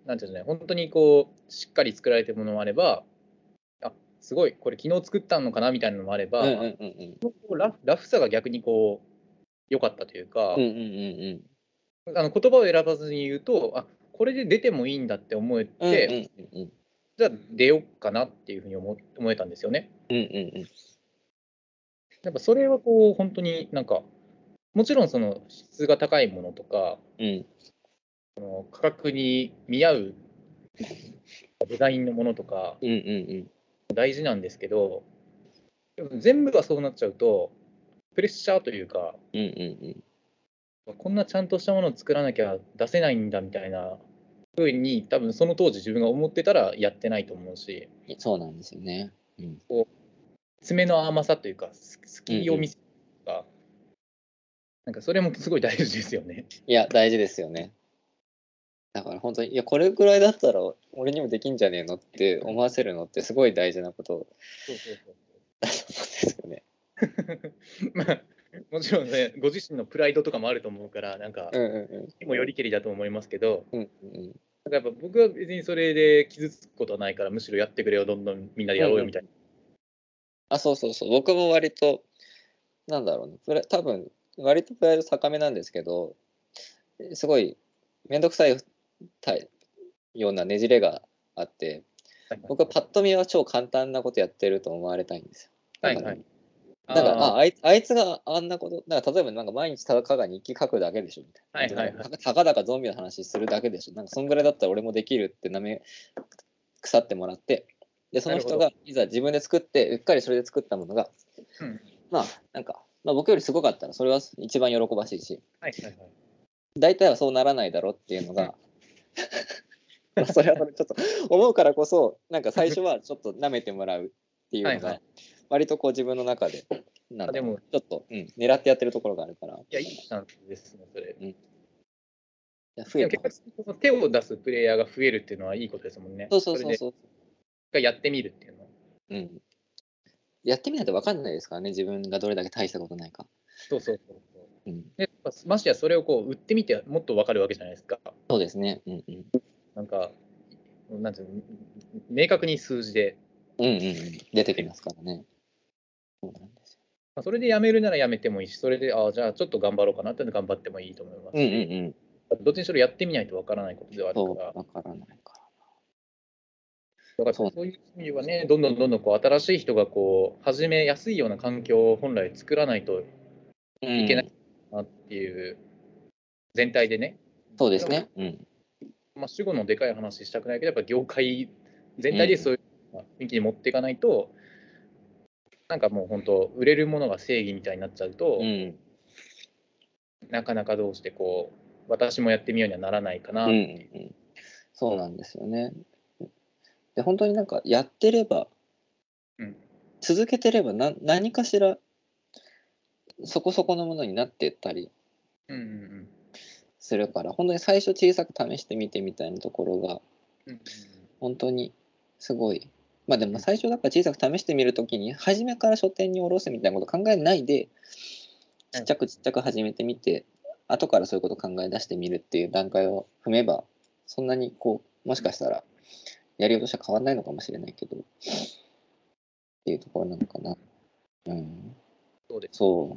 Speaker 2: なんていうんですかね、本当にこう、しっかり作られてるものもあれば、あ、すごい、これ昨日作ったのかなみたいなのもあれば、
Speaker 1: うんうんうん
Speaker 2: こうラフラフさが逆にこう、良かったというか、
Speaker 1: うんうんうん
Speaker 2: あの言葉を選ばずに言うと、あ、これで出てもいいんだって思え
Speaker 1: うんうん
Speaker 2: て、
Speaker 1: うんうん
Speaker 2: じゃあ出ようかなっていうふうに思思えたんですよね。
Speaker 1: うんうんうん
Speaker 2: やっぱそれはこう、本当になんか、もちろんその質が高いものとか、
Speaker 1: うん
Speaker 2: 価格に見合うデザインのものとか
Speaker 1: うんうん
Speaker 2: 大事なんですけど、でも全部がそうなっちゃうと、プレッシャーというか、
Speaker 1: うんうん
Speaker 2: こんなちゃんとしたものを作らなきゃ出せないんだみたいな風に、多分その当時自分が思ってたらやってないと思うし、
Speaker 1: うん、そうなんですよね。うん
Speaker 2: こう爪の甘さというか、す
Speaker 1: うんうん、
Speaker 2: 隙を見せるとか、なんかそれもすごい大事ですよね。
Speaker 1: いや、大事ですよね。だから本当に、いや、これぐらいだったら俺にもできんじゃねえのって思わせるのってすごい大事なこと
Speaker 2: そうそうそう。
Speaker 1: だと思うんですよね。
Speaker 2: まあ、もちろんね、ご自身のプライドとかもあると思うから、なんか、
Speaker 1: うんうん
Speaker 2: にもよりけりだと思いますけど、
Speaker 1: うんうんうん
Speaker 2: なんかやっぱ僕は別にそれで傷つくことはないから、むしろやってくれよ、どんどんみんなで
Speaker 1: うんうんうん。
Speaker 2: やろうよみたいな。
Speaker 1: あ、そうそうそう。僕も割と、なんだろうね、プラ多分割とプライド高めなんですけど、すごいめんどくさいたいようなねじれがあって、
Speaker 2: はい
Speaker 1: 僕はパッと見は超簡単なことやってると思われたいんですよ。だから、
Speaker 2: はいはい。
Speaker 1: なんか、
Speaker 2: あ
Speaker 1: あ、あいあいつがあんなこと、なんか例えばなんか毎日たかが日記書くだけでしょみたいな。
Speaker 2: はいはいはい。
Speaker 1: なんかたかだかゾンビの話するだけでしょ。なんかそんぐらいだったら俺もできるってなめ腐ってもらって、で、そ
Speaker 2: なるほど。
Speaker 1: の人がいざ自分で作って、うっかりそれで作ったものが、
Speaker 2: うん。
Speaker 1: まあ、なんか、まあ僕よりすごかったらそれは一番喜ばしいし、
Speaker 2: はいはいはい。
Speaker 1: 大体はそうならないだろうっていうの
Speaker 2: うん。
Speaker 1: が、まあそれはそれちょっと思うからこそ、なんか最初はちょっと舐めてもらうっていうのが、
Speaker 2: はいはい。
Speaker 1: 割とこう自分の中で、なん
Speaker 2: あ、でも、
Speaker 1: だろう、ちょっと、うん、狙ってやってるところがあるから、
Speaker 2: いや、いいチャンスですね、それ。
Speaker 1: うん、いや増
Speaker 2: でも結
Speaker 1: えてほしい。
Speaker 2: 果、手を出すプレイヤーが増えるっていうのはいいことですもんね。
Speaker 1: そうそう
Speaker 2: それで、
Speaker 1: そうそう。
Speaker 2: やってみるっていうのは。
Speaker 1: うん。やってみないと分かんないですからね、自分がどれだけ大したことないか。
Speaker 2: そうそうそうそう。
Speaker 1: うん。
Speaker 2: で、ましてやそれをこう売ってみてもっとわかるわけじゃないですか。
Speaker 1: そうですね。うんうん。
Speaker 2: なんか、なんていうの、明確に数字で、
Speaker 1: うんうんうん。出てきますからね。そうなんですよ。
Speaker 2: まあ、それでやめるならやめてもいいし、それで、ああ、じゃあちょっと頑張ろうかなって頑張ってもいいと思いま
Speaker 1: うんうん
Speaker 2: すし、
Speaker 1: うん。
Speaker 2: どっちにしろやってみないとわからないことではあるか
Speaker 1: そう、
Speaker 2: ら、
Speaker 1: 分からないから。
Speaker 2: だから
Speaker 1: そう。
Speaker 2: そういう意味ではね、どんどんどんどんこう新しい人がこう始めやすいような環境を本来作らないと
Speaker 1: う
Speaker 2: いけない
Speaker 1: ん。
Speaker 2: なっていう全体でね、それは
Speaker 1: そうですね。うん。
Speaker 2: まあ、主語のでかい話したくないけど、やっぱ業界全
Speaker 1: うんうん。
Speaker 2: 体でそういう雰囲気に持っていかないと、なんかもう本当、売れるものが正義みたいになっちゃうと、
Speaker 1: うん。
Speaker 2: なかなかどうしてこう、私もやってみようにはならないか
Speaker 1: うんう
Speaker 2: なっていう。
Speaker 1: んうん。そうなんですよね。で、本当になんかやってれば、
Speaker 2: うん。
Speaker 1: 続けてれば、な何かしらそこそこのものになってったり
Speaker 2: うんうん
Speaker 1: するから、本当に最初小さく試してみてみたいなところが、
Speaker 2: うん。
Speaker 1: 本当にすごい。ま、で
Speaker 2: うんうん
Speaker 1: も最初だから小さく試してみる時に、初めから書店に卸すみたいなこと考えないで、ちっちゃくちっちゃく始めてみて、後からそういうこと考え出してみるっていう段階を踏めば、そんなにこう、もしかしたらやりようとしては変わんないのかもしれないけど、っていうところなのかな。うん。
Speaker 2: そうです。
Speaker 1: そ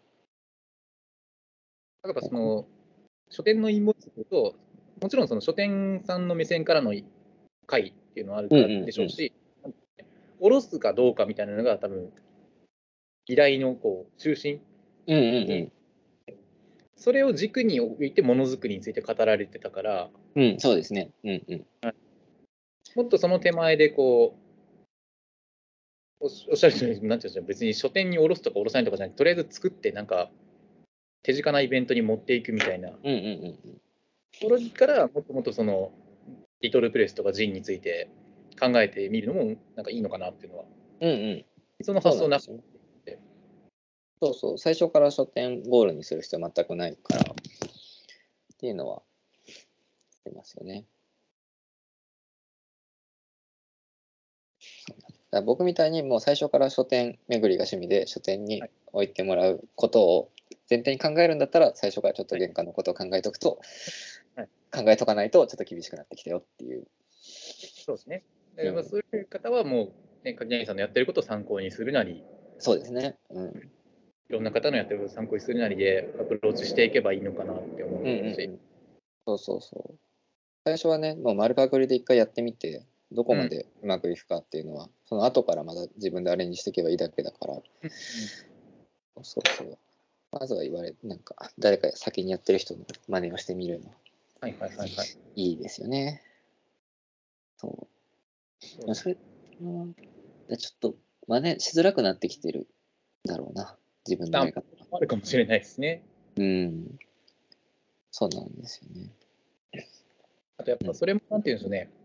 Speaker 2: だから
Speaker 1: う。
Speaker 2: その、書店のインボイスと、もちろんその書店さんの目線からの会っていうのはある
Speaker 1: うん
Speaker 2: から
Speaker 1: うんうん。
Speaker 2: でしょうし、下ろすかどうかみたいなのが多分、議題のこう中心
Speaker 1: うんうんう
Speaker 2: で、
Speaker 1: ん。
Speaker 2: それを軸に置いてものづくりについて語られてたから、
Speaker 1: うん、そうですね。うんうん。
Speaker 2: もっとその手前でこう、おっしゃるように、なんていうんですか、別に書店に下ろすとか下ろさないとかじゃなくて、とりあえず作って、なんか手近なイベントに持っていくみたいなと
Speaker 1: うんうんうんうん。
Speaker 2: ころから、もっともっとその、リトルプレスとかジンについて考えてみるのも、なんかいいのかなっていうのは、
Speaker 1: うんうん。
Speaker 2: その
Speaker 1: そう
Speaker 2: 発想なく
Speaker 1: なんですよね。
Speaker 2: て、
Speaker 1: そうそう、最初から書店ゴールにする必要全くないからっていうのはありますよね。だから僕みたいにもう最初から書店巡りが趣味で書店に
Speaker 2: はい、
Speaker 1: 置いてもらうことを前提に考えるんだったら、最初からちょっと玄関のことを考えておくと、はい、考えとかないとちょっと厳しくなってきたよっていう。
Speaker 2: そうですね。うん、まあ、そういう方はもう、ね、柿柳さんのやってることを参考にするなり、
Speaker 1: そうですね。うん、
Speaker 2: いろんな方のやってることを参考にするなりでアプローチしていけばいいのかなって思うし、うんうんうん、
Speaker 1: そうそうそう。最初はね、もう丸パクリで一回やってみて、どこまでうまくいくかっていうのは、うん、その後からまた自分でアレンジしていけばいいだけだから、うんうん、そうそう。まずは言われ、なんか、誰か先にやってる人の真似をしてみるの。
Speaker 2: はいはいはいはい。
Speaker 1: いいですよね。そう。それ、うん、ちょっと真似しづらくなってきてるだろうな、自分のやり方。
Speaker 2: あるかもしれないですね。
Speaker 1: うん。そうなんですよね。
Speaker 2: あとやっぱそれも、なんていうんでしょうね。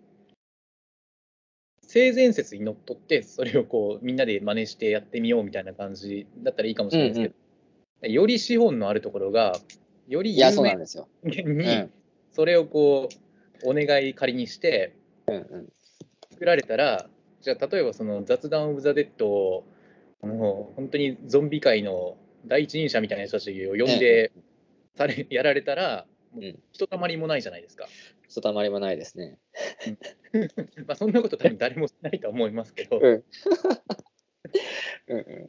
Speaker 2: 性善説にのっとって、それをこうみんなで真似してやってみようみたいな感じだったらいいかもしれないですけど、うんうん、より資本のあるところが、より有名な人間に、それをこう、お願い仮にして、作られたら、じゃあ、例えばその雑談オブザ・デッドを、もう本当にゾンビ界の第一人者みたいな人たちを呼んで、されやられたら、もうひとたまりもないじゃないですか。
Speaker 1: ひとたまりもないですね。
Speaker 2: まあそんなこと多分誰もしないと思いますけど、うんうん、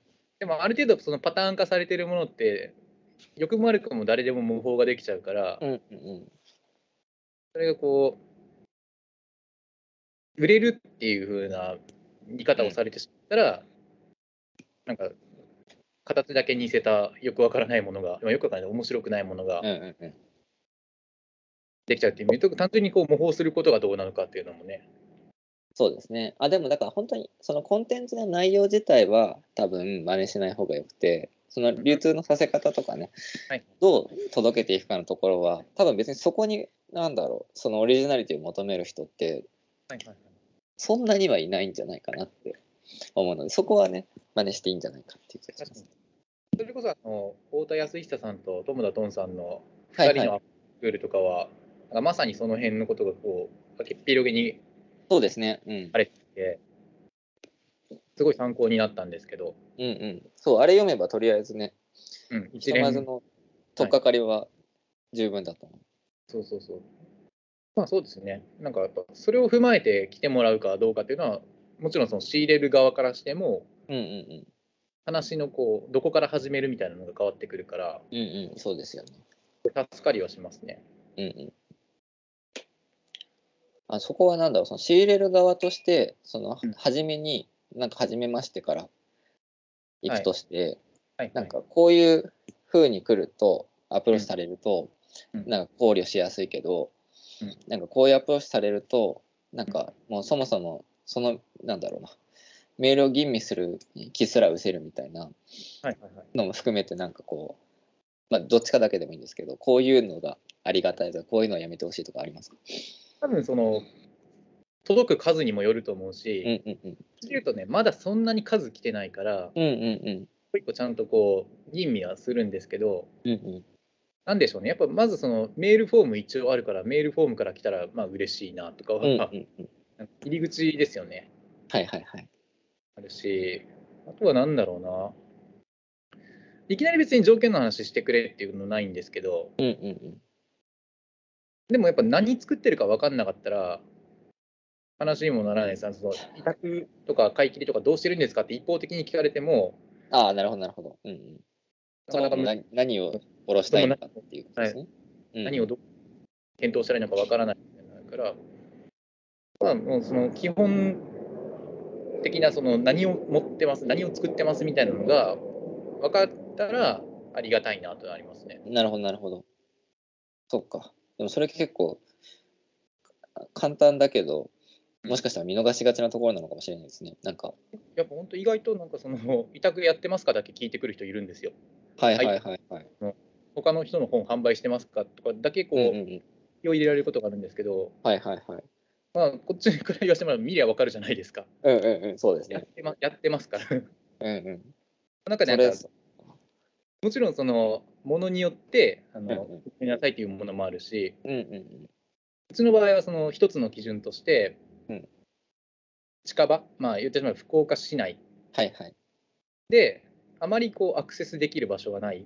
Speaker 2: でもある程度そのパターン化されてるものって良くも悪くも誰でも模倣ができちゃうから、うんうん、それがこう売れるっていう風な見方をされてしまったら、うん、なんか形だけ似せたよくわからないものが、よくわからない面白くないものが、うんうんうん、できちゃうっていう意味で、単純にこう模倣することがどうなのかっていうのもね。
Speaker 1: そうですね。あ、でもだから本当にそのコンテンツの内容自体は多分真似しない方がよくて、その流通のさせ方とかね、はい、どう届けていくかのところは、多分別にそこに、なんだろう、そのオリジナリティを求める人って、はいはいはい、そんなにはいないんじゃないかなって思うので、そこはね、真似していいんじゃないかっていう気がします。
Speaker 2: それこそあの太田康久さんと友田トンさんのふたりのアップルとかは、はいはい、まさにその辺のことがこう、かけっぴろげに
Speaker 1: そうですね、うん、
Speaker 2: あれってすごい参考になったんですけど、
Speaker 1: うんうん、そう、あれ読めばとりあえずね、うん、一連まずの取っかかりは十分だと思う。はい、
Speaker 2: そうそうそう。まあそうですね。なんかやっぱそれを踏まえて来てもらうかどうかっていうのは、もちろんその仕入れる側からしても、うんうんうん、話のこうどこから始めるみたいなのが変わってくるから、
Speaker 1: うんうん、そうですよね。
Speaker 2: 助かりはしますね。
Speaker 1: うんうん。あそこはなんだろう、その仕入れる側として、その、うん、初めに、なんか初めましてから行くとして、はいはいはい、なんかこういう風に来ると、アプローチされると、うん、なんか考慮しやすいけど、うん、なんかこういうアプローチされると、なんかもうそもそも、その、なんだろうな、メールを吟味する気すら失せるみたいなのも含めて、なんかこう、まあ、どっちかだけでもいいんですけど、こういうのがありがたいとか、こういうのはやめてほしいとかありますか？
Speaker 2: 多分その届く数にもよると思うし、うんうんうん、言うとね、まだそんなに数来てないから、うんうんうん、一個ちゃんとこう吟味はするんですけど、うんうん、なんでしょうね、やっぱまずそのメールフォーム一応あるから、メールフォームから来たらまあ嬉しいなとかは、うんうんうん、入り口ですよね。
Speaker 1: はいはいはい。
Speaker 2: あるし、あとはなんだろうな。いきなり別に条件の話してくれっていうのないんですけど、うんうんうん、でもやっぱ何作ってるか分かんなかったら、話にもならないです。その委託とか買い切りとかどうしてるんですかって一方的に聞かれても、
Speaker 1: ああ、なるほどなるほど。うんうん、なかなか何何を下ろしたいのかっていうことですね。はい、うん、
Speaker 2: 何をどう検討したらいいのか分からないから、まあ、もうその基本的なその何を持ってます、何を作ってますみたいなのが分かったらありがたいなとなりますね。
Speaker 1: なるほどなるほど。そっか。でもそれ結構簡単だけど、もしかしたら見逃しがちなところなのかもしれないですね。なんか。
Speaker 2: やっぱ本当意外となんかその委託やってますかだけ聞いてくる人いるんですよ。
Speaker 1: はいはいはいはい。
Speaker 2: 他の人の本販売してますかとかだけこう、うんうんうん、気を入れられることがあるんですけど、
Speaker 1: はいはいはい。
Speaker 2: まあ、こっちから言わせてもらうと見りゃ分かるじゃないですか。
Speaker 1: うんうんうん、そうですね。
Speaker 2: やってまやってますから。うん
Speaker 1: うん。
Speaker 2: なんかなんかもちろんそのものによってあの、うんうん、見なさいというものもあるし、うんうんうん、うちの場合はその一つの基準として、うん、近場、まあ言ってしまえば福岡市内、
Speaker 1: はいはい、
Speaker 2: であまりこうアクセスできる場所がない。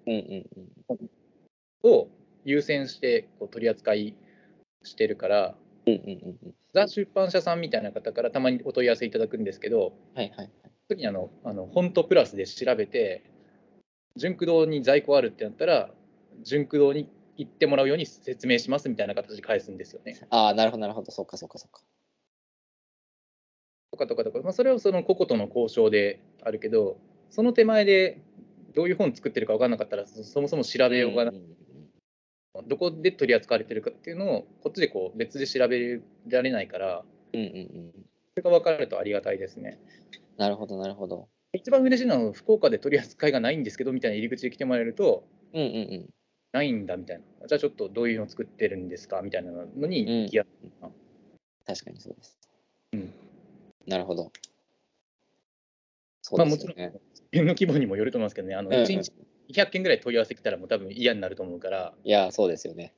Speaker 1: うんうん
Speaker 2: を優先してこう取り扱いしてるから、
Speaker 1: うんうんうんうん。
Speaker 2: ザ出版社さんみたいな方からたまにお問い合わせいただくんですけど、
Speaker 1: はいはい。
Speaker 2: 時にあのあのフォントプラスで調べて、純駆動に在庫あるってなったら、純駆動に行ってもらうように説明しますみたいな形で返すんですよね。
Speaker 1: ああ、なるほどなるほど。そっかそっかそっか。
Speaker 2: とかとかとか、まあ、それはその個々との交渉であるけど、その手前でどういう本作ってるか分からなかったら、そそもそも調べようがな
Speaker 1: うんうん
Speaker 2: い、どこで取り扱われてるかっていうのを、こっちでこう別で調べられないから、
Speaker 1: うんうんうんうん。
Speaker 2: それが分かるとありがたいですね。
Speaker 1: なるほどなるほど。
Speaker 2: 一番嬉しいのは、福岡で取り扱いがないんですけどみたいな入り口で来てもらえると、
Speaker 1: うんうん
Speaker 2: ないんだみたいな、じゃあちょっとどういうの作ってるんですかみたいなのに
Speaker 1: うん。うん。
Speaker 2: 行きやすいな。
Speaker 1: 確かにそうです。
Speaker 2: うん、
Speaker 1: なるほど。そう
Speaker 2: まあ、もちろん、
Speaker 1: ですよね。
Speaker 2: 件の規模にもよると思いますけどね、あの
Speaker 1: うんう
Speaker 2: いちにち
Speaker 1: ん。
Speaker 2: にひゃっけんぐらい問い合わせ来たら、もう多分嫌になると思うから、
Speaker 1: いや、そうですよね。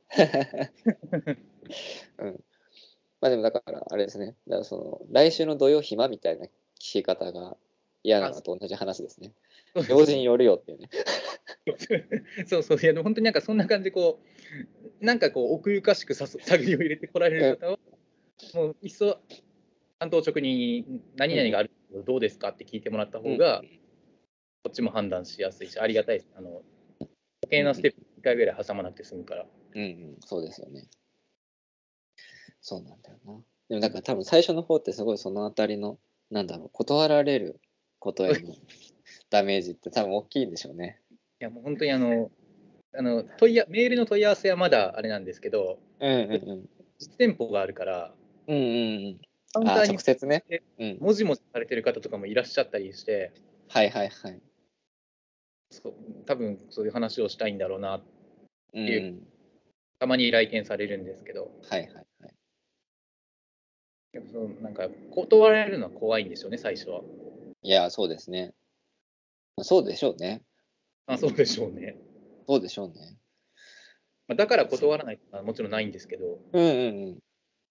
Speaker 1: うん。まあでもだから、あれですね。だからその、来週の土曜暇みたいな聞き方が嫌な
Speaker 2: あ、
Speaker 1: のと同じ話ですね。
Speaker 2: そうですね。
Speaker 1: 用事によるよっていうね。
Speaker 2: そうそう、いや、本当になんかそんな感じでこう、なんかこう、奥ゆかしくさす探りを入れてこられる
Speaker 1: うん。
Speaker 2: 方は、もういっそ、担当直入に何
Speaker 1: うんうん。
Speaker 2: 々があるけどどうですかって聞いてもらった
Speaker 1: うん。
Speaker 2: 方が、こっちも判断しやすいし、ありがたいです。あの、余
Speaker 1: うんうん。
Speaker 2: 計なステップいっかいぐらい挟まなくて済むから。
Speaker 1: うんうん。そうですよね。そうなんだよな。でもだから多分最初の方ってすごいそのあたりの、なんだろう、断られることへのダメージって多分大きいんでしょうね。
Speaker 2: いや、もう本当にあの、あの問いやメールの問い合わせはまだあれなんですけど、
Speaker 1: うんうんうん。
Speaker 2: 実店舗があるから、
Speaker 1: うんうんうん。ああ、
Speaker 2: カウンターに
Speaker 1: 直接ね。
Speaker 2: で
Speaker 1: うん。
Speaker 2: 文字もされてる方とかもいらっしゃったりして、
Speaker 1: はいはいはい。
Speaker 2: そう多分そういう話をしたいんだろうなっ
Speaker 1: うん
Speaker 2: ていう、
Speaker 1: うん。
Speaker 2: たまに来店されるんですけど、
Speaker 1: はいはいはい。
Speaker 2: でもそのなんか断られるのは怖いんですよね、最初は。
Speaker 1: いや、そうですね。そうでしょうね。う
Speaker 2: あ、そう
Speaker 1: ん。
Speaker 2: でしょうね。
Speaker 1: そうでしょうね。
Speaker 2: まあ、だから
Speaker 1: そう。
Speaker 2: 断らないのはもちろんないんですけど、
Speaker 1: うんうんうん。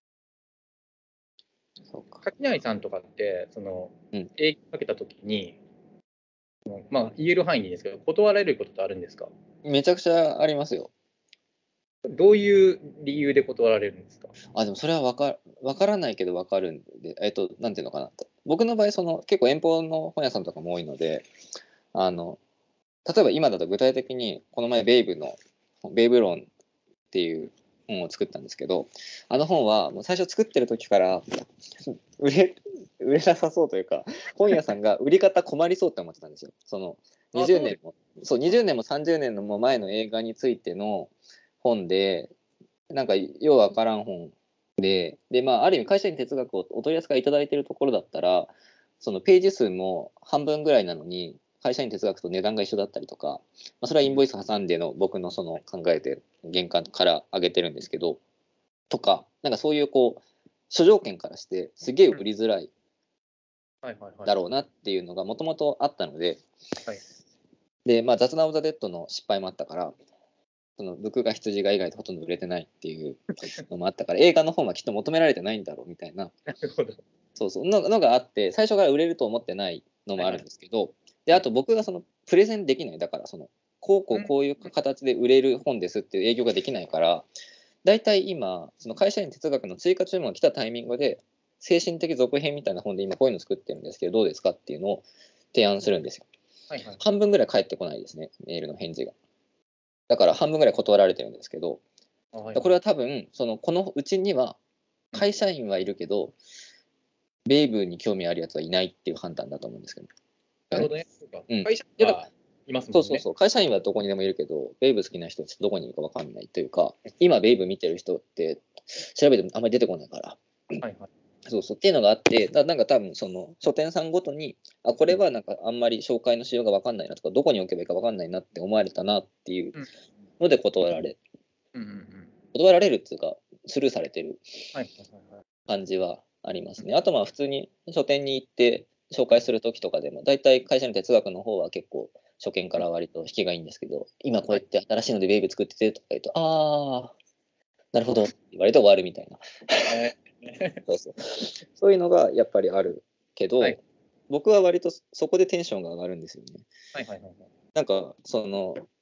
Speaker 1: そうか。
Speaker 2: 垣内さんとかって、その
Speaker 1: うん。
Speaker 2: 営業かけたときに、まあ、言える範囲でいいんですけど、断られることってあるんですか？
Speaker 1: めちゃくちゃありますよ。
Speaker 2: どういう理由で断られるんですか？
Speaker 1: あ、でもそれはわかわからないけどわかるんで、えっと、なんていうのかなと。僕の場合、その、結構遠方の本屋さんとかも多いので、あの、例えば今だと具体的に、この前ベイブの、ベイブ論っていう本を作ったんですけど、あの本はもう最初作ってる時から売れ、売れなさそうというか、本屋さんが売り方困りそうって思ってたんですよ。その
Speaker 2: あ、
Speaker 1: 20
Speaker 2: そうです。
Speaker 1: 年も、そう、にじゅうねんもさんじゅうねんのも前の映画についての本で、なんかようわからん本で、で、まあ、ある意味会社に哲学をお取り扱いいただいているところだったら、そのページ数も半分ぐらいなのに、会社員哲学と値段が一緒だったりとか、まあ、それはインボイス挟んでの僕のその考えて原価から上げてるんですけど、とか、なんかそういうこう、諸条件からしてすげえ売りづらい
Speaker 2: はいはいはいはい。
Speaker 1: だろうなっていうのがもともとあったので、
Speaker 2: はい。
Speaker 1: で、まあ、雑談オブザ・デッドの失敗もあったから、その僕が羊が以外とほとんど売れてないっていうのもあったから、映画の本はきっと求められてないんだろうみたいな、
Speaker 2: なるほど。
Speaker 1: そうそうののがあって、最初から売れると思ってないのもあるん
Speaker 2: はいはい。
Speaker 1: ですけど、で、あと僕がそのプレゼンできない、だからその、こうこ
Speaker 2: うん。
Speaker 1: うこういう形で売れる本ですっていう営業ができないから、大体今、その会社員哲学の追加注文が来たタイミングで、精神的続編みたいな本で今こういうの作ってるんですけど、どうですかっていうのを提案するんですよ。
Speaker 2: はいはい。
Speaker 1: 半分ぐらい返ってこないですね、メールの返事が。だから半分ぐらい断られてるんですけど、
Speaker 2: あ、はいはい。
Speaker 1: これは多分、そのこのうちには
Speaker 2: うん。
Speaker 1: 会社員はいるけど、ベイブに興味あるやつはいないっていう判断だと思うんですけどね。
Speaker 2: なるほどね。そうか。
Speaker 1: うん。い
Speaker 2: 会社
Speaker 1: やだ
Speaker 2: はいますもんね。
Speaker 1: そうそうそう、会社員はどこにでもいるけど、ベイブ好きな人ってどこにいるか分かんないというか、今、ベイブ見てる人って調べてもあんまり出てこないから、
Speaker 2: はいはい。
Speaker 1: そうそうっていうのがあって、だなんか多分その書店さんごとに、あ、これはなんかあんまり紹介のしようが分かんないなとか、どこに置けばいいか分かんないなって思われたなっていう
Speaker 2: うん。
Speaker 1: ので断られ、
Speaker 2: うんうんうん。
Speaker 1: 断られるっていうか、スルーされてる
Speaker 2: はいはいはいはい。
Speaker 1: 感じはありま
Speaker 2: うん。
Speaker 1: すね。あとまあ普通に書店に行って紹介するときとかでも、大体会社の哲学の方は結構初見から割と引きがいいんですけど、今こう
Speaker 2: はい。
Speaker 1: やって新しいのでベイブ作っててとか言うと、ああ、なるほどって言われて終わるみたいな。
Speaker 2: え
Speaker 1: そうそう。そういうのがやっぱりあるけ
Speaker 2: ー、はい。
Speaker 1: ど、僕は割とそこでテンションが上がるんですよね。
Speaker 2: はいはいはいはい。
Speaker 1: なんか、その、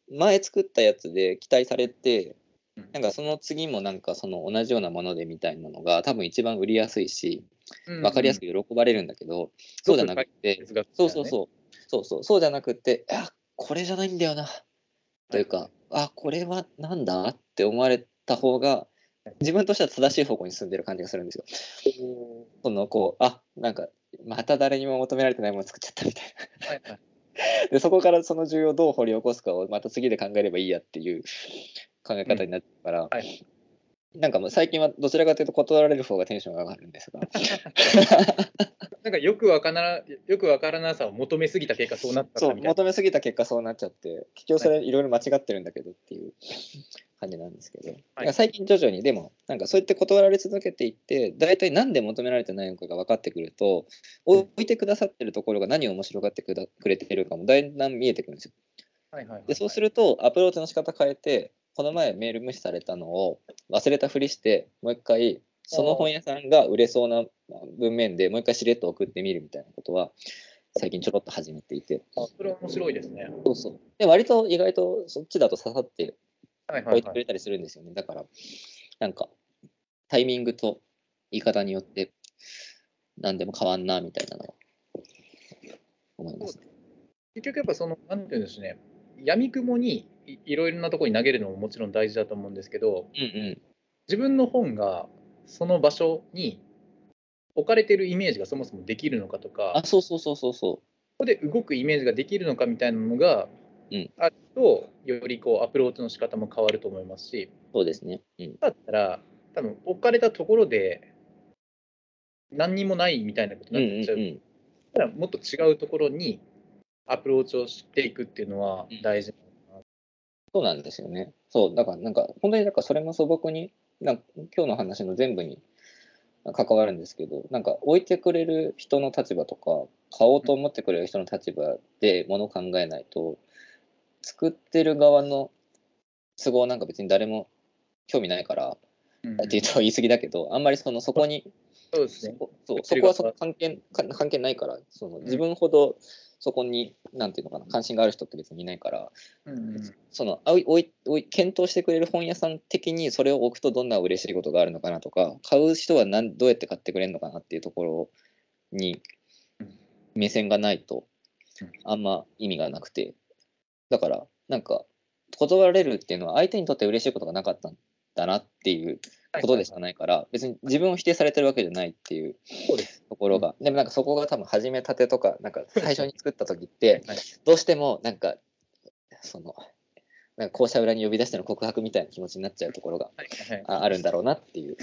Speaker 1: 前作ったやつで期待されて、
Speaker 2: うん
Speaker 1: なんかその次もなんかその同じようなものでみたいなのが多分一番売りやすいし、
Speaker 2: うん
Speaker 1: 分かりやすく喜ばれるんだけど、そうじゃなくて、
Speaker 2: 哲学
Speaker 1: そうそうそう、そうそう、そうじゃなくて、あ、これじゃないんだよな、というか、
Speaker 2: はい
Speaker 1: あ、これはなんだって思われた方が、自分としては正しい方向に進んでる感じがするんですよ。そのこう、あ、なんか、また誰にも求められてないもの作っちゃったみたいな。
Speaker 2: はいはい。
Speaker 1: で、そこからその需要をどう掘り起こすかをまた次で考えればいいやっていう考え方になってるから、
Speaker 2: はい
Speaker 1: なんかもう最近はどちらかというと断られる方がテンションが上がるんですが。
Speaker 2: なんかよくわからなよくわからなさを求めすぎた結果そうなった
Speaker 1: そう、
Speaker 2: みたいな。
Speaker 1: 求めすぎた結果そうなっちゃって、結局それいろいろ間違ってるんだけどっていう感じなんですけど、なんか最近徐々にでも、なんかそうやって断られ続けていって、大体なんで求められてないのかが分かってくると、置いてくださってるところが何を面白がってくだくれてるかもだんだん見えてくるんですよ。
Speaker 2: はいはいはいはい
Speaker 1: で、そうすると、アプローチの仕方変えて、この前メール無視されたのを忘れたふりして、もう一回、その本屋さんが売れそうな文面でもう一回しれっと送ってみるみたいなことは、最近ちょろっと始めていて。
Speaker 2: あ、それは面白いですね。
Speaker 1: そうそう。で、割と意外とそっちだと刺さって
Speaker 2: はいはいはい。
Speaker 1: 置いてくれたりするんですよね。だから、なんか、タイミングと言い方によって、何でも変わんな、みたいなのは思いますね。
Speaker 2: 結局やっぱその、なんていうんですね、闇雲にいいろいろなところに投げるのももちろん大事だと思うんですけど、
Speaker 1: うんうん。
Speaker 2: 自分の本がその場所に置かれてるイメージがそもそもできるのかとか、
Speaker 1: あ、そうそうそうそうそ
Speaker 2: ここで動くイメージができるのかみたいなのが
Speaker 1: う。うん。
Speaker 2: あると、よりこうアプローチの仕方も変わると思いますし、
Speaker 1: そうですね。うん。
Speaker 2: だったら、多分置かれたところで何にもないみたいなこと
Speaker 1: うんう
Speaker 2: になっちゃう。
Speaker 1: んうん。
Speaker 2: たらもっと違うところにアプローチをしていくっていうのは大事。
Speaker 1: そうなんですよね。そう、だからなんか、本当にだからそれも素朴に、なんか今日の話の全部に関わるんですけど、なんか置いてくれる人の立場とか、買おうと思ってくれる人の立場でものを考えないと、作ってる側の都合なんか別に誰も興味ないから、
Speaker 2: うん
Speaker 1: っていうと言い過ぎだけど、あんまりそのそこに、
Speaker 2: そうですね。
Speaker 1: そこそうそこはそこ関係か関係ないから、その自分ほどそこに、なんていうのかな、関心がある人って別にいないから、
Speaker 2: うんうん
Speaker 1: そのあおいおいおい検討してくれる本屋さん的にそれを置くとどんな嬉しいことがあるのかなとか、買う人はなんどうやって買ってくれるのかなっていうところに目線がないとあんま意味がなくて、だからなんか断られるっていうのは相手にとって嬉しいことがなかったんだなっていうことでしかないから、別に自分を否定されてるわけじゃないっていう
Speaker 2: そうです。
Speaker 1: ところが、でもなんかそこが多分始めたてとか、なんか最初に作った時って
Speaker 2: はい、
Speaker 1: どうしてもなんかそのなんか校舎裏に呼び出しての告白みたいな気持ちになっちゃうところが
Speaker 2: はいはい
Speaker 1: ああるんだろうなっていう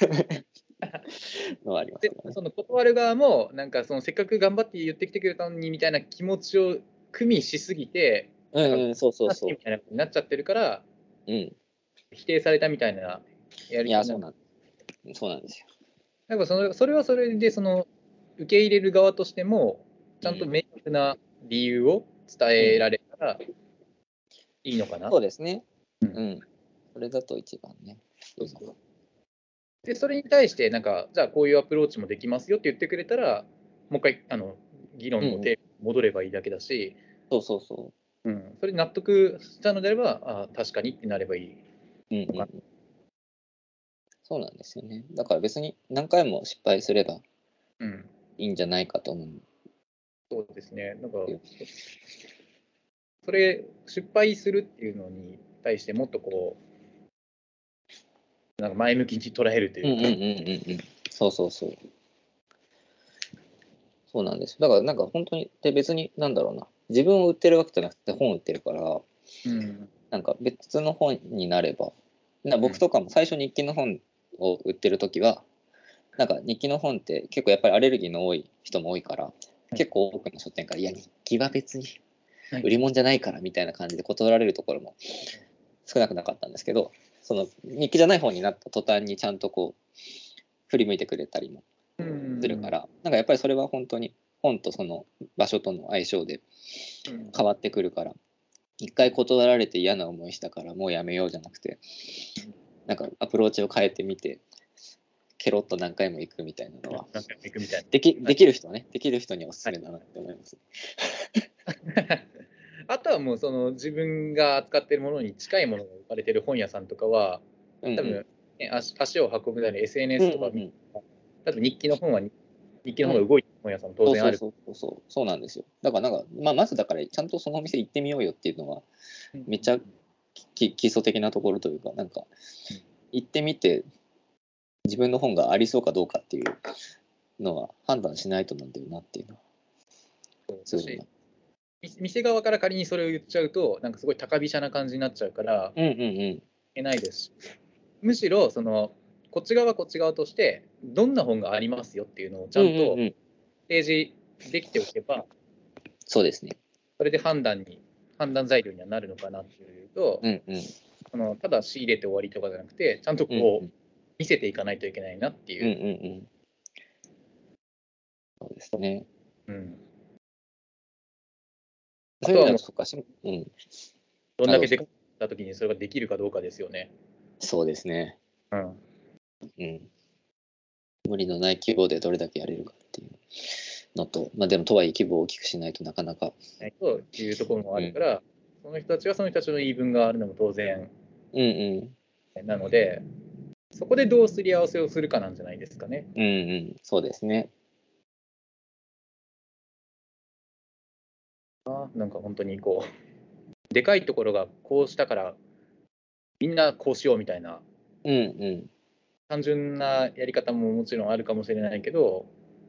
Speaker 1: のはあります
Speaker 2: で
Speaker 1: けどね。
Speaker 2: その断る側も、なんかそのせっかく頑張って言ってきてくれたのにみたいな気持ちを組みしすぎて、なんか、
Speaker 1: うんうん、そうそうそ
Speaker 2: みたいなことになっちゃってるから、
Speaker 1: う。うん。
Speaker 2: 否定されたみたいなや
Speaker 1: いや、
Speaker 2: り取りなんで、
Speaker 1: そうなんそうなんですよ。
Speaker 2: なんかそのそれはそれで、その受け入れる側としても、ちゃんと
Speaker 1: うん。
Speaker 2: 明確な理由を伝
Speaker 1: うん、
Speaker 2: えられたらいいのかな。
Speaker 1: そうですね。
Speaker 2: うん、
Speaker 1: うん。それだと一番ね。いいのか。
Speaker 2: で、それに対して、なんか、じゃあこういうアプローチもできますよって言ってくれたら、もう一回、あの議論の
Speaker 1: うんうん。
Speaker 2: テーマに戻ればいいだけだし、
Speaker 1: そうそうそ
Speaker 2: うん、それに納得したのであれば、あ確かにってなればいい。
Speaker 1: う。うんうん
Speaker 2: とか
Speaker 1: うん。そうなんですよね。だから別に何回も失敗すれば
Speaker 2: うん、
Speaker 1: いいんじゃないかと思う。
Speaker 2: そうですね。なんか、それ、失敗するっていうのに対してもっとこう、なんか前向きに捉えるというか、
Speaker 1: うんうんうんうんうん。そうそうそう。そうなんですよ。だからなんか本当に、で別になんだろうな。自分を売ってるわけじゃなくて本を売ってるから、
Speaker 2: うん、
Speaker 1: なんか別の本になれば、な僕とかも最初日記の本を売ってる時は、なんか日記の本って結構やっぱりアレルギーの多い人も多いから、
Speaker 2: い
Speaker 1: 結構多くの書店から、いや、日記は別に
Speaker 2: はい
Speaker 1: 売り物じゃないからみたいな感じで断られるところも少なくなかったんですけど、その日記じゃない本になった途端にちゃんとこう振り向いてくれたりも
Speaker 2: うん
Speaker 1: するから、なんかやっぱりそれは本当に本とその場所との相性で
Speaker 2: うん
Speaker 1: 変わってくるから、一回断られて嫌な思いしたからもうやめようじゃなくて、なんかアプローチを変えてみて、ケロッと何回も行くみたいなのは、
Speaker 2: なんか行くみたいな。
Speaker 1: できできる人はね、できる人にはおすすめだなって思います。
Speaker 2: あとはもうその自分が扱っているものに近いものが置かれている本屋さんとかは、
Speaker 1: うんうん
Speaker 2: 多分、ね、足足を運ぶなり エスエヌエス とか、
Speaker 1: うんうんうん
Speaker 2: 多分日記の本は日記の
Speaker 1: うん
Speaker 2: 方が動いてる本屋さんも当然ある。
Speaker 1: そうそうそうそう、そうなんですよ。だからなんか、まあ、まずだから、ちゃんとそのお店行ってみようよっていうのは、めっちゃき基礎的なところというか、なんか、行ってみて、自分の本がありそうかどうかっていうのは判断しないとなんだよなっていうのは、すごいな。
Speaker 2: 店側から仮にそれを言っちゃうと、なんかすごい高飛車な感じになっちゃうから、
Speaker 1: うんうんうん。
Speaker 2: いけないですし、むしろそのこっち側はこっち側として、どんな本がありますよっていうのをち
Speaker 1: うん
Speaker 2: ゃんと
Speaker 1: うんうん。
Speaker 2: 提示できておけば、
Speaker 1: そうですね。
Speaker 2: それで判断に、判断材料にはなるのかなっていうと、
Speaker 1: うんうん。
Speaker 2: そのただ仕入れて終わりとかじゃなくて、ちゃんと
Speaker 1: うん
Speaker 2: こう
Speaker 1: うん。
Speaker 2: 見せていかないといけないなって
Speaker 1: うんう
Speaker 2: いう。
Speaker 1: んうん。そうですね。
Speaker 2: うん、あ
Speaker 1: そういう意味だと、
Speaker 2: とはもう、
Speaker 1: そっかし、うん。あ、どうぞ。
Speaker 2: どんだけでかったときにそれができるかどうかですよね。
Speaker 1: そうですね。
Speaker 2: うん、
Speaker 1: うん。無理のない規模でどれだけやれるかっていうのと、まあでもとはいえ規模を大きくしないとなかなか。
Speaker 2: というところもあ
Speaker 1: うん。
Speaker 2: るから、その人たちはその人たちの言い分があるのも当然
Speaker 1: うんうん。
Speaker 2: なので、そこでどうすり合わせをするかなんじゃないですかね。
Speaker 1: うんうん。そうですね。
Speaker 2: なんか本当にこう、でかいところがこうしたから、みんなこうしようみたいな、
Speaker 1: うんうん。
Speaker 2: 単純なやり方ももちろんあるかもしれないけど、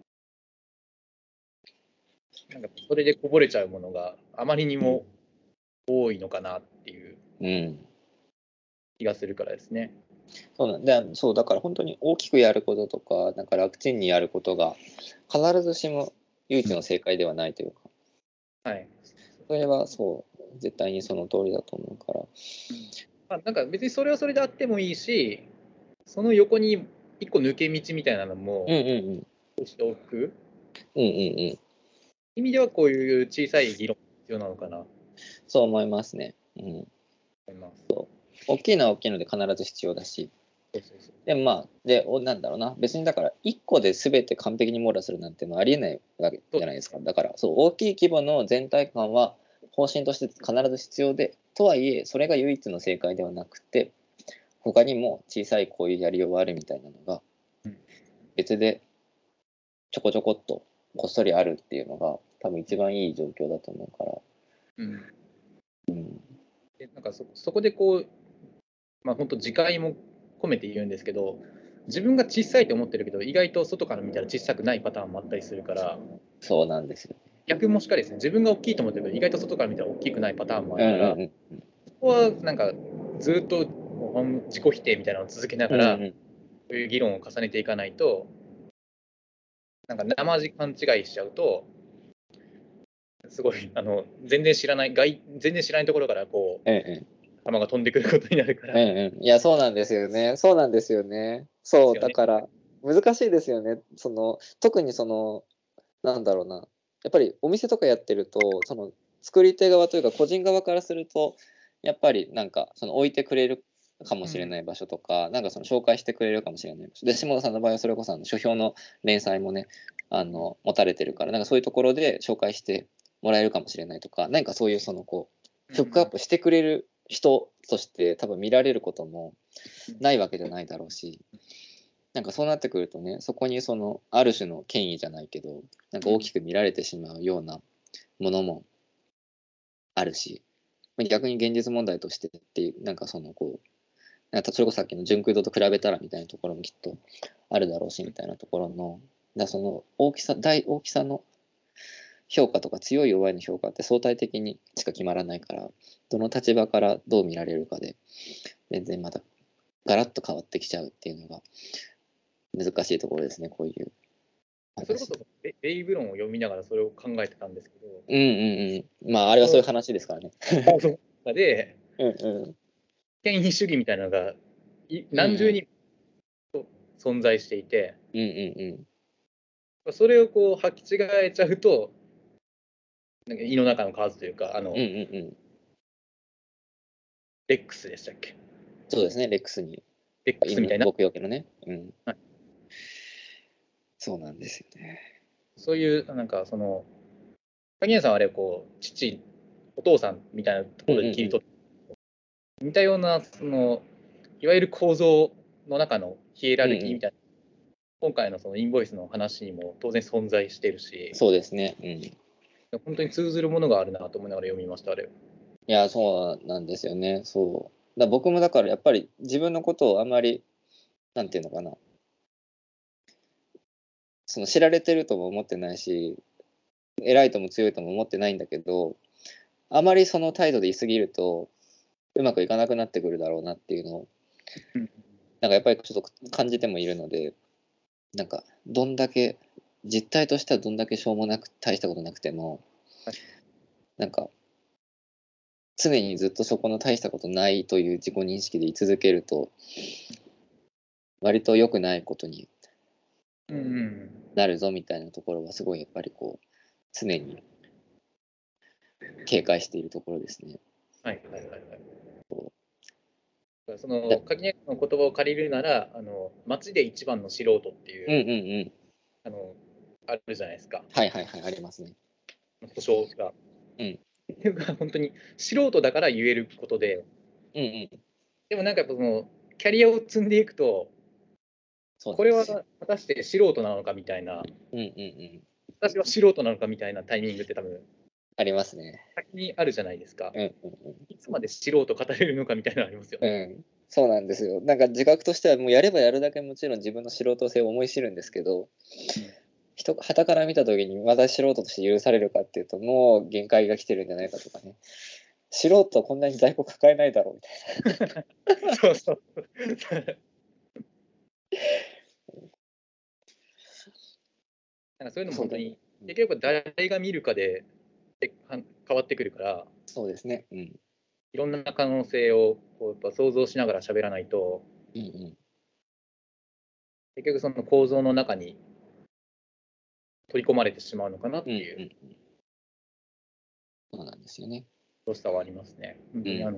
Speaker 2: なんかそれでこぼれちゃうものがあまりにも多いのかなっていう
Speaker 1: うん。
Speaker 2: 気がするからですね。
Speaker 1: そうなんで、そう、だから本当に大きくやることとか、なんか楽ちんにやることが、必ずしも唯一の正解ではないというか、
Speaker 2: はい。
Speaker 1: それはそう、絶対にその通りだと思うから。
Speaker 2: まあ、なんか別にそれはそれであってもいいし、その横に一個抜け道みたいなのも
Speaker 1: うんうんうん。
Speaker 2: しておく
Speaker 1: うんうんうん。
Speaker 2: 意味ではこういう小さい議論が必要なのかなと
Speaker 1: そう思いますね。うん。
Speaker 2: 思います。
Speaker 1: 大きいのは大きいので必ず必要だし。
Speaker 2: そうそうそう。
Speaker 1: でもまあ、で、おなんだろうな。別にだから、いっこで全て完璧に網羅するなんてのはありえないわけじゃないですか。だから、そう、大きい規模の全体感は方針として必ず必要で、とはいえ、それが唯一の正解ではなくて、他にも小さいこういうやりようがあるみたいなのが、別でちょこちょこっとこっそりあるっていうのが、多分一番いい状況だと思うから。
Speaker 2: うん、
Speaker 1: うん。
Speaker 2: でなんか そ, そこでこう、まあ、本当自戒も込めて言うんですけど、自分が小さいと思ってるけど、意外と外から見たら小さくないパターンもあったりするから、
Speaker 1: そうなんですよ。
Speaker 2: 逆もしかりですね、自分が大きいと思ってるけど、意外と外から見たら大きくないパターンもあ
Speaker 1: うん
Speaker 2: るから、
Speaker 1: うん
Speaker 2: そこはなんかずっと自己否定みたいなのを続けな
Speaker 1: うん。うん
Speaker 2: がら、
Speaker 1: うん。
Speaker 2: そういう議論を重ねていかないと、なんか生地勘違いしちゃうと、すごいあの全然知らない外、全然知らないところからこう
Speaker 1: うんうん。
Speaker 2: 球が飛んでくることになるから。
Speaker 1: うんうん。いや、そうなんですよね。そうなんですよね。そう、だから、難しいですよね。その、特にその、なんだろうな。やっぱりお店とかやってると、その、作り手側というか、個人側からすると、やっぱりなんか、その置いてくれるかもしれない場所とか、なんかその紹介してくれるかもしれない場所。で、下田さんの場合はそれこそあの書評の連載もね、あの、持たれてるから、なんかそういうところで紹介してもらえるかもしれないとか、何かそういうそのこう、フックアップしてくれる人として多分見られることもないわけじゃないだろうし、なんかそうなってくるとね、そこにそのある種の権威じゃないけど、なんか大きく見られてしまうようなものもあるし、逆に現実問題としてっていう、なんかそのこう、なんかそれこそさっきの純空洞と比べたらみたいなところもきっとあるだろうしみたいなところの、だその大きさ、大大きさの評価とか強い弱いの評価って相対的にしか決まらないから、どの立場からどう見られるかで、全然またガラッと変わってきちゃうっていうのが難しいところですね、こういう話。
Speaker 2: それこそベベイブ論を読みながらそれを考えてたんですけど、
Speaker 1: うんうんうん。まあ、あれはそういう話ですからね。
Speaker 2: 放送で、
Speaker 1: うんうん。
Speaker 2: 権威主義みたいなのがい
Speaker 1: うんうん
Speaker 2: 何重に存在していて、
Speaker 1: うんうんうん。
Speaker 2: それをこう履き違えちゃうと、なんか胃の中の数というか、あの、
Speaker 1: うんうんうん。
Speaker 2: レックスでしたっけ
Speaker 1: そうですね、レックスに。
Speaker 2: レックスみたいな、
Speaker 1: 僕よけのね。うん。
Speaker 2: はい、
Speaker 1: そうなんですよね。
Speaker 2: そういう、なんかその、鍵谷さんはあれこう、父お父さんみたいなところで切り取って、似たようなそのいわゆる構造の中のヒエラルキーみたいな、今回のそのインボイスの話にも当然存在しているし、
Speaker 1: そうですね。うん。い
Speaker 2: 本当に通ずるものがあるなと思いながら読みました、あれ。
Speaker 1: や、そうなんですよね。そう。だ僕もだからやっぱり自分のことをあまり、なんていうのかな、その知られてるとも思ってないし、偉いとも強いとも思ってないんだけど、あまりその態度でいすぎると、うまくいかなくなってくるだろうなっていうのを、なんかやっぱりちょっと感じてもいるので、なんか、どんだけ、実態としてはどんだけしょうもなく、大したことなくても、なんか、常にずっとそこの大したことないという自己認識で居続けると、割と良くないことになるぞみたいなところは、すごいやっぱりこう、常に警戒しているところですね。
Speaker 2: はいはいはいはい。その垣根の言葉を借りるなら、あの街で一番の素人っていう、
Speaker 1: うんうんうん。
Speaker 2: あのあるじゃないですか。
Speaker 1: はいはいはい、ありますね。
Speaker 2: 保証が。
Speaker 1: うん。
Speaker 2: っていうか、本当に素人だから言えることで、
Speaker 1: うんうん。
Speaker 2: でもなんかやっぱその、キャリアを積んでいくと、これは
Speaker 1: そうなんですよ。
Speaker 2: 果たして素人なのかみたいな、
Speaker 1: うんうんうん。
Speaker 2: 私は素人なのかみたいなタイミングって多分、
Speaker 1: ありますね。
Speaker 2: 先にあるじゃないですか。
Speaker 1: うんうん
Speaker 2: いつまで素人語れるのかみたいなのありますよ
Speaker 1: うん。
Speaker 2: ね。
Speaker 1: うん。そうなんですよ。なんか自覚としてはもうやればやるだけもちろん自分の素人性を思い知るんですけど、
Speaker 2: うん
Speaker 1: 人傍から見た時にまだ素人として許されるかっていうともう限界が来てるんじゃないかとかね。素人はこんなに在庫抱えないだろうみたいな。
Speaker 2: そうそう。なんかそういうのも本当に、結局誰が見るかででは変わってくるから、
Speaker 1: そうですね。うん。
Speaker 2: いろんな可能性をこうやっぱ想像しながら喋らないと、
Speaker 1: うんうん。
Speaker 2: 結局その構造の中に取り込まれてしまうのかなっていう
Speaker 1: うんうんうん。そうなんですよね。
Speaker 2: 良さはありますね。本当にあの、
Speaker 1: うん。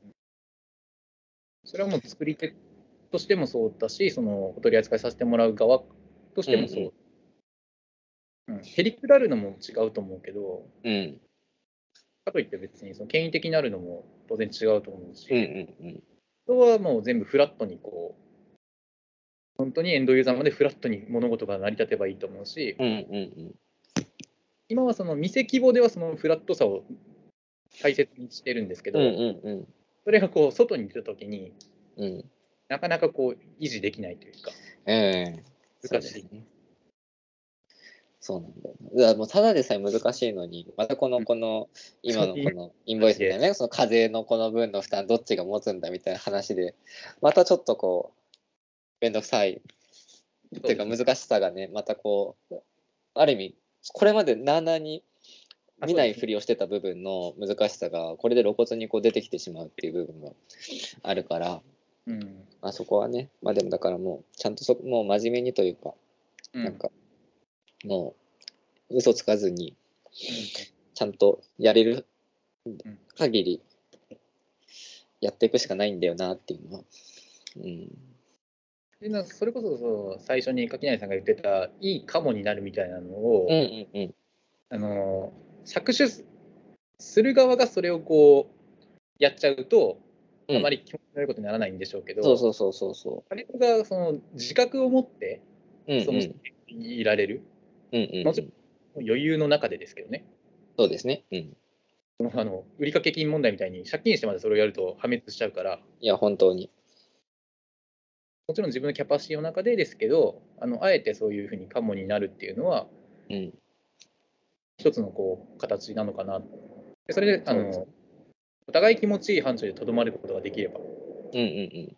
Speaker 2: それはもう作り手としてもそうだし、そのお取り扱いさせてもらう側としてもそう。うん、へりくだるのも違うと思うけど、
Speaker 1: うん。
Speaker 2: かといって別にその権威的になるのも当然違うと思うし、
Speaker 1: うんうんうん。
Speaker 2: 人はもう全部フラットにこう、本当にエンドユーザーまでフラットに物事が成り立てばいいと思うし、
Speaker 1: うんうんうん。
Speaker 2: 今はその店規模ではそのフラットさを大切にしてるんですけ
Speaker 1: うん
Speaker 2: ど、
Speaker 1: うんうん。
Speaker 2: それがこう外に出たときに、
Speaker 1: うん。
Speaker 2: なかなかこう維持できないというか、
Speaker 1: ええ、そう
Speaker 2: 難しい。
Speaker 1: ですね。そうなんだよな。だからもうただでさえ難しいのに、またこの、
Speaker 2: うん、
Speaker 1: この、今の
Speaker 2: そういう
Speaker 1: このインボイスみたいなね、その課税のこの分の負担どっちが持つんだみたいな話で、またちょっとこう、めんどくさいっていうか難しさがね、またこう、ある意味、これまでなあなあに見ないふりをしてた部分の難しさが、これで露骨にこう出てきてしまうっていう部分があるから、
Speaker 2: うん
Speaker 1: まあそこはね、まあでもだからもう、ちゃんとそ、もう真面目にというか、
Speaker 2: うん
Speaker 1: なんか、もう、嘘つかずに、
Speaker 2: うん
Speaker 1: ちゃんとやれる
Speaker 2: うん
Speaker 1: 限りやっていくしかないんだよなっていうのは。うん。
Speaker 2: でなそれこそそう最初に垣内さんが言ってたいいカモになるみたいなの
Speaker 1: うん
Speaker 2: を、
Speaker 1: うんうん。
Speaker 2: あの搾取する側がそれをこうやっちゃうと、
Speaker 1: うん。
Speaker 2: あまり気持ち悪いことにならないんでしょうけど、
Speaker 1: そうそうそうそうそ
Speaker 2: 彼がその自覚を持って
Speaker 1: う。うん
Speaker 2: その
Speaker 1: うん。
Speaker 2: いられる、
Speaker 1: うんうん
Speaker 2: もち
Speaker 1: うん。
Speaker 2: ろん余裕の中でですけどね、
Speaker 1: そうですね。うん。
Speaker 2: そのあの売掛金問題みたいに借金してまでそれをやると破滅しちゃうから、
Speaker 1: いや、本当に。
Speaker 2: もちろん自分のキャパシティの中でですけど、あのあえてそういうふうにカモになるっていうのは、
Speaker 1: うん。
Speaker 2: 一つのこう形なのかな。でそれであ
Speaker 1: そうですね。
Speaker 2: のお互い気持ちいい範疇でとどまることができれば、
Speaker 1: うんうん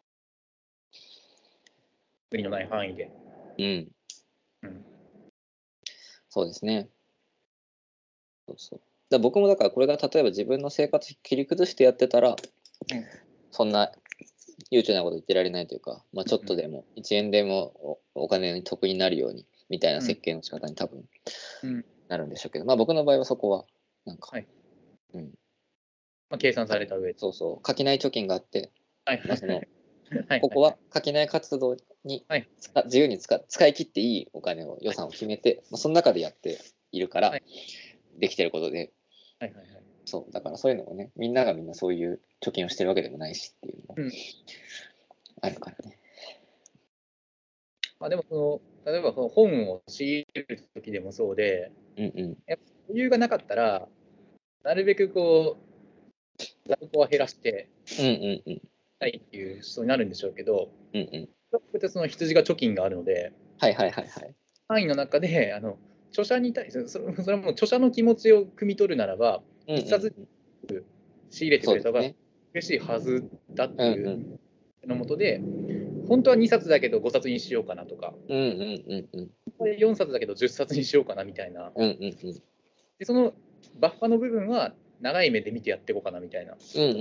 Speaker 2: 無理のない範囲で。
Speaker 1: うん。うん。
Speaker 2: うん、
Speaker 1: そうですね。そうそう。だ僕もだからこれが例えば自分の生活切り崩してやってたら、
Speaker 2: うん、
Speaker 1: そんな悠長なこと言ってられないというか、まあ、ちょっとでもいちえんでも お, お金に得になるようにみたいな設計の仕方に多分なるんでしょうけど、まあ僕の場合はそこはなんか、
Speaker 2: はい、
Speaker 1: うん、
Speaker 2: まあ、計算された上で。
Speaker 1: そうそう、書きない貯金があって、
Speaker 2: はい
Speaker 1: まあ、その
Speaker 2: はい
Speaker 1: ここは書きない活動に
Speaker 2: はい
Speaker 1: 使自由に使使い切っていいお金を予算を決めて、まあ、その中でやっているから
Speaker 2: はい
Speaker 1: できてることで、
Speaker 2: はいはいはい。
Speaker 1: そう、だからそういうのもね、みんながみんなそういう貯金をしてるわけでもないしっていうのも
Speaker 2: うん
Speaker 1: あるからね。
Speaker 2: まあ、でもその、例えばその本を仕入れる時でもそうで、
Speaker 1: うんうん。
Speaker 2: やっぱ余裕がなかったら、なるべくこう、在庫は減らして
Speaker 1: うんうんうん。
Speaker 2: たいっていう人になるんでしょうけど、
Speaker 1: うんうん。
Speaker 2: こうやってその羊が貯金があるので、
Speaker 1: はいはいはいはい。
Speaker 2: 範囲の中で、あの著者に対する、それそれはもう著者の気持ちを汲み取るならば、
Speaker 1: うんうん
Speaker 2: 一冊
Speaker 1: うん。
Speaker 2: 仕入れてくれた方が
Speaker 1: そうですね。
Speaker 2: 嬉しいはずだってい
Speaker 1: うんうん。
Speaker 2: うのもとで、本当はにさつだけどごさつにしようかなとか、
Speaker 1: うんうんうんうん。
Speaker 2: 本当はよんさつだけどじゅっさつにしようかなみたいな、
Speaker 1: うんうんうん。
Speaker 2: でそのバッファの部分は長い目で見てやっていこうかなみたいなっ
Speaker 1: うんうん。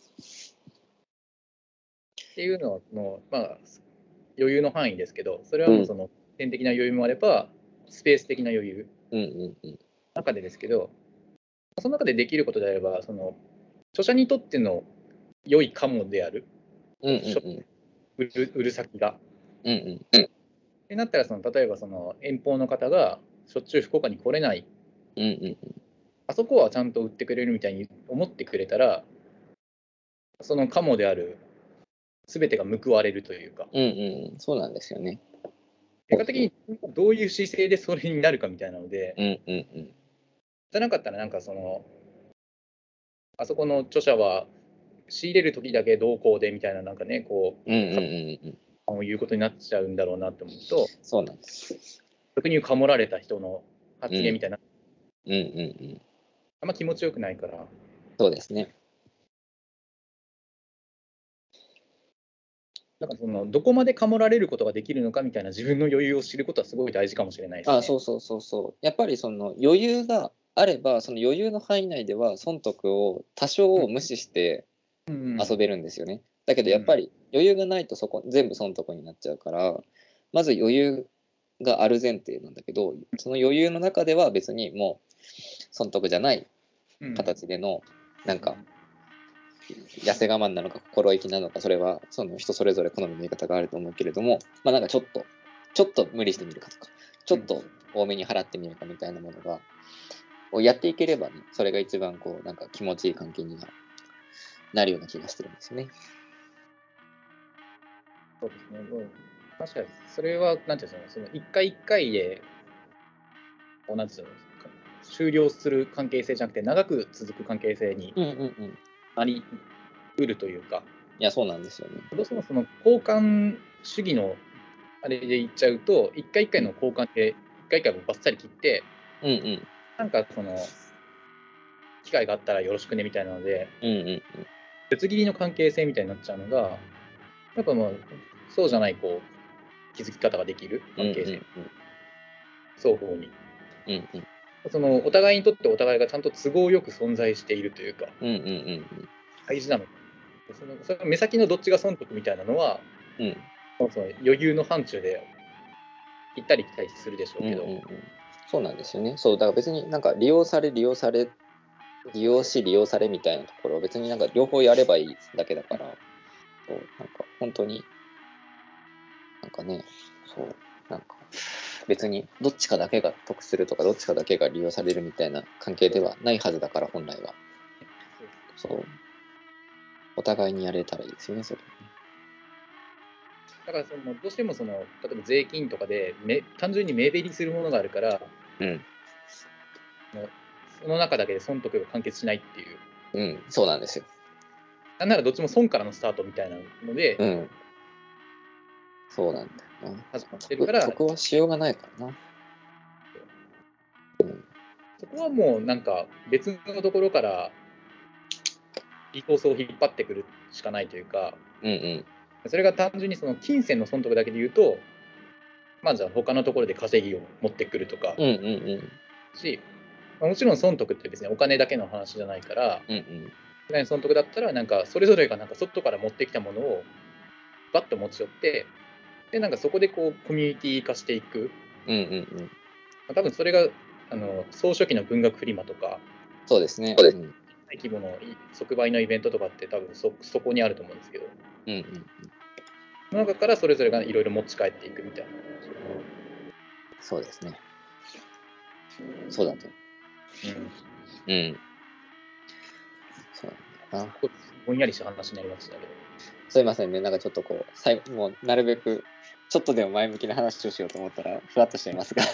Speaker 2: ていうのの、まあ、余裕の範囲ですけど、それは
Speaker 1: うん
Speaker 2: もうその点的な余裕もあれば、スペース的な余裕
Speaker 1: うんうんうん。
Speaker 2: の中でですけど、その中でできることであれば、その著者にとっての良いかもである、
Speaker 1: うんうんうん。
Speaker 2: 売る売る先が。
Speaker 1: うんうん。
Speaker 2: ってなったらその、例えばその遠方の方がしょっちゅう福岡に来れない、
Speaker 1: うんうんうん。
Speaker 2: あそこはちゃんと売ってくれるみたいに思ってくれたら、そのかもである全てが報われるというか、
Speaker 1: うんうんうん。そうなんですよね。
Speaker 2: 結果的にどういう姿勢でそれになるかみたいなので、
Speaker 1: うんうんうん。
Speaker 2: じゃなかったらなんかその、あそこの著者は仕入れる時だけどうこうでみたいな、なんかね、こ
Speaker 1: うんうん
Speaker 2: う、
Speaker 1: うんうん。
Speaker 2: かいうことになっちゃうんだろうなって思うと、
Speaker 1: そうなんです。
Speaker 2: 俗に言うかもられた人の
Speaker 1: うん。
Speaker 2: 発言みたいな、
Speaker 1: うんうんうん。
Speaker 2: あんま気持ちよくないから、
Speaker 1: そうですね。
Speaker 2: なんかそのどこまでかもられることができるのかみたいな自分の余裕を知ることはすごい大事かもしれないです
Speaker 1: あ、
Speaker 2: ね。
Speaker 1: そうそうそうそう。やっぱりその余裕があれば、その余裕の範囲内では損得を多少無視して遊べるんですよね。だけどやっぱり余裕がないとそこ全部損得になっちゃうから、まず余裕がある前提なんだけど、その余裕の中では別にもう損得じゃない形でのなんか痩せ我慢なのか心意気なのか、それはその人それぞれ好みの見方があると思うけれども、まあなんかちょっとちょっと無理してみるかとか、ちょっと多めに払ってみるかみたいなものがをやっていければね、それが一番こうなんか気持ちいい関係にはなるような気がしてるんですよね。
Speaker 2: そうですね。もう確かにそれはなんていうんですかね、その一回一回でこうなんていうんですか、終了する関係性じゃなくて長く続く関係性に
Speaker 1: うんうんうん。
Speaker 2: なりうるというか、
Speaker 1: いや、そうなんですよね。
Speaker 2: どうしてもその交換主義のあれで言っちゃうと、一回一回の交換で一回一回もバッサリ切って、
Speaker 1: うんうん。
Speaker 2: なんかその機会があったらよろしくねみたいなので、
Speaker 1: うんうんうん。
Speaker 2: ぶつ切りの関係性みたいになっちゃうのが、やっぱもうそうじゃないこう気づき方ができる
Speaker 1: うんうん
Speaker 2: 関係性、双方に。
Speaker 1: うん。うんうん。
Speaker 2: そのお互いにとってお互いがちゃんと都合よく存在しているというか、
Speaker 1: うんうんうん
Speaker 2: 大事なの。そのその目先のどっちが損得みたいなのは、
Speaker 1: うん。うん。
Speaker 2: その余裕の範疇で行ったり来たりするでしょうけど、
Speaker 1: うんうんうん。そうなんですよね。そう、だから別になんか利用され利用され、利用し利用されみたいなところを別になんか両方やればいいだけだから、そう、なんか本当に、なんかね、そう、なんか別にどっちかだけが得するとか、どっちかだけが利用されるみたいな関係ではないはずだから、本来は。そう、お互いにやれたらいいですよね、それ。
Speaker 2: だからそのどうしてもその例えば税金とかでめ単純に目減りするものがあるから、
Speaker 1: うん。
Speaker 2: その中だけで損得が完結しないっていう。
Speaker 1: うん、そうなんですよ。
Speaker 2: なんならどっちも損からのスタートみたいなので
Speaker 1: うん。そうなんだよな。
Speaker 2: 始まってる
Speaker 1: 得、
Speaker 2: から、
Speaker 1: 得はしようがないからな。うん。
Speaker 2: そこはもうなんか別のところからリソースを引っ張ってくるしかないというか、
Speaker 1: うんうん。
Speaker 2: それが単純にその金銭の損得だけで言うと、まあじゃあ他のところで稼ぎを持ってくるとか
Speaker 1: うんうんうん。
Speaker 2: し、もちろん損得って別にお金だけの話じゃないから、
Speaker 1: うんうん。
Speaker 2: 損得だったらなんかそれぞれがなんか外から持ってきたものをバッと持ち寄って、でなんかそこでこうコミュニティ化していく。
Speaker 1: うんうんうん。
Speaker 2: 多分それがあの総書記の文学フリマとか、
Speaker 1: そうですね。うん。
Speaker 2: 大規模の即売のイベントとかって多分 そ, そこにあると思うんですけど、
Speaker 1: うんうん。
Speaker 2: その中からそれぞれがいろいろ持ち帰っていくみたいな。
Speaker 1: そうですね。そうだと。
Speaker 2: うん、
Speaker 1: うん。 あ、
Speaker 2: ぼんやりした話になりましたけど。
Speaker 1: すいませんね、なんかちょっとこう、さいもうなるべくちょっとでも前向きな話をしようと思ったら、ふわっとしちゃいますが。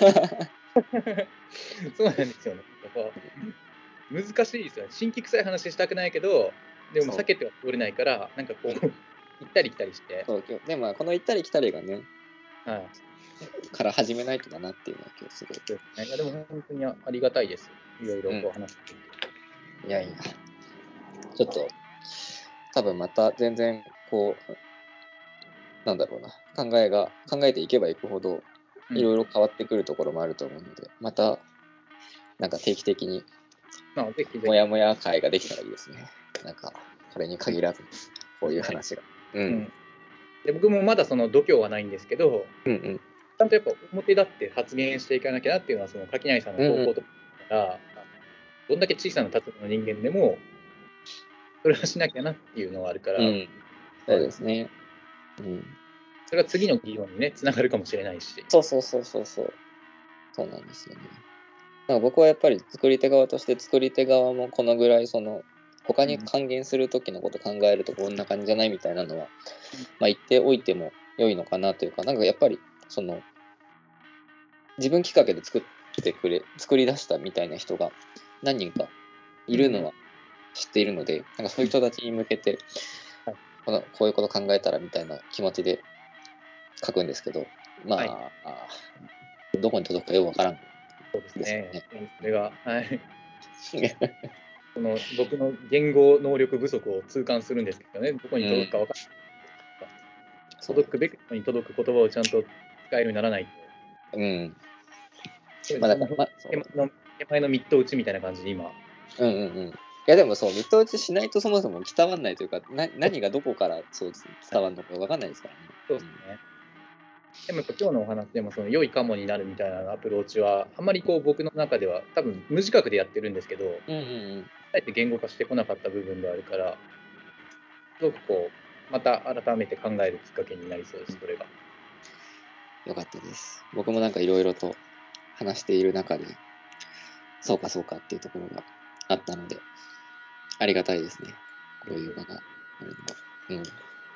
Speaker 2: そうなんですよね。やっぱ難しいですよね。新規臭い話したくないけど、でも
Speaker 1: そう
Speaker 2: 避けては通れないから、なんかこう、行ったり来たりして、
Speaker 1: そう今日でもまあこの行ったり来たりがね、
Speaker 2: はい。
Speaker 1: から始めないとだなっていうのは今日すごい。
Speaker 2: そうですね。いや、でも本当にありがたいです。いろいろ
Speaker 1: うん
Speaker 2: こう話してくれて。
Speaker 1: いやいや、ちょっと、多分また全然こう、なんだろうな、考えが、考えていけばいくほど、
Speaker 2: うん
Speaker 1: いろいろ変わってくるところもあると思うので、また、なんか定期的に、
Speaker 2: まあ、ぜひぜひ。
Speaker 1: もやもや会ができたらいいですね。なんか、これに限らず、こういう話が。う。
Speaker 2: うんん。で、僕もまだその度胸はないんですけど、
Speaker 1: うんうん。
Speaker 2: ちゃんとやっぱ表立って発言していかなきゃなっていうのは、その垣内さんの投稿とかから、どんだけ小さな立場の人間でも、それはしなきゃなっていうのがあるから、
Speaker 1: うん。そうですね。うん。
Speaker 2: それが次の議論にね、つながるかもしれないし。
Speaker 1: そうそうそうそうそう。そうなんですよね。だから僕はやっぱり作り手側として作り手側もこのぐらいその他に還元する時のこと考えるとこんな感じじゃないみたいなのは、まあ、言っておいても良いのかなというか、なんかやっぱりその自分きっかけで作ってくれ作り出したみたいな人が何人かいるのは知っているので、なんかそういう人たちに向けて
Speaker 2: はい
Speaker 1: このこういうこと考えたらみたいな気持ちで書くんですけど、まあ、
Speaker 2: はい
Speaker 1: あどこに届くかよくわからん
Speaker 2: そうです
Speaker 1: ですよ
Speaker 2: ね。
Speaker 1: ね。
Speaker 2: それが、はい。その僕の言語能力不足を痛感するんですけどね、どこに届くか分からない。
Speaker 1: そう
Speaker 2: 届くべき人に届く言葉をちゃんと使えるようにならないと。
Speaker 1: うん。
Speaker 2: そうですね。
Speaker 1: まあだから、まあ、そう
Speaker 2: 手前の手前のミット打ちみたいな感じで今。
Speaker 1: うんうんうん。いやでもそう、ミット打ちしないとそもそも伝わんないというか、な何がどこからそう伝わるのか分かんないですからね。
Speaker 2: そうですね。でもやっぱ今日のお話でもその良いかもになるみたいなアプローチはあんまりこう僕の中では多分無自覚でやってるんですけど、
Speaker 1: うんうんうん。
Speaker 2: あえて言語化してこなかった部分であるから、すごくこうまた改めて考えるきっかけになりそうです。それが。
Speaker 1: よかったです。僕もなんかいろいろと話している中で、そうかそうかっていうところがあったので、ありがたいですね。こういう場があるのは。うん。い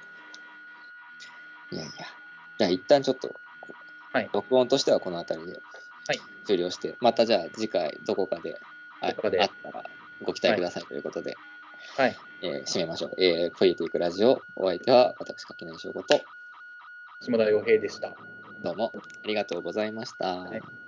Speaker 1: やいや。じゃあ一旦ちょっと、
Speaker 2: はい。
Speaker 1: 録音としてはこの辺りで
Speaker 2: はい。
Speaker 1: 終了して、またじゃあ次回どこかであ
Speaker 2: どこかで
Speaker 1: あったらご期待くださいということで、
Speaker 2: はい。
Speaker 1: えー締めましょう。えー、ポエティックラジオ、お相手は私、垣内翔吾と、
Speaker 2: 下田洋平でした。
Speaker 1: どうもありがとうございました。
Speaker 2: はい